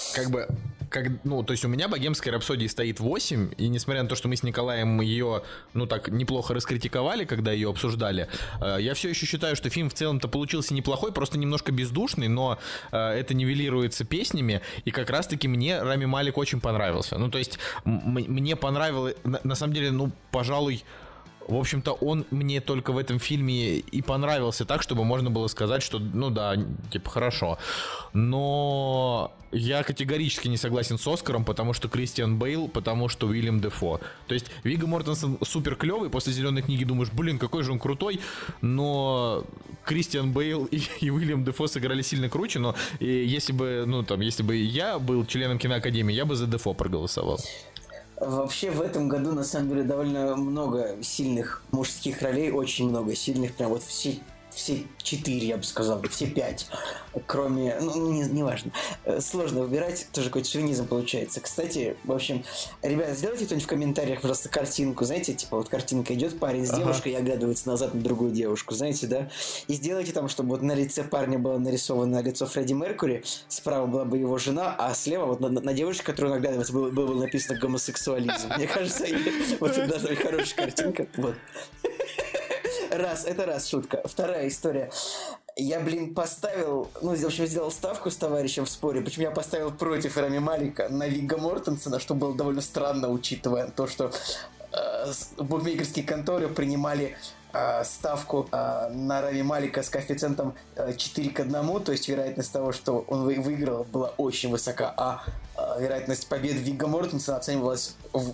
То есть у меня «Богемская рапсодия» стоит 8, и несмотря на то, что мы с Николаем ее, так неплохо раскритиковали, когда ее обсуждали, я все еще считаю, что фильм в целом-то получился неплохой, просто немножко бездушный, но это нивелируется песнями, и как раз-таки мне Рами Малек очень понравился. То есть мне понравилось, на самом деле, пожалуй... В общем-то, он мне только в этом фильме и понравился так, чтобы можно было сказать, что, хорошо. Но я категорически не согласен с Оскаром, потому что Кристиан Бейл, потому что Уильям Дефо. То есть Вигго Мортенсен супер клевый, после «Зеленой книги» думаешь, какой же он крутой, но Кристиан Бейл и Уильям Дефо сыграли сильно круче, но если бы я был членом киноакадемии, я бы за Дефо проголосовал. Вообще в этом году на самом деле довольно много сильных мужских ролей, очень много сильных, прям вот все 4, я бы сказал, все 5, кроме, неважно. Сложно выбирать, тоже какой-то шовинизм получается. Кстати, в общем, ребята, сделайте кто-нибудь в комментариях просто картинку, знаете, типа картинка идет парень с девушкой и оглядывается назад на другую девушку, знаете, да? И сделайте там, чтобы на лице парня было нарисовано лицо Фредди Меркьюри, справа была бы его жена, а слева на девушке, которую он оглядывается, было бы написано гомосексуализм. Мне кажется, вот это даже хорошая картинка. Вот. Это раз шутка. Вторая история. Я, поставил, в общем, сделал ставку с товарищем в споре, почему я поставил против Рами Малека на Вигго Мортенсена, что было довольно странно, учитывая то, что букмекерские конторы принимали ставку на Рами Малека с коэффициентом 4:1, то есть вероятность того, что он выиграл, была очень высока, а вероятность победы Вигго Мортенсена оценивалась в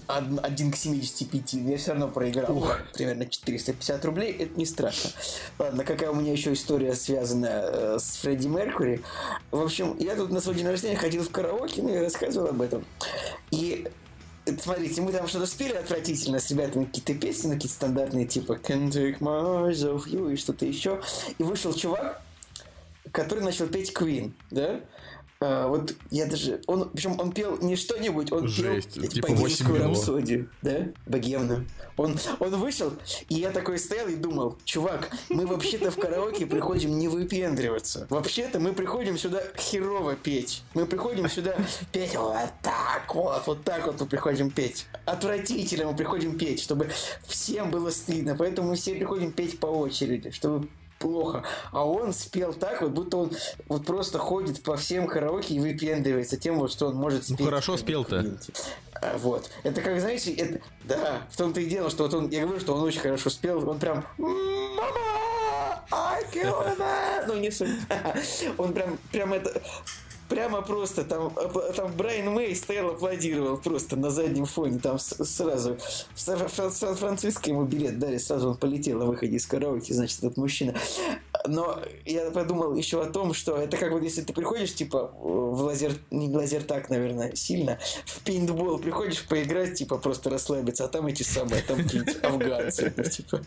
1:75. Я все равно проиграл примерно 450 рублей, это не страшно. Ладно, какая у меня еще история, связанная с Фредди Меркьюри. В общем, я тут на свой день рождения ходил в караоке, я рассказывал об этом. И смотрите, мы там что-то спели отвратительно с ребятами, какие-то песни, какие-то стандартные, типа Can't Take My Eyes Off You и что-то еще. И вышел чувак, который начал петь Queen, да? Вот я даже... Причем он пел не что-нибудь, он жесть, пел типа богемскую рапсодию, да? Богемную. Он вышел, и я такой стоял и думал, чувак, мы вообще-то в караоке приходим не выпендриваться. Вообще-то мы приходим сюда херово петь. Мы приходим сюда петь вот так вот мы приходим петь. Отвратительно мы приходим петь, чтобы всем было стыдно. Поэтому мы все приходим петь по очереди, чтобы... плохо. А он спел так, вот будто он вот просто ходит по всем караоке и выпендривается тем, вот, что он может спеть. Хорошо спел-то. Вот. Это как, знаете, да, в том-то и дело, что вот я говорю, что он очень хорошо спел, он прям «Мама! I killed that!» не суть. Он прям это... Прямо просто там Брайан Мэй стоял, аплодировал просто на заднем фоне, там сразу в Сан-Франциско ему билет дали, сразу он полетел на выходе из караоке, значит, этот мужчина. Но я подумал еще о том, что это как вот если ты приходишь, типа, не лазертаг, наверное, сильно, в пейнтбол приходишь поиграть, типа, просто расслабиться, а там эти самые, там какие-нибудь афганцы, типа,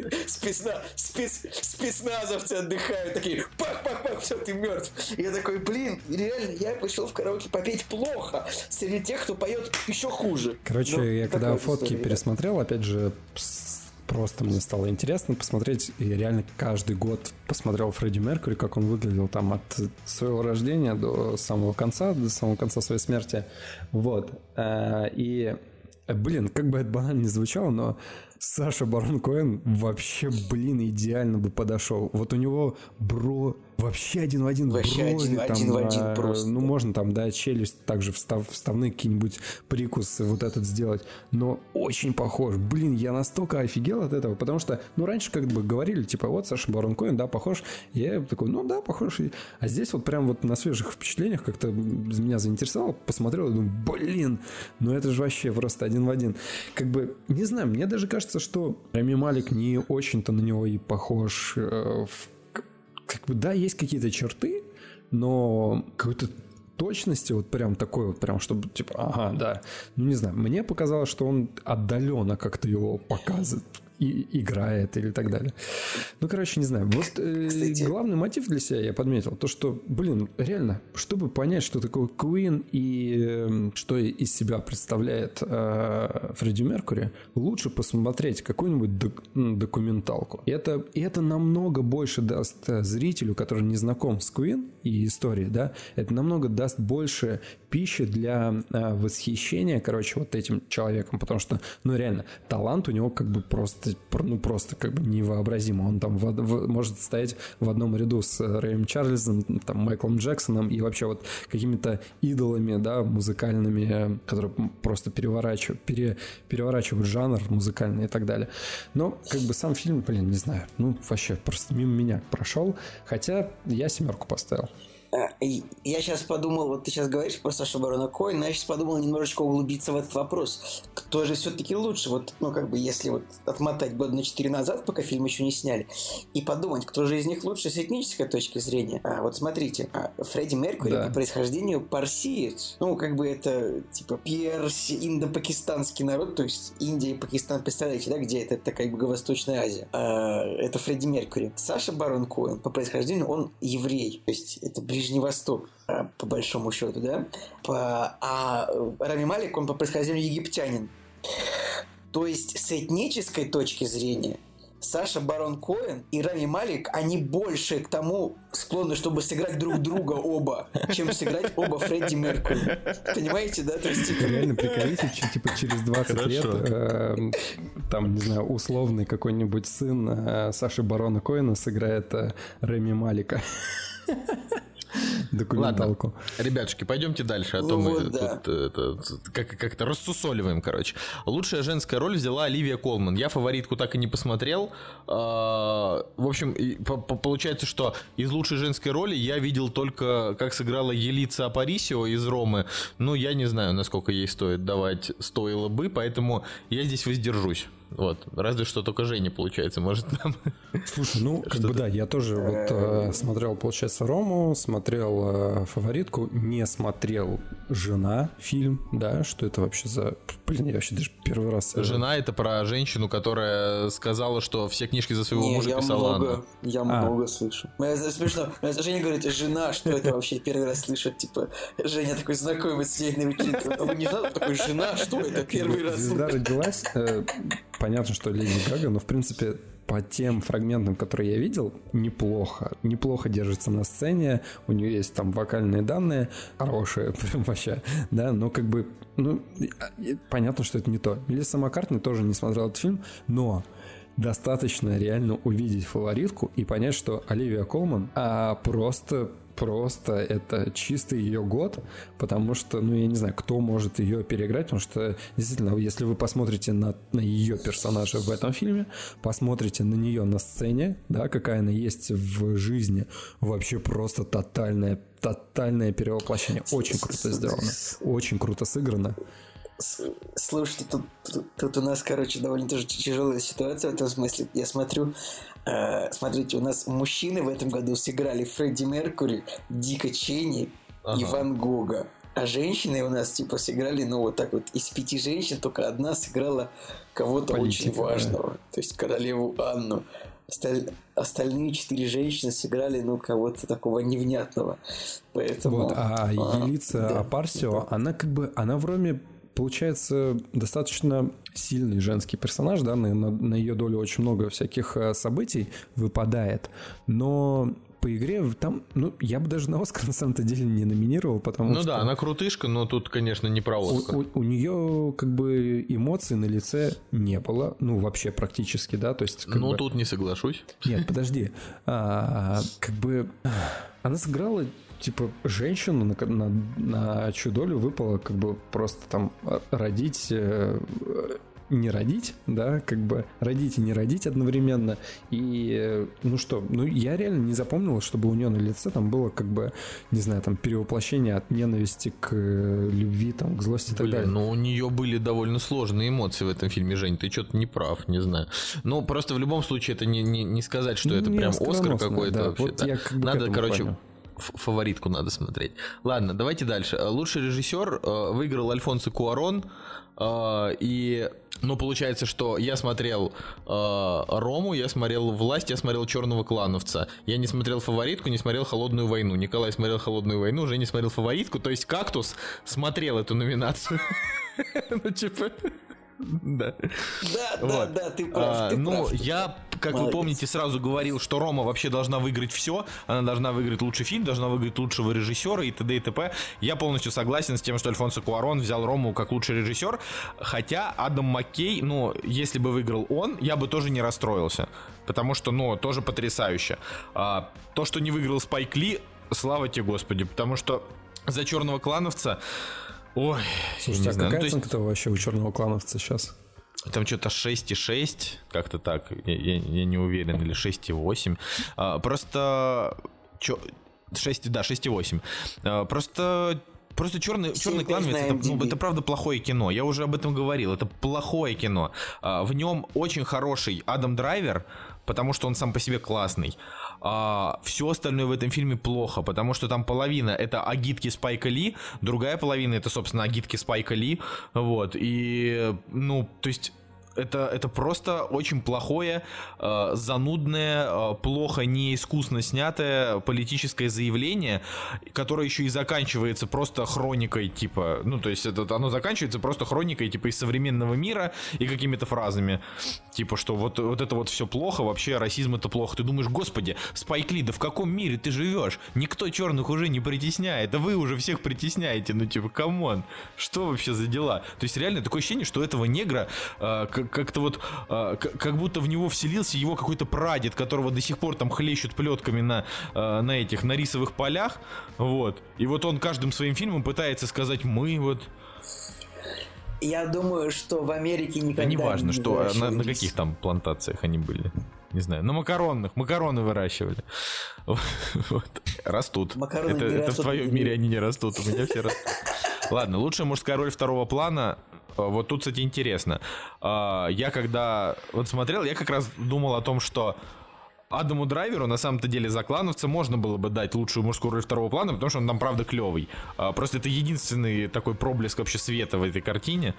спецназовцы отдыхают, такие, пах-пах-пах, все, ты мертв. И я такой, реально, я пришел в караоке попеть плохо среди тех, кто поет еще хуже. Короче, я когда фотки пересмотрел, опять же, просто мне стало интересно посмотреть. Я реально каждый год посмотрел Фредди Меркьюри, как он выглядел там от своего рождения до самого конца своей смерти. Вот. И, как бы это банально не звучало, но Саша Барон Коэн вообще, идеально бы подошел. Вот у него вообще один в один вообще брови. один в один просто. Ну, можно там, да, челюсть, также вставные какие-нибудь прикусы вот этот сделать. Но очень похож. Я настолько офигел от этого, потому что, раньше как бы говорили, типа, вот Саша Барон Коэн, да, похож. И я такой, да, похож. А здесь вот прям вот на свежих впечатлениях как-то меня заинтересовало, посмотрел и думаю, это же вообще просто один в один. Как бы, не знаю, мне даже кажется, что Рами Малек не очень-то на него и похож. Как бы, да, есть какие-то черты, но какой-то точности вот прям такой вот, прям, чтобы, типа, ага, да. Не знаю, мне показалось, что он отдаленно как-то его показывает. играет или так далее. Ну, короче, не знаю. Вот главный мотив для себя я подметил, то, что, реально, чтобы понять, что такое Queen и что из себя представляет Фредди Меркьюри, лучше посмотреть какую-нибудь документалку. И это намного больше даст зрителю, который не знаком с Queen и историей, да, это намного даст больше пищи для восхищения, вот этим человеком, потому что, реально, талант у него просто как бы невообразимо. Он там может стоять в одном ряду с Рэем Чарльзом, там, Майклом Джексоном и вообще вот какими-то идолами, да, музыкальными, которые просто переворачивают жанр музыкальный и так далее. Но как бы сам фильм, не знаю, вообще просто мимо меня прошел, хотя я 7 поставил. Я сейчас подумал, вот ты сейчас говоришь про Сашу Барона Коэна, я сейчас подумал немножечко углубиться в этот вопрос. Кто же все-таки лучше? Вот, если вот отмотать года на 4 назад, пока фильм еще не сняли, и подумать, кто же из них лучше с этнической точки зрения. Вот смотрите, Фредди Меркьюри по происхождению парсиец. Это типа индо-пакистанский народ, то есть Индия и Пакистан, представляете, да, где это как бы Восточная Азия. Это Фредди Меркьюри. Саша Барон Коэн по происхождению, он еврей, то есть это Ближний Восток, по большому счету, да. А Рами Малик, он по происхождению египтянин. То есть с этнической точки зрения Саша Барон Коэн и Рами Малик, они больше к тому склонны, чтобы сыграть друг друга оба, чем сыграть оба Фредди Меркьюри. Понимаете, да? То есть, реально приколите, через 20 лет там, не знаю, условный какой-нибудь сын Саши Барона Коэна сыграет Рами Малика. Документалку. Ладно, ребятушки, пойдемте дальше, а то мы тут как-то рассусоливаем, короче. Лучшая женская роль взяла Оливия Колман. Я «Фаворитку» так и не посмотрел. В общем, получается, что из лучшей женской роли я видел только, как сыграла Елица Апарисио из «Ромы». Я не знаю, насколько ей стоило бы, поэтому я здесь воздержусь. Вот, разве что только Женя, получается, может нам... Слушай, я тоже смотрел, получается, «Рому», смотрел «Фаворитку», не смотрел «Жена» фильм, да, что это вообще за... я вообще даже первый раз... «Жена» — это про женщину, которая сказала, что все книжки за своего мужа писала она. Я много слышу. Смешно. Женя говорит, «Жена», что это вообще первый раз слышу, типа, Женя такой знакомый с ней на вечеринке. А вы не знали, такой, «Жена», что это первый раз? «Звезда родилась». Понятно, что Леди Гага, но в принципе по тем фрагментам, которые я видел, неплохо держится на сцене, у нее есть там вокальные данные хорошие, прям вообще, да, но как бы, понятно, что это не то. Мелисса Маккартни тоже не смотрела этот фильм, но достаточно реально увидеть «Фаворитку» и понять, что Оливия Колман просто это чистый ее год, потому что, я не знаю, кто может ее переиграть, потому что, действительно, если вы посмотрите на ее персонажа в этом фильме, посмотрите на нее на сцене, да, какая она есть в жизни, вообще просто тотальное перевоплощение. Очень круто сделано, очень круто сыграно. Слушайте, тут у нас, довольно тоже тяжелая ситуация в этом смысле. Я смотрю, смотрите, у нас мужчины в этом году сыграли Фредди Меркьюри, Дика Чейни и Ван Гога. А женщины у нас, сыграли, из 5 женщин только одна сыграла кого-то очень важного. То есть королеву Анну. Остальные 4 женщины сыграли, кого-то такого невнятного. Поэтому... Елица Апарисио, она в роме, получается, достаточно сильный женский персонаж, да, на ее долю очень много всяких событий выпадает, но по игре там, я бы даже на Оскар на самом-то деле не номинировал, потому что... да, она крутышка, но тут, конечно, не про Оскар. У нее эмоций на лице не было, вообще практически, да, то есть... тут не соглашусь. Нет, подожди, она сыграла женщину, на чью долю выпало просто там родить, не родить, да, родить и не родить одновременно. И, я реально не запомнил, чтобы у нее на лице там было, не знаю, там перевоплощение от ненависти к любви, там, к злости и так далее. У нее были довольно сложные эмоции в этом фильме, Жень, ты что-то не прав, не знаю. Просто в любом случае это не сказать, что это прям Оскар какой-то, да, вообще. Вот да. Надо, понял. «Фаворитку» надо смотреть. Ладно, давайте дальше. Лучший режиссер выиграл Альфонсо Куарон. И Но получается, что я смотрел Рому, я смотрел «Власть», я смотрел «Черного клановца». Я не смотрел «Фаворитку», не смотрел «Холодную войну». Николай смотрел «Холодную войну», уже не смотрел «Фаворитку». То есть «Кактус» смотрел эту номинацию. Ну, типа... Да. Да, ты прав. Ну, я, как вы помните, сразу говорил, что Рома вообще должна выиграть все. Она должна выиграть лучший фильм, должна выиграть лучшего режиссера и т.д. и т.п. Я полностью согласен с тем, что Альфонсо Куарон взял Рому как лучший режиссер. Хотя Адам Маккей, ну, если бы выиграл он, я бы тоже не расстроился. Потому что, ну, тоже потрясающе. То, что не выиграл Спайк Ли, слава тебе, Господи. Потому что за «Черного клановца». Ой, слушайте, а какая оценка-то вообще у «Черного клановца» сейчас? Там что-то 6,6, как-то так, я не уверен, или 6,8. Просто... 6,8. Просто черный клановец, это правда плохое кино. Я уже об этом говорил. Это плохое кино. В нем очень хороший Адам Драйвер, потому что он сам по себе классный. Все остальное в этом фильме плохо, потому что там половина это агитки Спайка Ли, другая половина это, собственно, агитки Спайка Ли. Вот. И, ну, то есть... Это просто очень плохое, занудное, плохо, неискусно снятое политическое заявление, которое еще и заканчивается просто хроникой, типа, ну, то есть оно заканчивается просто хроникой, типа, из современного мира и какими-то фразами, типа, что вот это вот все плохо, вообще расизм это плохо. Ты думаешь, господи, Спайк Ли, да в каком мире ты живешь? Никто черных уже не притесняет, да вы уже всех притесняете, ну, типа, камон, что вообще за дела? То есть реально такое ощущение, что этого негра как-то вот, как будто в него вселился его какой-то прадед, которого до сих пор там хлещут плетками на рисовых полях, вот. И вот он каждым своим фильмом пытается сказать «мы», вот. Я думаю, что в Америке никогда не важно, не что на каких там плантациях они были. Не знаю, на макароны выращивали. Вот. Растут. Это в твоем мире они не растут, у меня все растут. Ладно, лучшая мужская роль второго плана. Вот тут, кстати, интересно. Я когда вот смотрел, я как раз думал о том, что Адаму Драйверу на самом-то деле за клановца можно было бы дать лучшую мужскую роль второго плана, потому что он там правда клевый. Просто это единственный такой проблеск вообще света в этой картине.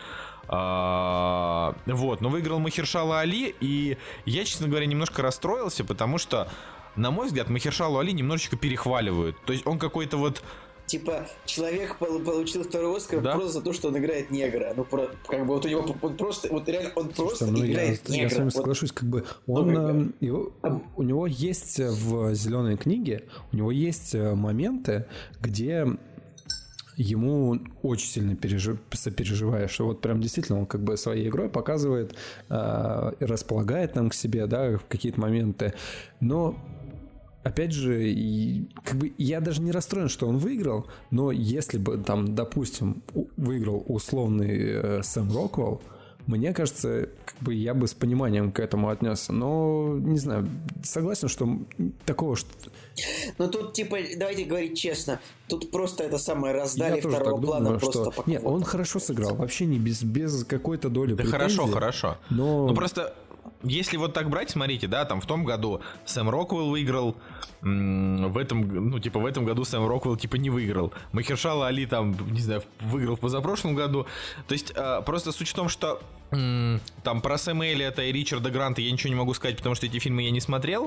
Вот, но выиграл Махершала Али, и я, честно говоря, немножко расстроился, потому что, на мой взгляд, Махершалу Али немножечко перехваливают. То есть он какой-то вот... Типа, человек получил второй Оскар просто за то, что он играет негра. Ну, как бы вот у него он просто, вот реально, он просто играет негра. Я с вами соглашусь, как бы он, у него есть в «Зеленой книге», у него есть моменты, где ему очень сильно сопереживаешь. Вот прям действительно он как бы своей игрой показывает, располагает нам к себе, да, в какие-то моменты. Но опять же, как бы я даже не расстроен, что он выиграл, но если бы там, допустим, выиграл условный Сэм Роквелл, мне кажется, как бы я бы с пониманием к этому отнесся. Но, не знаю, согласен, что такого... Ну тут, типа, давайте говорить честно, тут просто это самое раздали я второго плана думаю, просто что... Нет, он хорошо сыграл, вообще не без какой-то доли претензий. Да хорошо. Но... Ну просто... Если вот так брать, смотрите, да, там в том году Сэм Роквелл выиграл, в этом году Сэм Роквелл типа не выиграл. Махершала Али там, не знаю, выиграл в позапрошлом году. То есть просто суть в том, что там про Сэма Эллиота и Ричарда Гранта я ничего не могу сказать, потому что эти фильмы я не смотрел.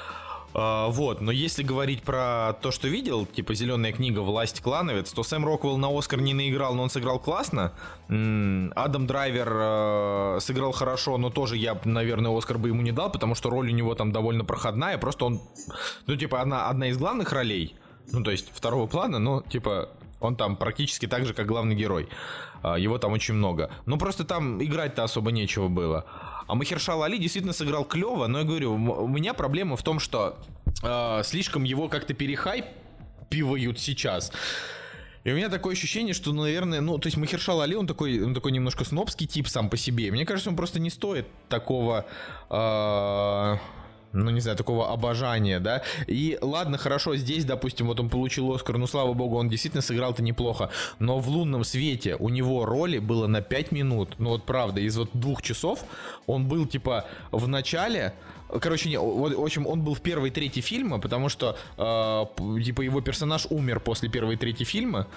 Вот, но если говорить про то, что видел, типа «Зеленая книга», «Власть», «Клановец», то Сэм Роквелл на Оскар не наиграл, но он сыграл классно. Адам Драйвер сыграл хорошо, но тоже я, наверное, Оскар бы ему не дал, потому что роль у него там довольно проходная, просто он, ну, типа, одна из главных ролей, ну, то есть второго плана, но, типа, он там практически так же, как главный герой. Его там очень много. Но просто там играть-то особо нечего было. А Махершала Али действительно сыграл клево, но я говорю, у меня проблема в том, что слишком его как-то перехайпивают сейчас. И у меня такое ощущение, что, наверное, то есть Махершала Али, он такой немножко снобский тип сам по себе. Мне кажется, он просто не стоит такого... не знаю, такого обожания, да. И ладно, хорошо, здесь, допустим, вот он получил Оскар, слава богу, он действительно сыграл-то неплохо, но в «Лунном свете» у него роли было на 5 минут, вот правда, из вот 2 часов он был, типа, в начале, короче, в общем, он был в первой трети фильма, потому что, типа, его персонаж умер после первой трети фильма.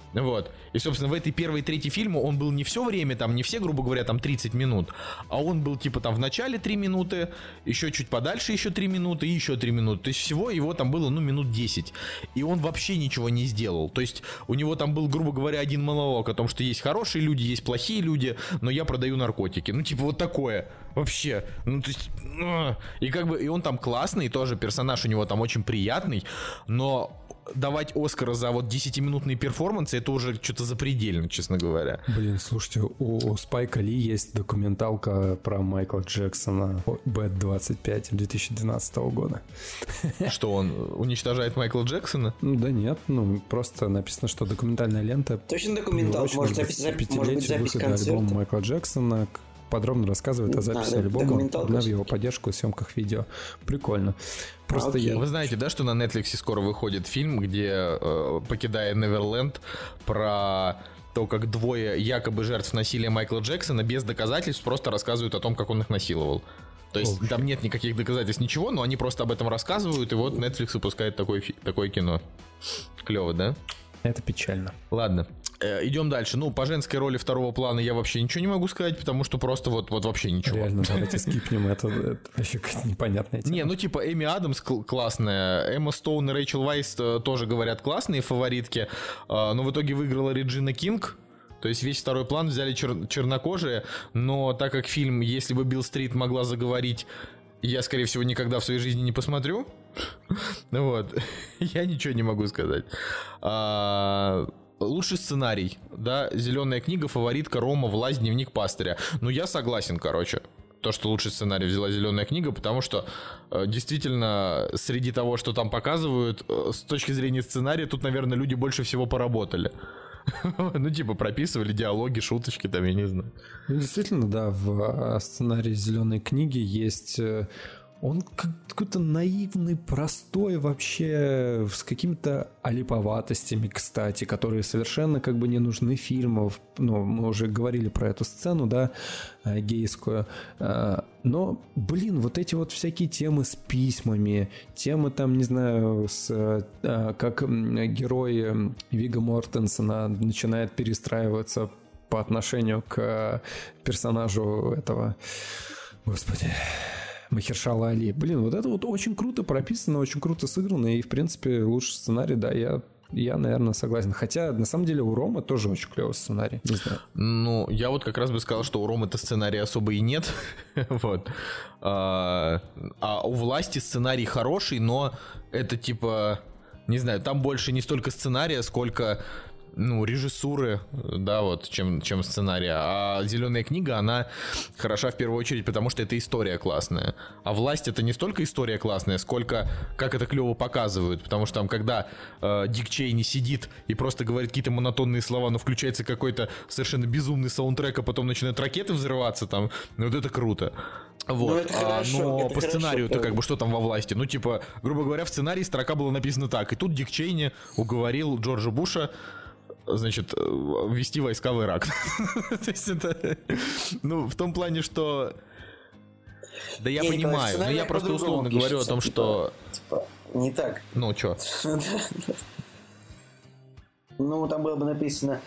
Вот. И, собственно, в этой первой трети фильма он был не все время, там, не все, грубо говоря, там 30 минут, а он был, типа, там, в начале 3 минуты, еще чуть подальше еще 3 минуты и еще 3 минуты. То есть всего его там было, ну, минут 10. И он вообще ничего не сделал. То есть у него там был, грубо говоря, один монолог о том, что есть хорошие люди, есть плохие люди, но я продаю наркотики. Ну, типа, вот такое. Вообще. Ну, то есть... И как бы, и он там классный, тоже персонаж у него там очень приятный, но... давать Оскара за вот 10-минутные перформансы, это уже что-то запредельно, честно говоря. Блин, слушайте, у Спайка Ли есть документалка про Майкла Джексона Bad 25 2012 года. Что, он уничтожает Майкла Джексона? Ну да нет, ну просто написано, что документальная лента. Точно документалка, может быть запись концерта. Альбома Майкла Джексона подробно рассказывает о записи альбома, в его поддержку и съемках видео. Прикольно. Просто Вы знаете, да, что на Netflix скоро выходит фильм, где, покидая Неверленд, про то, как двое якобы жертв насилия Майкла Джексона без доказательств просто рассказывают о том, как он их насиловал. То есть там нет никаких доказательств, ничего, но они просто об этом рассказывают, и вот Netflix выпускает такое кино. Клево, да? Это печально. Ладно. Идем дальше. Ну, по женской роли второго плана я вообще ничего не могу сказать, потому что просто вот вообще ничего. Реально, давайте скипнем, это вообще какая-то непонятная тема. Не, ну типа Эми Адамс классная, Эмма Стоун и Рэйчел Вайс тоже говорят классные фаворитки, но в итоге выиграла Реджина Кинг. То есть весь второй план взяли чернокожие, но так как фильм «Если бы Билл Стрит могла заговорить», я, скорее всего, никогда в своей жизни не посмотрю. Вот. Я ничего не могу сказать. Лучший сценарий, да, «Зеленая книга», «Фаворитка», «Рома», «Власть», «Дневник пастыря». Ну, я согласен, короче, то, что лучший сценарий взяла «Зеленая книга», потому что действительно, среди того, что там показывают, с точки зрения сценария, тут, наверное, люди больше всего поработали. Ну, типа, прописывали диалоги, шуточки там, я не знаю. Ну, действительно, да, в сценарии «Зеленой книги» есть... Он какой-то наивный, простой вообще, с какими-то олиповатостями, кстати, которые совершенно как бы не нужны фильму. Ну, мы уже говорили про эту сцену, да, гейскую. Но, блин, вот эти вот всякие темы с письмами, темы там, не знаю, как герой Вигго Мортенсена начинает перестраиваться по отношению к персонажу этого... Господи... Махершала Али. Блин, вот это вот очень круто прописано, очень круто сыграно, и, в принципе, лучший сценарий, да, я, наверное, согласен. Хотя, на самом деле, у Ромы тоже очень клевый сценарий, не знаю. Ну, я вот как раз бы сказал, что у Ромы-то сценария особо и нет. Вот. А у «Власти» сценарий хороший, но это типа, не знаю, там больше не столько сценария, сколько... ну, режиссуры, да, вот, чем сценария. А «Зеленая книга», она хороша в первую очередь, потому что это история классная. А «Власть» — это не столько история классная, сколько как это клево показывают. Потому что там, когда Дик Чейни сидит и просто говорит какие-то монотонные слова, но включается какой-то совершенно безумный саундтрек, а потом начинают ракеты взрываться там, ну, вот это круто. Вот. Но по сценарию-то как бы что там во «Власти»? Ну, типа, грубо говоря, в сценарии строка была написана так. И тут Дик Чейни уговорил Джорджа Буша, значит, ввести войска в Ирак. То есть это... Ну, в том плане, что... Да я понимаю, но я просто условно говорю о том, что... Типа, не так. Ну, чё? Ну, там было бы написано...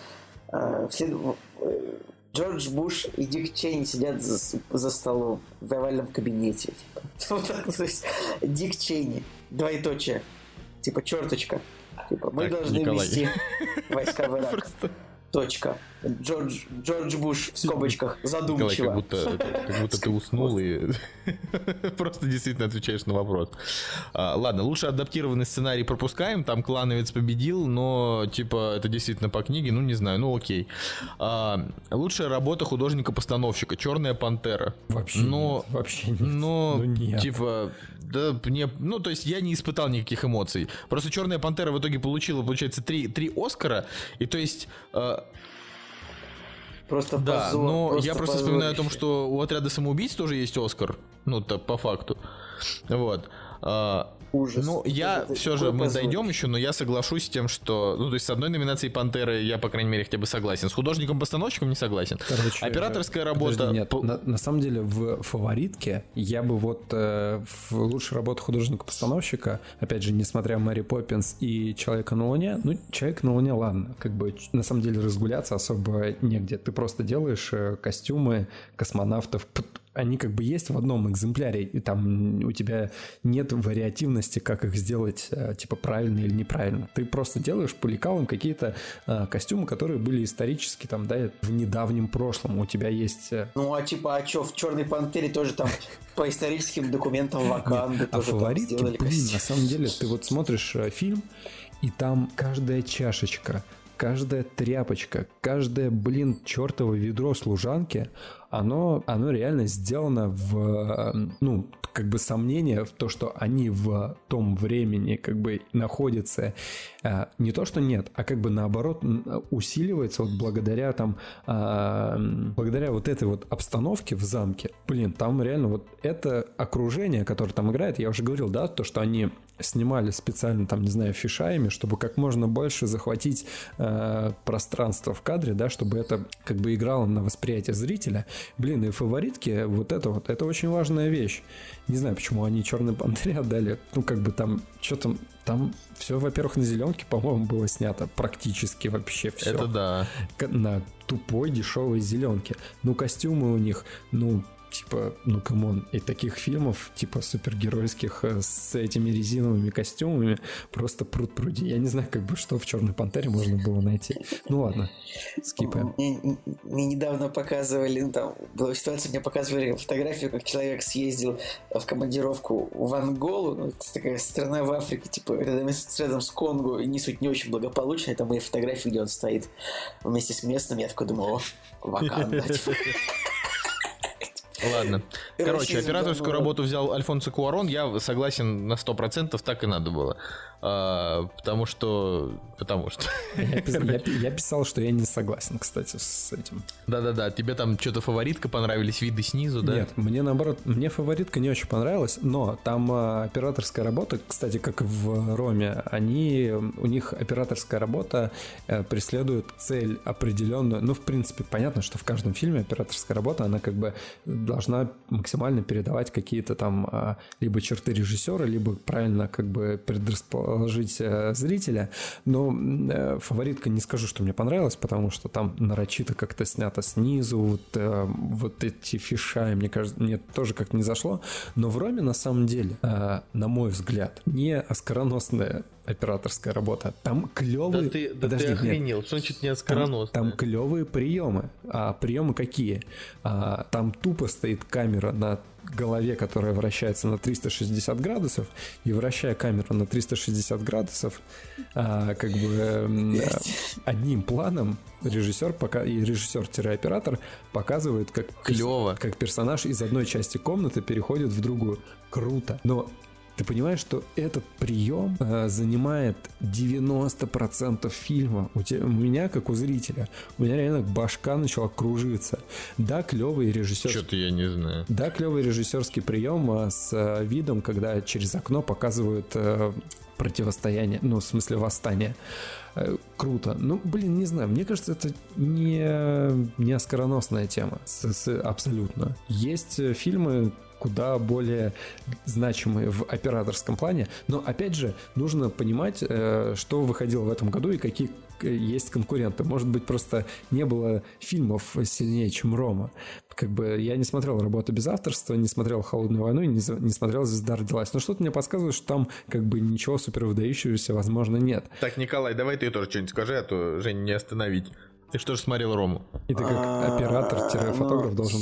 Джордж Буш и Дик Чейни сидят за столом в овальном кабинете. Вот так, то есть Дик Чейни, двоеточие, типа черточка. Типа, мы должны ввести войска в Ирак. Точка. Джордж Буш в скобочках задумчиво. Николай, как будто ты уснул и просто действительно отвечаешь на вопрос. Ладно, лучше адаптированный сценарий пропускаем. Там клановец победил, но типа это действительно по книге, ну не знаю, ну окей. Лучшая работа художника-постановщика «Черная пантера». Вообще нет. Вообще нет. Ну типа... Да, мне, ну, то есть я не испытал никаких эмоций. Просто «Черная пантера» в итоге получила, получается, 3 Оскара. И то есть... Просто да, позор, но я просто вспоминаю о том, что у «Отряда самоубийц» тоже есть Оскар. Ну, то по факту. Вот. Ужас. Ну, я Это все же, такой мы позор. дойдем еще, но я соглашусь с тем, что... Ну, то есть, с одной номинацией «Пантеры» я, по крайней мере, хотя бы согласен. С художником-постановщиком не согласен. Короче, Операторская работа... подожди, нет, на самом деле в фаворитке я бы вот в лучшую работу художника-постановщика, опять же, несмотря на Мэри Поппинс и Человека на Луне, ну, Человек на Луне, ладно, как бы на самом деле разгуляться особо негде. Ты просто делаешь костюмы космонавтов, они как бы есть в одном экземпляре, и там у тебя нет вариативности, как их сделать, типа, правильно или неправильно. Ты просто делаешь по лекалам какие-то костюмы, которые были исторически, там, да, в недавнем прошлом. У тебя есть... Ну, а типа, а чё, в «Черной пантере» тоже там по историческим документам Ваканды А тоже там фаворитки, сделали блин, костюм. на самом деле, ты вот смотришь фильм, и там каждая чашечка, каждая тряпочка, каждое, блин, чертово ведро служанки, оно реально сделано в, ну, как бы сомнение в то, что они в том времени как бы находятся. Не то, что нет, а как бы наоборот усиливается вот благодаря там, благодаря вот этой вот обстановке в замке. Блин, там реально вот это окружение, которое там играет, я уже говорил, да, то, что они снимали специально там, не знаю, фишаями, чтобы как можно больше захватить пространство в кадре, да, чтобы это как бы играло на восприятие зрителя. Блин, и фаворитки, вот, это очень важная вещь. Не знаю, почему они «Черной пантере» отдали. Ну, как бы там, что там все, во-первых, на зеленке, по-моему, было снято практически вообще все. Это да. На тупой дешевой зеленке. Ну, костюмы у них, ну, типа, ну, камон, и таких фильмов, типа, супергеройских с этими резиновыми костюмами просто пруд-пруди. Я не знаю, как бы, что в «Черной пантере» можно было найти. Ну, ладно, скипаем. Мне недавно показывали, ну, там была ситуация, мне показывали фотографию, как человек съездил в командировку в Анголу, ну, это такая страна в Африке, типа, рядом с Конго, и не суть не очень благополучная, там мои фотографии, где он стоит вместе с местными, я такой думал, о, Ваканда, типа. Ладно. Короче, Расизм, операторскую да, ну, работу взял Альфонсо Куарон. Я согласен на 100%, так и надо было. Потому что... Я писал, что я не согласен, кстати, с этим. Да-да-да, тебе там что-то фаворитка понравились, виды снизу, да? Нет, мне наоборот, мне фаворитка не очень понравилась, но там операторская работа, кстати, как и в Роме, у них операторская работа преследует цель определенную. Ну, в принципе, понятно, что в каждом фильме операторская работа, она как бы должна максимально передавать какие-то там либо черты режиссера, либо правильно как бы предрасположить зрителя. Но фаворитка не скажу, что мне понравилась, потому что там нарочито как-то снято снизу, вот эти фишаи, мне кажется, мне тоже как-то не зашло. Но в Роме, на самом деле, на мой взгляд, не оскароносная операторская работа. Там клевые... Да ты охренел, что значит не оскароносная? Там клевые приемы. А приемы какие? Там тупо стоит камера на голове, которая вращается на 360 градусов, и вращая камеру на 360 градусов, как бы одним планом режиссер-оператор показывает, как клево, как персонаж из одной части комнаты переходит в другую. Круто. Но ты понимаешь, что этот прием занимает 90% фильма. У меня, как у зрителя, у меня реально башка начала кружиться. Да, клевый режиссер. Что-то я не знаю. Да, клевый режиссерский прием с видом, когда через окно показывают противостояние, ну, в смысле, восстание. Круто. Ну, блин, не знаю. Мне кажется, это не оскароносная тема. Абсолютно. Есть фильмы, куда более значимые в операторском плане. Но, опять же, нужно понимать, что выходило в этом году и какие есть конкуренты. Может быть, просто не было фильмов сильнее, чем Рома. Как бы я не смотрел «Работу без авторства», не смотрел «Холодную войну», не смотрел «Звезда родилась». Но что-то мне подсказывает, что там как бы ничего супер выдающегося, возможно, нет. Так, Николай, давай ты тоже что-нибудь скажи, а то Женя не остановить. Ты что же смотрел Рому? И ты как оператор-фотограф должен...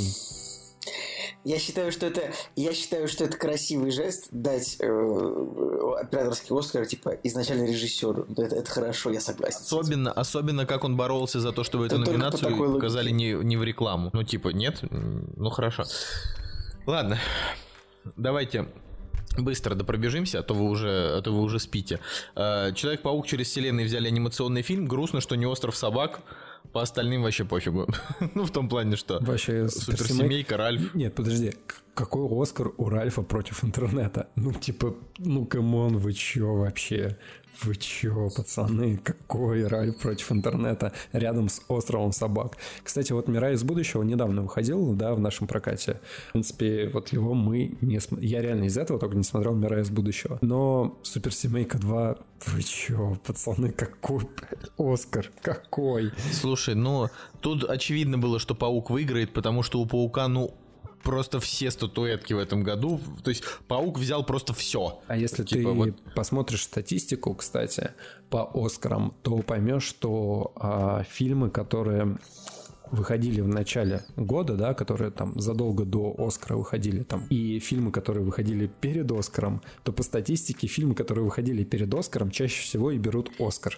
Я считаю, что это красивый жест дать операторский Оскар, типа, изначально режиссеру. Это хорошо, я согласен. Особенно как он боролся за то, чтобы эту номинацию показали не в рекламу. Ну, типа, нет? Ну, хорошо. Ладно, давайте быстро пробежимся, а то вы уже спите. Человек-паук через вселенную взяли анимационный фильм. Грустно, что не «Остров собак». По остальным вообще пофигу. Ну, в том плане, что вообще суперсемейка, Ральф. Нет, подожди. какой Оскар у Ральфа против интернета? Ну, типа, ну, камон, вы чё вообще? Вы чё, пацаны, какой Ральф против интернета рядом с «Островом собак»? Кстати, вот «Мира из будущего» недавно выходил, да, в нашем прокате. В принципе, вот его мы не смотрели. Я реально из этого только не смотрел «Мира из будущего». Но «Суперсемейка 2», вы чё, пацаны, какой Оскар? Какой? Слушай, ну, тут очевидно было, что «Паук» выиграет, потому что у «Паука», ну, просто все статуэтки в этом году. То есть «Паук» взял просто все. А если ты вот посмотришь статистику, кстати, по «Оскарам», то поймешь, что фильмы, которые выходили в начале года, да, которые там задолго до Оскара выходили, там, и фильмы, которые выходили перед Оскаром, то по статистике фильмы, которые выходили перед Оскаром, чаще всего и берут Оскар.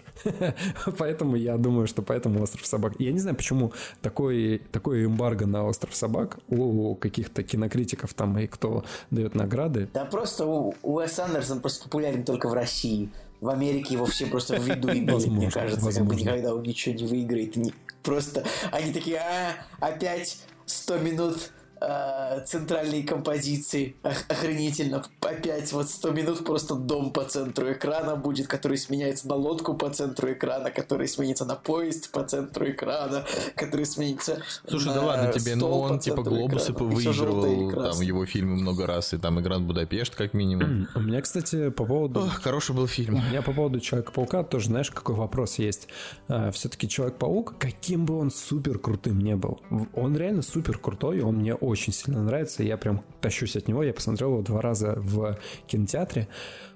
Поэтому я думаю, что поэтому «Остров собак». Я не знаю, почему такое эмбарго на «Остров собак» у каких-то кинокритиков там и кто дает награды. Да просто Уэс Андерсон просто популярен только в России. В Америке его все просто в виду имеют, мне кажется. Как бы никогда он ничего не выиграет. Просто они такие, опять 100 минут центральной композиции. Охренительно. Опять вот 100 минут просто дом по центру экрана будет, который сменяется на лодку по центру экрана, который сменится на поезд по центру экрана, который сменится. Слушай, на да ладно тебе, но он типа «Глобусы» выигрывал там его фильмы много раз, и там «Гранд Будапешт» как минимум. У меня, кстати, по поводу... Хороший был фильм. У меня по поводу «Человека-паука» тоже, знаешь, какой вопрос есть. Все-таки «Человек-паук», каким бы он супер крутым не был, он реально супер крутой, он мне очень сильно нравится, я прям тащусь от него, я посмотрел его 2 раза в кинотеатре,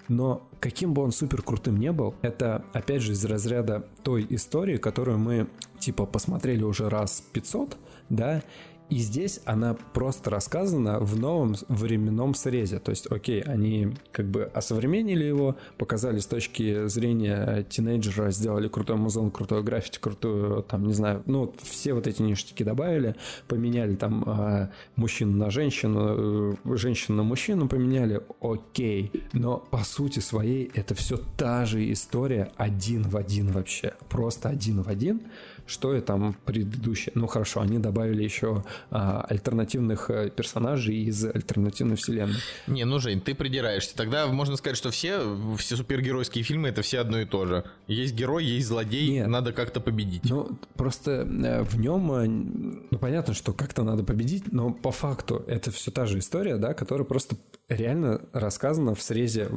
но каким бы он супер крутым не был, это опять же из разряда той истории, которую мы типа посмотрели уже раз 500, да, и здесь она просто рассказана в новом временном срезе. То есть, окей, они как бы осовременили его, показали с точки зрения тинейджера, сделали крутой музон, крутую граффити, крутую, там, не знаю, ну, все вот эти ништяки добавили, поменяли там мужчину на женщину, женщину на мужчину поменяли, окей. Но по сути своей это все та же история один в один вообще. Просто один в один. Что и там предыдущее. Ну хорошо, они добавили еще альтернативных персонажей из альтернативной вселенной. Не, ну, Жень, ты придираешься. Тогда можно сказать, что все супергеройские фильмы — это все одно и то же. Есть герой, есть злодей, нет, надо как-то победить. Ну, просто в нем, ну, понятно, что как-то надо победить, но по факту это все та же история, да, которая просто реально рассказана в срезе.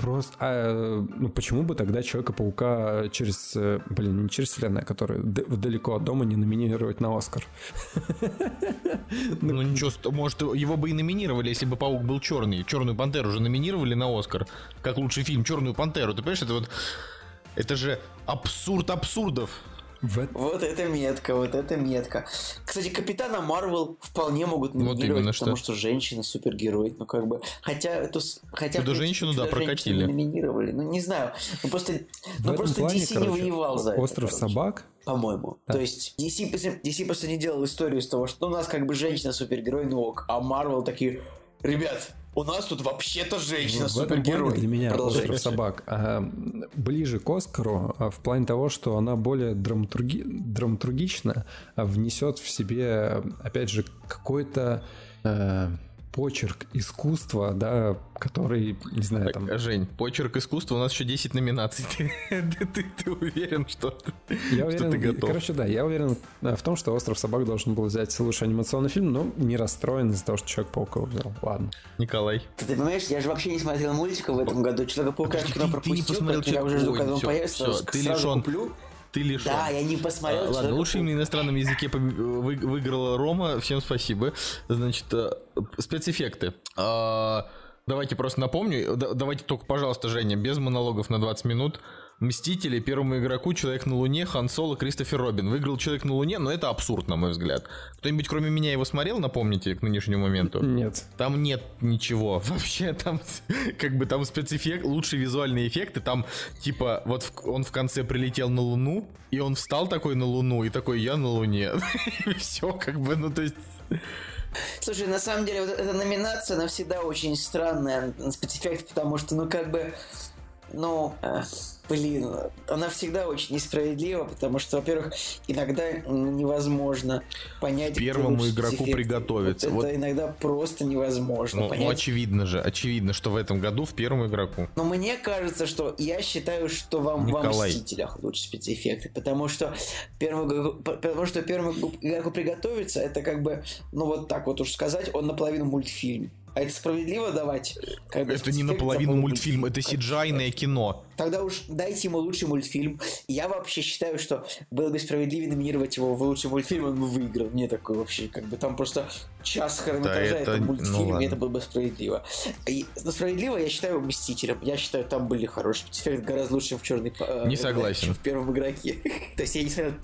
Просто, ну, почему бы тогда Человека-паука через, не через вселенную, которая далеко от дома, не номинировать на Оскар? Ну ничего, может, его бы и номинировали, если бы Паук был черный. «Черную пантеру» же номинировали на Оскар как лучший фильм. «Черную пантеру», ты понимаешь, это же абсурд абсурдов. Вот это метка, вот это метка. Кстати, Капитана Марвел вполне могут номинировать, вот потому что женщина супергерой. Ну, как бы. Хотя эту женщину, да, прокатили. Номинировали. Ну, не знаю. Ну, просто плане, DC не воевал за это. «Остров собак», по-моему. Да. То есть DC просто не делал историю из того, что у нас как бы женщина супергерой, ну ок, а Марвел такие: ребят, у нас тут вообще-то женщина-супергерой. Для меня «Остров собак» ближе к Оскару в плане того, что она более драматургично внесет в себе, опять же, какой-то почерк искусства, да, который, не знаю, так, там... Жень, почерк искусства, у нас еще 10 номинаций. Ты уверен, что я уверен, ты готов? Короче, да, я уверен в том, что «Остров собак» должен был взять лучший анимационный фильм, но не расстроен из-за того, что «Человек-паука» взял. Ладно. Николай. Ты понимаешь, я же вообще не смотрел мультиков в этом году. «Человека-паука» я пропустил, я уже жду, когда он появится, сразу куплю. Ты лишен. Да, я не посмотрел. Ладно, лучший на иностранном языке выиграла Рома. Всем спасибо. Значит, спецэффекты. Давайте просто напомню. Давайте только, пожалуйста, Женя, без монологов на 20 минут. «Мстители», первому игроку «Человек на Луне», Хан Соло, Кристофер Робин. Выиграл «Человек на Луне», но это абсурд, на мой взгляд. Кто-нибудь кроме меня его смотрел, напомните, к нынешнему моменту? Нет. Там нет ничего. Вообще там как бы там спецэффект, лучшие визуальные эффекты. Там типа вот он в конце прилетел на Луну, и он встал такой на Луну, и такой: я на Луне. И все как бы, ну то есть... Слушай, на самом деле вот эта номинация, она всегда очень странная, спецэффект, потому что, ну как бы... Блин, она всегда очень несправедлива, потому что, во-первых, иногда невозможно понять, первому игроку приготовиться. Это иногда просто невозможно понять. Очевидно, что в этом году в первому игроку. Но мне кажется, что я считаю, что во Мстителях лучше спецэффекты, потому что первому игроку приготовиться, это как бы, вот так вот уж сказать, он наполовину мультфильм. А это справедливо давать? Это не наполовину мультфильм, это CGI-ное кино. Тогда уж дайте ему лучший мультфильм. Я вообще считаю, что было бы справедливее номинировать его в лучший мультфильм, он бы выиграл. Мне такое вообще, там просто час хронометража, это мультфильм, и это было бы справедливо. Но справедливо я считаю Мстителем. Я считаю, там были хорошие спецэффекты, гораздо лучше, чем в «Черной Не согласен. в первом игроке. То есть я не смотрел...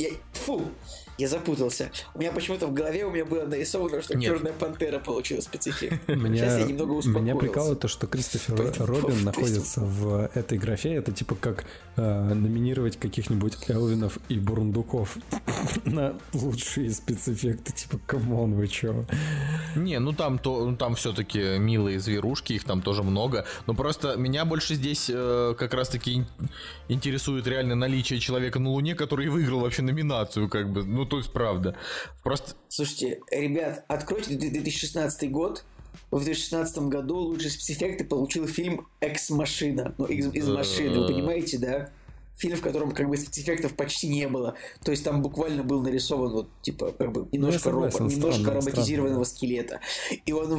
Я запутался. У меня почему-то в голове было нарисовано, что «Черная пантера» получила спецэффект. Сейчас я немного успокоился. Меня прикалывает то, что Кристофер Робин находится в этой графе. Это типа как номинировать каких-нибудь Элвинов и Бурундуков на лучшие спецэффекты. Типа, камон, вы чё? Не, там все-таки милые зверушки, их там тоже много. Но просто меня больше здесь как раз-таки интересует реально наличие человека на Луне, который выиграл вообще номинацию, как бы. То есть, правда. Просто... Слушайте, ребят, откройте 2016 год. В 2016 году лучшие спецэффекты получил фильм «Экс-машина». Из машины, вы понимаете, да? Фильм, в котором как бы спецэффектов почти не было. То есть там буквально был нарисован немножко роботизированного скелета. И он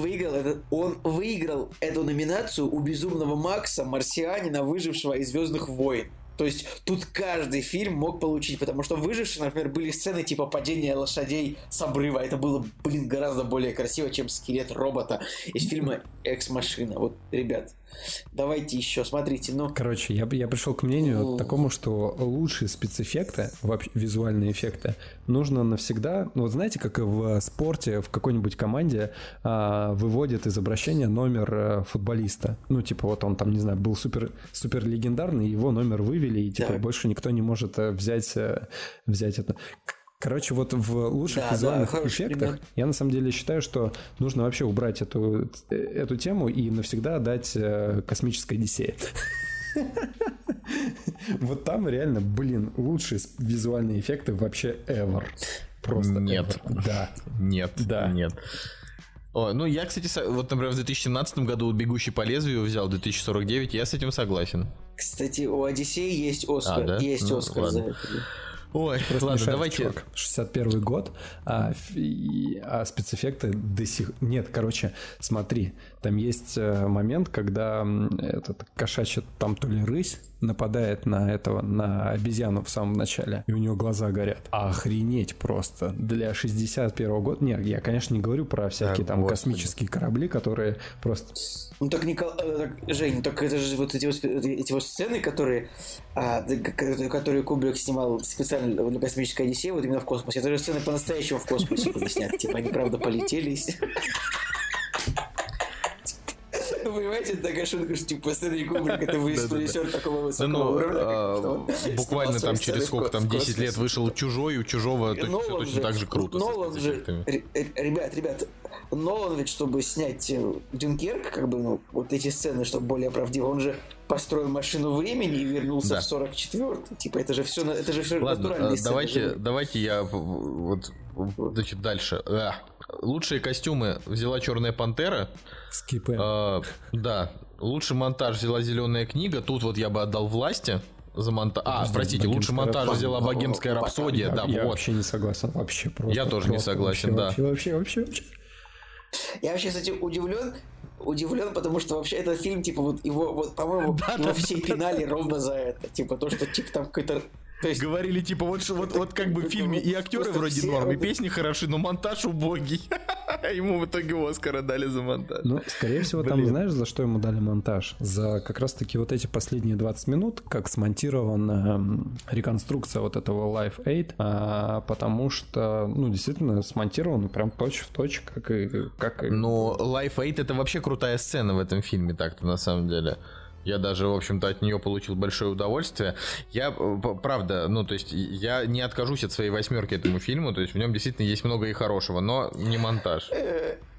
выиграл эту номинацию у «Безумного Макса», «Марсианина», «Выжившего» и «Звездных войн». То есть тут каждый фильм мог получить, потому что в «Выжившем», например, были сцены типа падения лошадей с обрыва. Это было, гораздо более красиво, чем скелет робота из фильма «Экс-машина». Вот, ребят, давайте еще, смотрите, Короче, я пришел к мнению такому, что лучшие спецэффекты, вообще визуальные эффекты, нужно навсегда... знаете, как в спорте, в какой-нибудь команде выводят из обращения номер футболиста. Он там, не знаю, был супер легендарный, его номер вывели, и больше никто не может взять это. Короче, вот в лучших визуальных эффектах я на самом деле считаю, что нужно вообще убрать эту тему и навсегда отдать «Космической Одиссее». Вот там реально, лучшие визуальные эффекты вообще ever. Просто нет. Ever. Да. Нет. Да. Нет. Я, кстати, например, в 2017 году «Бегущий по лезвию» взял 2049, я с этим согласен. Кстати, у «Одиссеи» есть Оскар. Да? Есть Оскар за это. Ой, ладно, давайте. Чувак. 61 год, а спецэффекты до сих... Нет, смотри, там есть момент, когда этот кошачий, там то ли рысь, нападает на обезьяну в самом начале, и у нее глаза горят. Охренеть просто. Для 61-го года... Нет, я, конечно, не говорю про всякие космические корабли, которые просто... Жень, это же вот эти вот сцены, которые Кубрик снимал специально для «Космической Одиссеи», вот именно в космосе. Это же сцены по-настоящему в космосе были сняты. Типа они, правда, полетели. Вы понимаете, такая шутка, что типа Стэнли Кубрик это режиссер такого высокого уровня. Буквально там через сколько там 10 лет вышел «Чужой», у «Чужого» точно так же круто. Нолан же, ребят, Нолан ведь, чтобы снять «Дюнкерк», вот эти сцены, чтобы более правдиво, он же построил машину времени и вернулся в 44-й. Типа это же все натуральные сцены. Давайте я значит, дальше. Лучшие костюмы взяла «Черная пантера». Скипы. Да. Лучший монтаж взяла «Зеленая книга». Тут я бы отдал «Власти». За монтаж. Простите, лучший монтаж взяла «Богемская рапсодия». Да, я вообще не согласен. Вообще просто. Я тоже не согласен, да. Вообще. Я вообще, кстати, удивлен, потому что вообще этот фильм, его, по-моему, его все пинали ровно за это. То, что там какой-то... Говорили, вот как бы в фильме и актеры вроде норм, и песни хороши, но монтаж убогий. Ему в итоге Оскара дали за монтаж. Скорее всего, там знаешь, за что ему дали монтаж? За как раз-таки вот эти последние 20 минут, как смонтирована реконструкция вот этого Live Aid, потому что, действительно, смонтировано прям точь-в-точь, как и... Live Aid — это вообще крутая сцена в этом фильме, так-то, на самом деле. Я даже, в общем-то, от нее получил большое удовольствие. Я, правда, я не откажусь от своей 8 этому фильму, то есть в нем действительно есть много и хорошего, но не монтаж.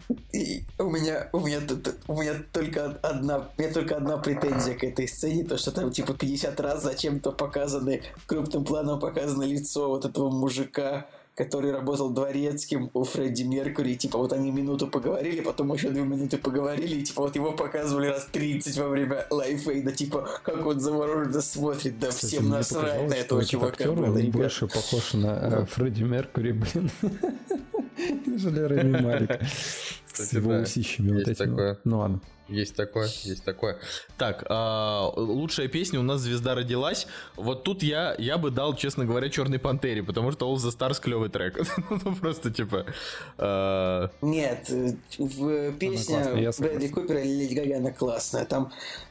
У меня только одна претензия к этой сцене, то что там типа 50 раз зачем-то крупным планом показано лицо вот этого мужика, который работал дворецким у Фредди Меркьюри, типа вот они минуту поговорили, потом еще 2 минуты поговорили, и типа вот его показывали раз 30 во время лайфейда, типа как он завороженно смотрит, да. Кстати, всем насрать на этого чувака. Он больше похож на Фредди Меркьюри, блин, нежели Рами Малик. С его усищами вот этими. Ну ладно. Есть такое. Так, лучшая песня у нас «Звезда родилась». Вот тут я бы дал, честно говоря, «Черной пантере», потому что All the Stars клевый трек. Ну просто типа... Нет, песня Брэдли Купера и Леди Гаги, она классная. Там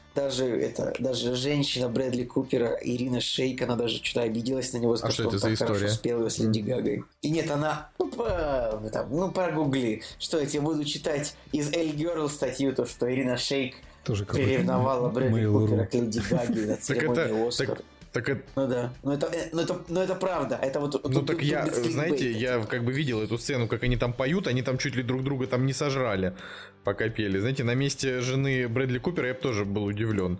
даже женщина Брэдли Купера, Ирина Шейк, она даже что-то обиделась на него, что он так хорошо спел ее с Леди Гагой. И нет, она, прогугли, что я тебе буду читать из L-Girl статью, то, что Ирина Шейк приревновала Брэдли Купера к Леди Гаге на церемонии Оскар. Ну да, но это правда. Это вот. Ну так я, знаете, я как бы видел эту сцену, как они там поют, они там чуть ли друг друга там не сожрали, пока пели. Знаете, на месте жены Брэдли Купера я бы тоже был удивлен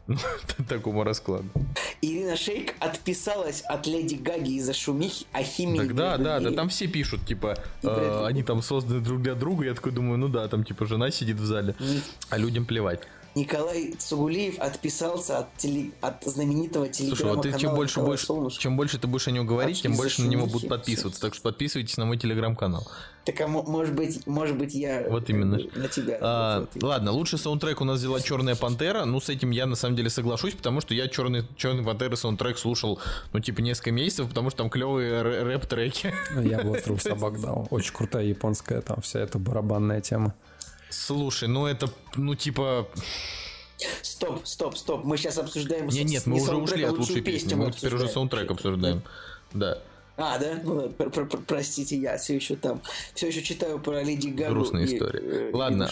такому раскладу. Ирина Шейк отписалась от Леди Гаги из-за шумихи о химии. Да, там все пишут, типа, они там созданы друг для друга. Я такой думаю, ну да, там типа жена сидит в зале, а людям плевать. Николай Цугулиев отписался от знаменитого телеграм-канала. Слушай, вот ты чем больше ты будешь о нем говорить, тем больше на него будут подписываться. Так что подписывайтесь на мой телеграм-канал. Так, а может быть я вот именно. На тебя. Ладно, лучший саундтрек у нас взяла «Черная пантера». Ну, с этим я на самом деле соглашусь, потому что я «Черной пантеры» саундтрек слушал, несколько месяцев, потому что там клевые рэп-треки. Я бы «Остров собак» дал. Очень крутая японская там вся эта барабанная тема. Слушай, это, типа... Стоп. Мы сейчас обсуждаем... Нет, мы уже ушли от лучшей песни. Мы теперь уже саундтрек обсуждаем. Да. Да? Ну, простите, я все еще там. Все еще читаю про Леди Гагу. Грустная история. Ладно.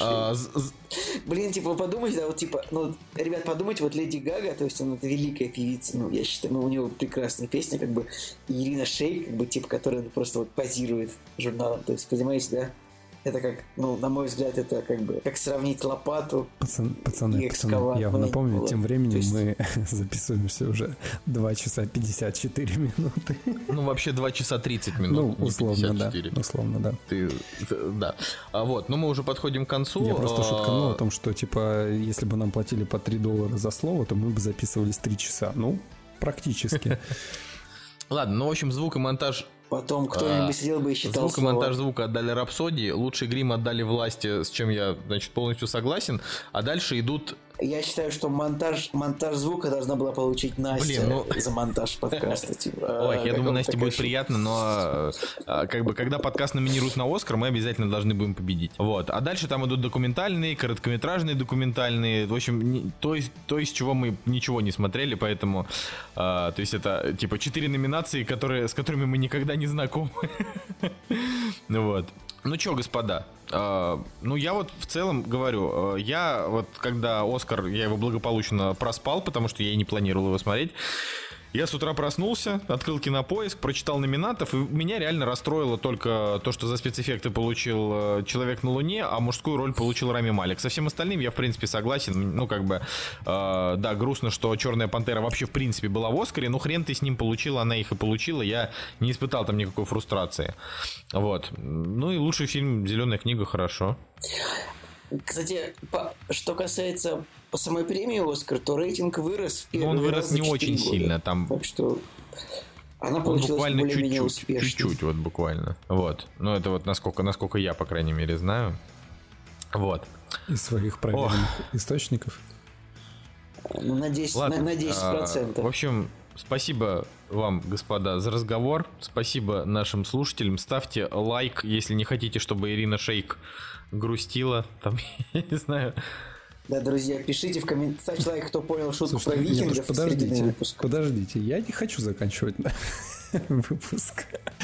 Блин, типа, подумайте, да, вот, типа, ребят, подумайте, вот Леди Гага, то есть она великая певица, я считаю, у нее прекрасная песня, как бы, и Ирина Шейк, как бы, типа, которая просто вот позирует журналом, то есть, понимаете, да? Это как, на мой взгляд, это как бы, как сравнить лопату Пацаны, я вам напомню, тем временем мы записываемся уже 2 часа 54 минуты. Ну, вообще 2 часа 30 минут. Ну, условно, да. Да. Мы уже подходим к концу. Я просто шутканул о том, что, типа, если бы нам платили по $3 за слово, то мы бы записывались 3 часа. Ну, практически. Ладно, в общем, звук и монтаж... Потом кто-нибудь сидел бы и считал звук и монтаж звука отдали «Рапсодии», лучший грим отдали «Власти», с чем я, полностью согласен. А дальше идут... Я считаю, что монтаж звука должна была получить Настя за монтаж подкаста. Ой, я думаю, Насте будет приятно, но как бы когда подкаст номинируют на «Оскар», мы обязательно должны будем победить. Вот. А дальше там идут документальные, короткометражные документальные. В общем, то, из чего мы ничего не смотрели, поэтому... то есть это типа 4 номинации, с которыми мы никогда не знакомы. Вот. Ну чё, господа, я вот в целом говорю, я вот когда «Оскар», я его благополучно проспал, потому что я и не планировал его смотреть. Я с утра проснулся, открыл Кинопоиск, прочитал номинантов, и меня реально расстроило только то, что за спецэффекты получил «Человек на Луне», а мужскую роль получил Рами Малик. Со всем остальным я, в принципе, согласен. Да, грустно, что «Черная пантера» вообще, в принципе, была в «Оскаре», но хрен ты с ним получила, она их и получила, я не испытал там никакой фрустрации. Вот. Ну и лучший фильм «Зеленая книга», хорошо. Кстати, что касается по самой премии «Оскар», то рейтинг вырос в первый раз. Но он вырос не очень сильно. Там... Так что она получилась буквально более-менее успешной. Чуть-чуть, вот буквально. Вот. Ну, это вот насколько я, по крайней мере, знаю. Вот. Из своих проверенных источников. На 10%. В общем, спасибо вам, господа, за разговор. Спасибо нашим слушателям. Ставьте лайк, если не хотите, чтобы Ирина Шейк грустила. Там, я не знаю... Да, друзья, пишите в комментариях, ставьте лайк, кто понял шутку про викингов. Подождите, я не хочу заканчивать выпуск.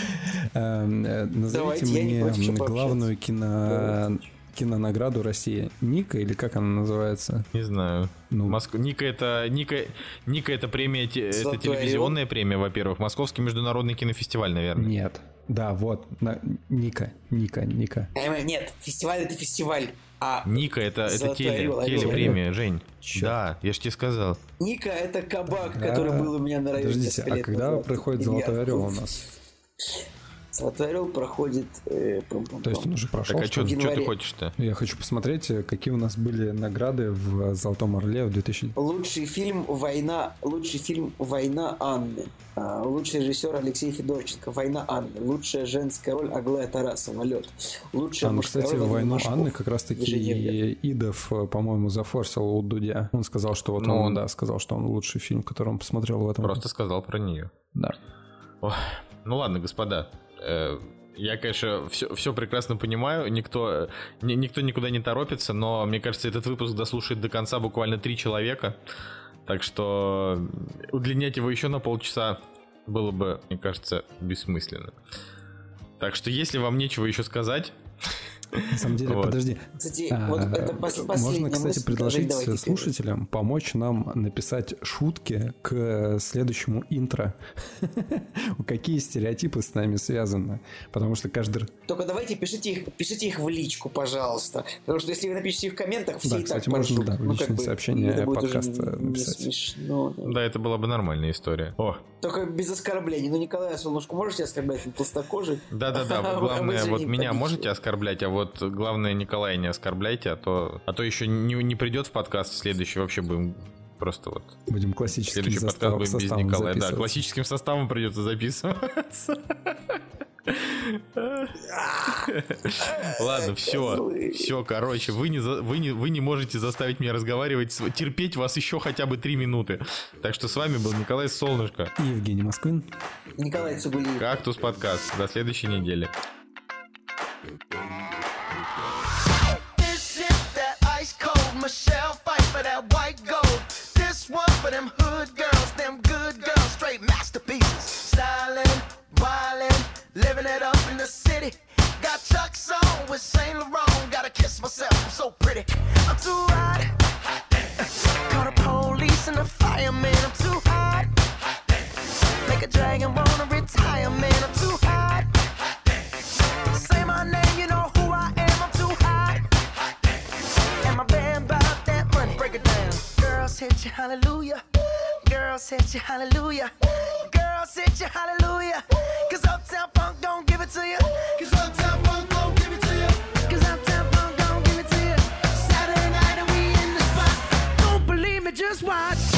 Назовите мне главную кинонаграду России. Ника или как она называется? Не знаю. Ника это премия, это телевизионная премия, во-первых. Московский международный кинофестиваль, наверное. Нет. Да, вот, Ника. Нет, фестиваль это фестиваль. А Ника, это Орел. телепремия, Жень. Чё? Да, я ж тебе сказал. Ника это кабак, который был у меня на районе. Подождите, а когда проходит «Золотой орел» у нас? «Золотой орел» проходит... То есть он уже прошел? Так а что ты январе. хочешь-то? Я хочу посмотреть, какие у нас были награды в «Золотом орле» в 2000... Лучший фильм «Война Анны». Лучший режиссер Алексей Федорченко «Война Анны». Лучшая женская роль Аглая Тарасова «Лед». Лучшая мужская кстати, роль «Войну Машков. Анны» как раз-таки Идов, по-моему, зафорсил у Дудя. Он сказал, что вот он сказал, что он лучший фильм, который он посмотрел в этом году. Просто сказал про нее. Да. Ох, ну ладно, господа. Я, конечно, все прекрасно понимаю, никто никуда не торопится, но мне кажется, этот выпуск дослушает до конца буквально 3 человека, так что удлинять его еще на полчаса было бы, мне кажется, бессмысленно. Так что если вам нечего еще сказать... На самом деле, подожди. Кстати, вот это можно, кстати, предложить давайте слушателям помочь нам написать шутки к следующему интро. Какие стереотипы с нами связаны? Потому что каждый... Только давайте пишите их в личку, пожалуйста. Потому что если вы напишите их в комментах, все Да, и так кстати, можно поржут. в личные сообщения подкаста не написать. смешно. Да, это была бы нормальная история. О, Только без оскорблений. Ну, Николая Солнышко можете оскорблять? Он толстокожий. да-да-да, вот главное, вот меня можете оскорблять, а вот главное, Николая не оскорбляйте, а то еще не придет в подкаст следующий, вообще будем просто вот... Будем классическим Следующий подкаст будем без составом Николая. Да, записываться. классическим составом придется записываться. Ладно, все, короче, вы не можете заставить меня разговаривать, терпеть вас еще хотя бы 3 минуты. Так что с вами был Николай Солнышко. И Евгений Москвин. Николай Цугулиев. Кактус подкаст. До следующей недели. This is that ice cold Michelle fight for that white gold. This one for them hood girls, them good girls, straight masterpieces. Stylin', wildin', living it up in the city. Got Chuck's on with Saint Laurent. Gotta kiss myself, I'm so pretty. I'm too hot. Call the police and the fireman. I'm too hot. Make a dragon wanna retire, man. I'm too hot. Say my name, you know who I am. I'm too hot. And my band about that money. Break it down. Girls hit you, hallelujah. Girls hit you, hallelujah. Girls hit you, hallelujah. Cause Uptown Funk don't give it to you. Cause Uptown Funk don't give it to you. Cause Uptown Funk don't give it to you. Saturday night and we in the spot. Don't believe me, just watch.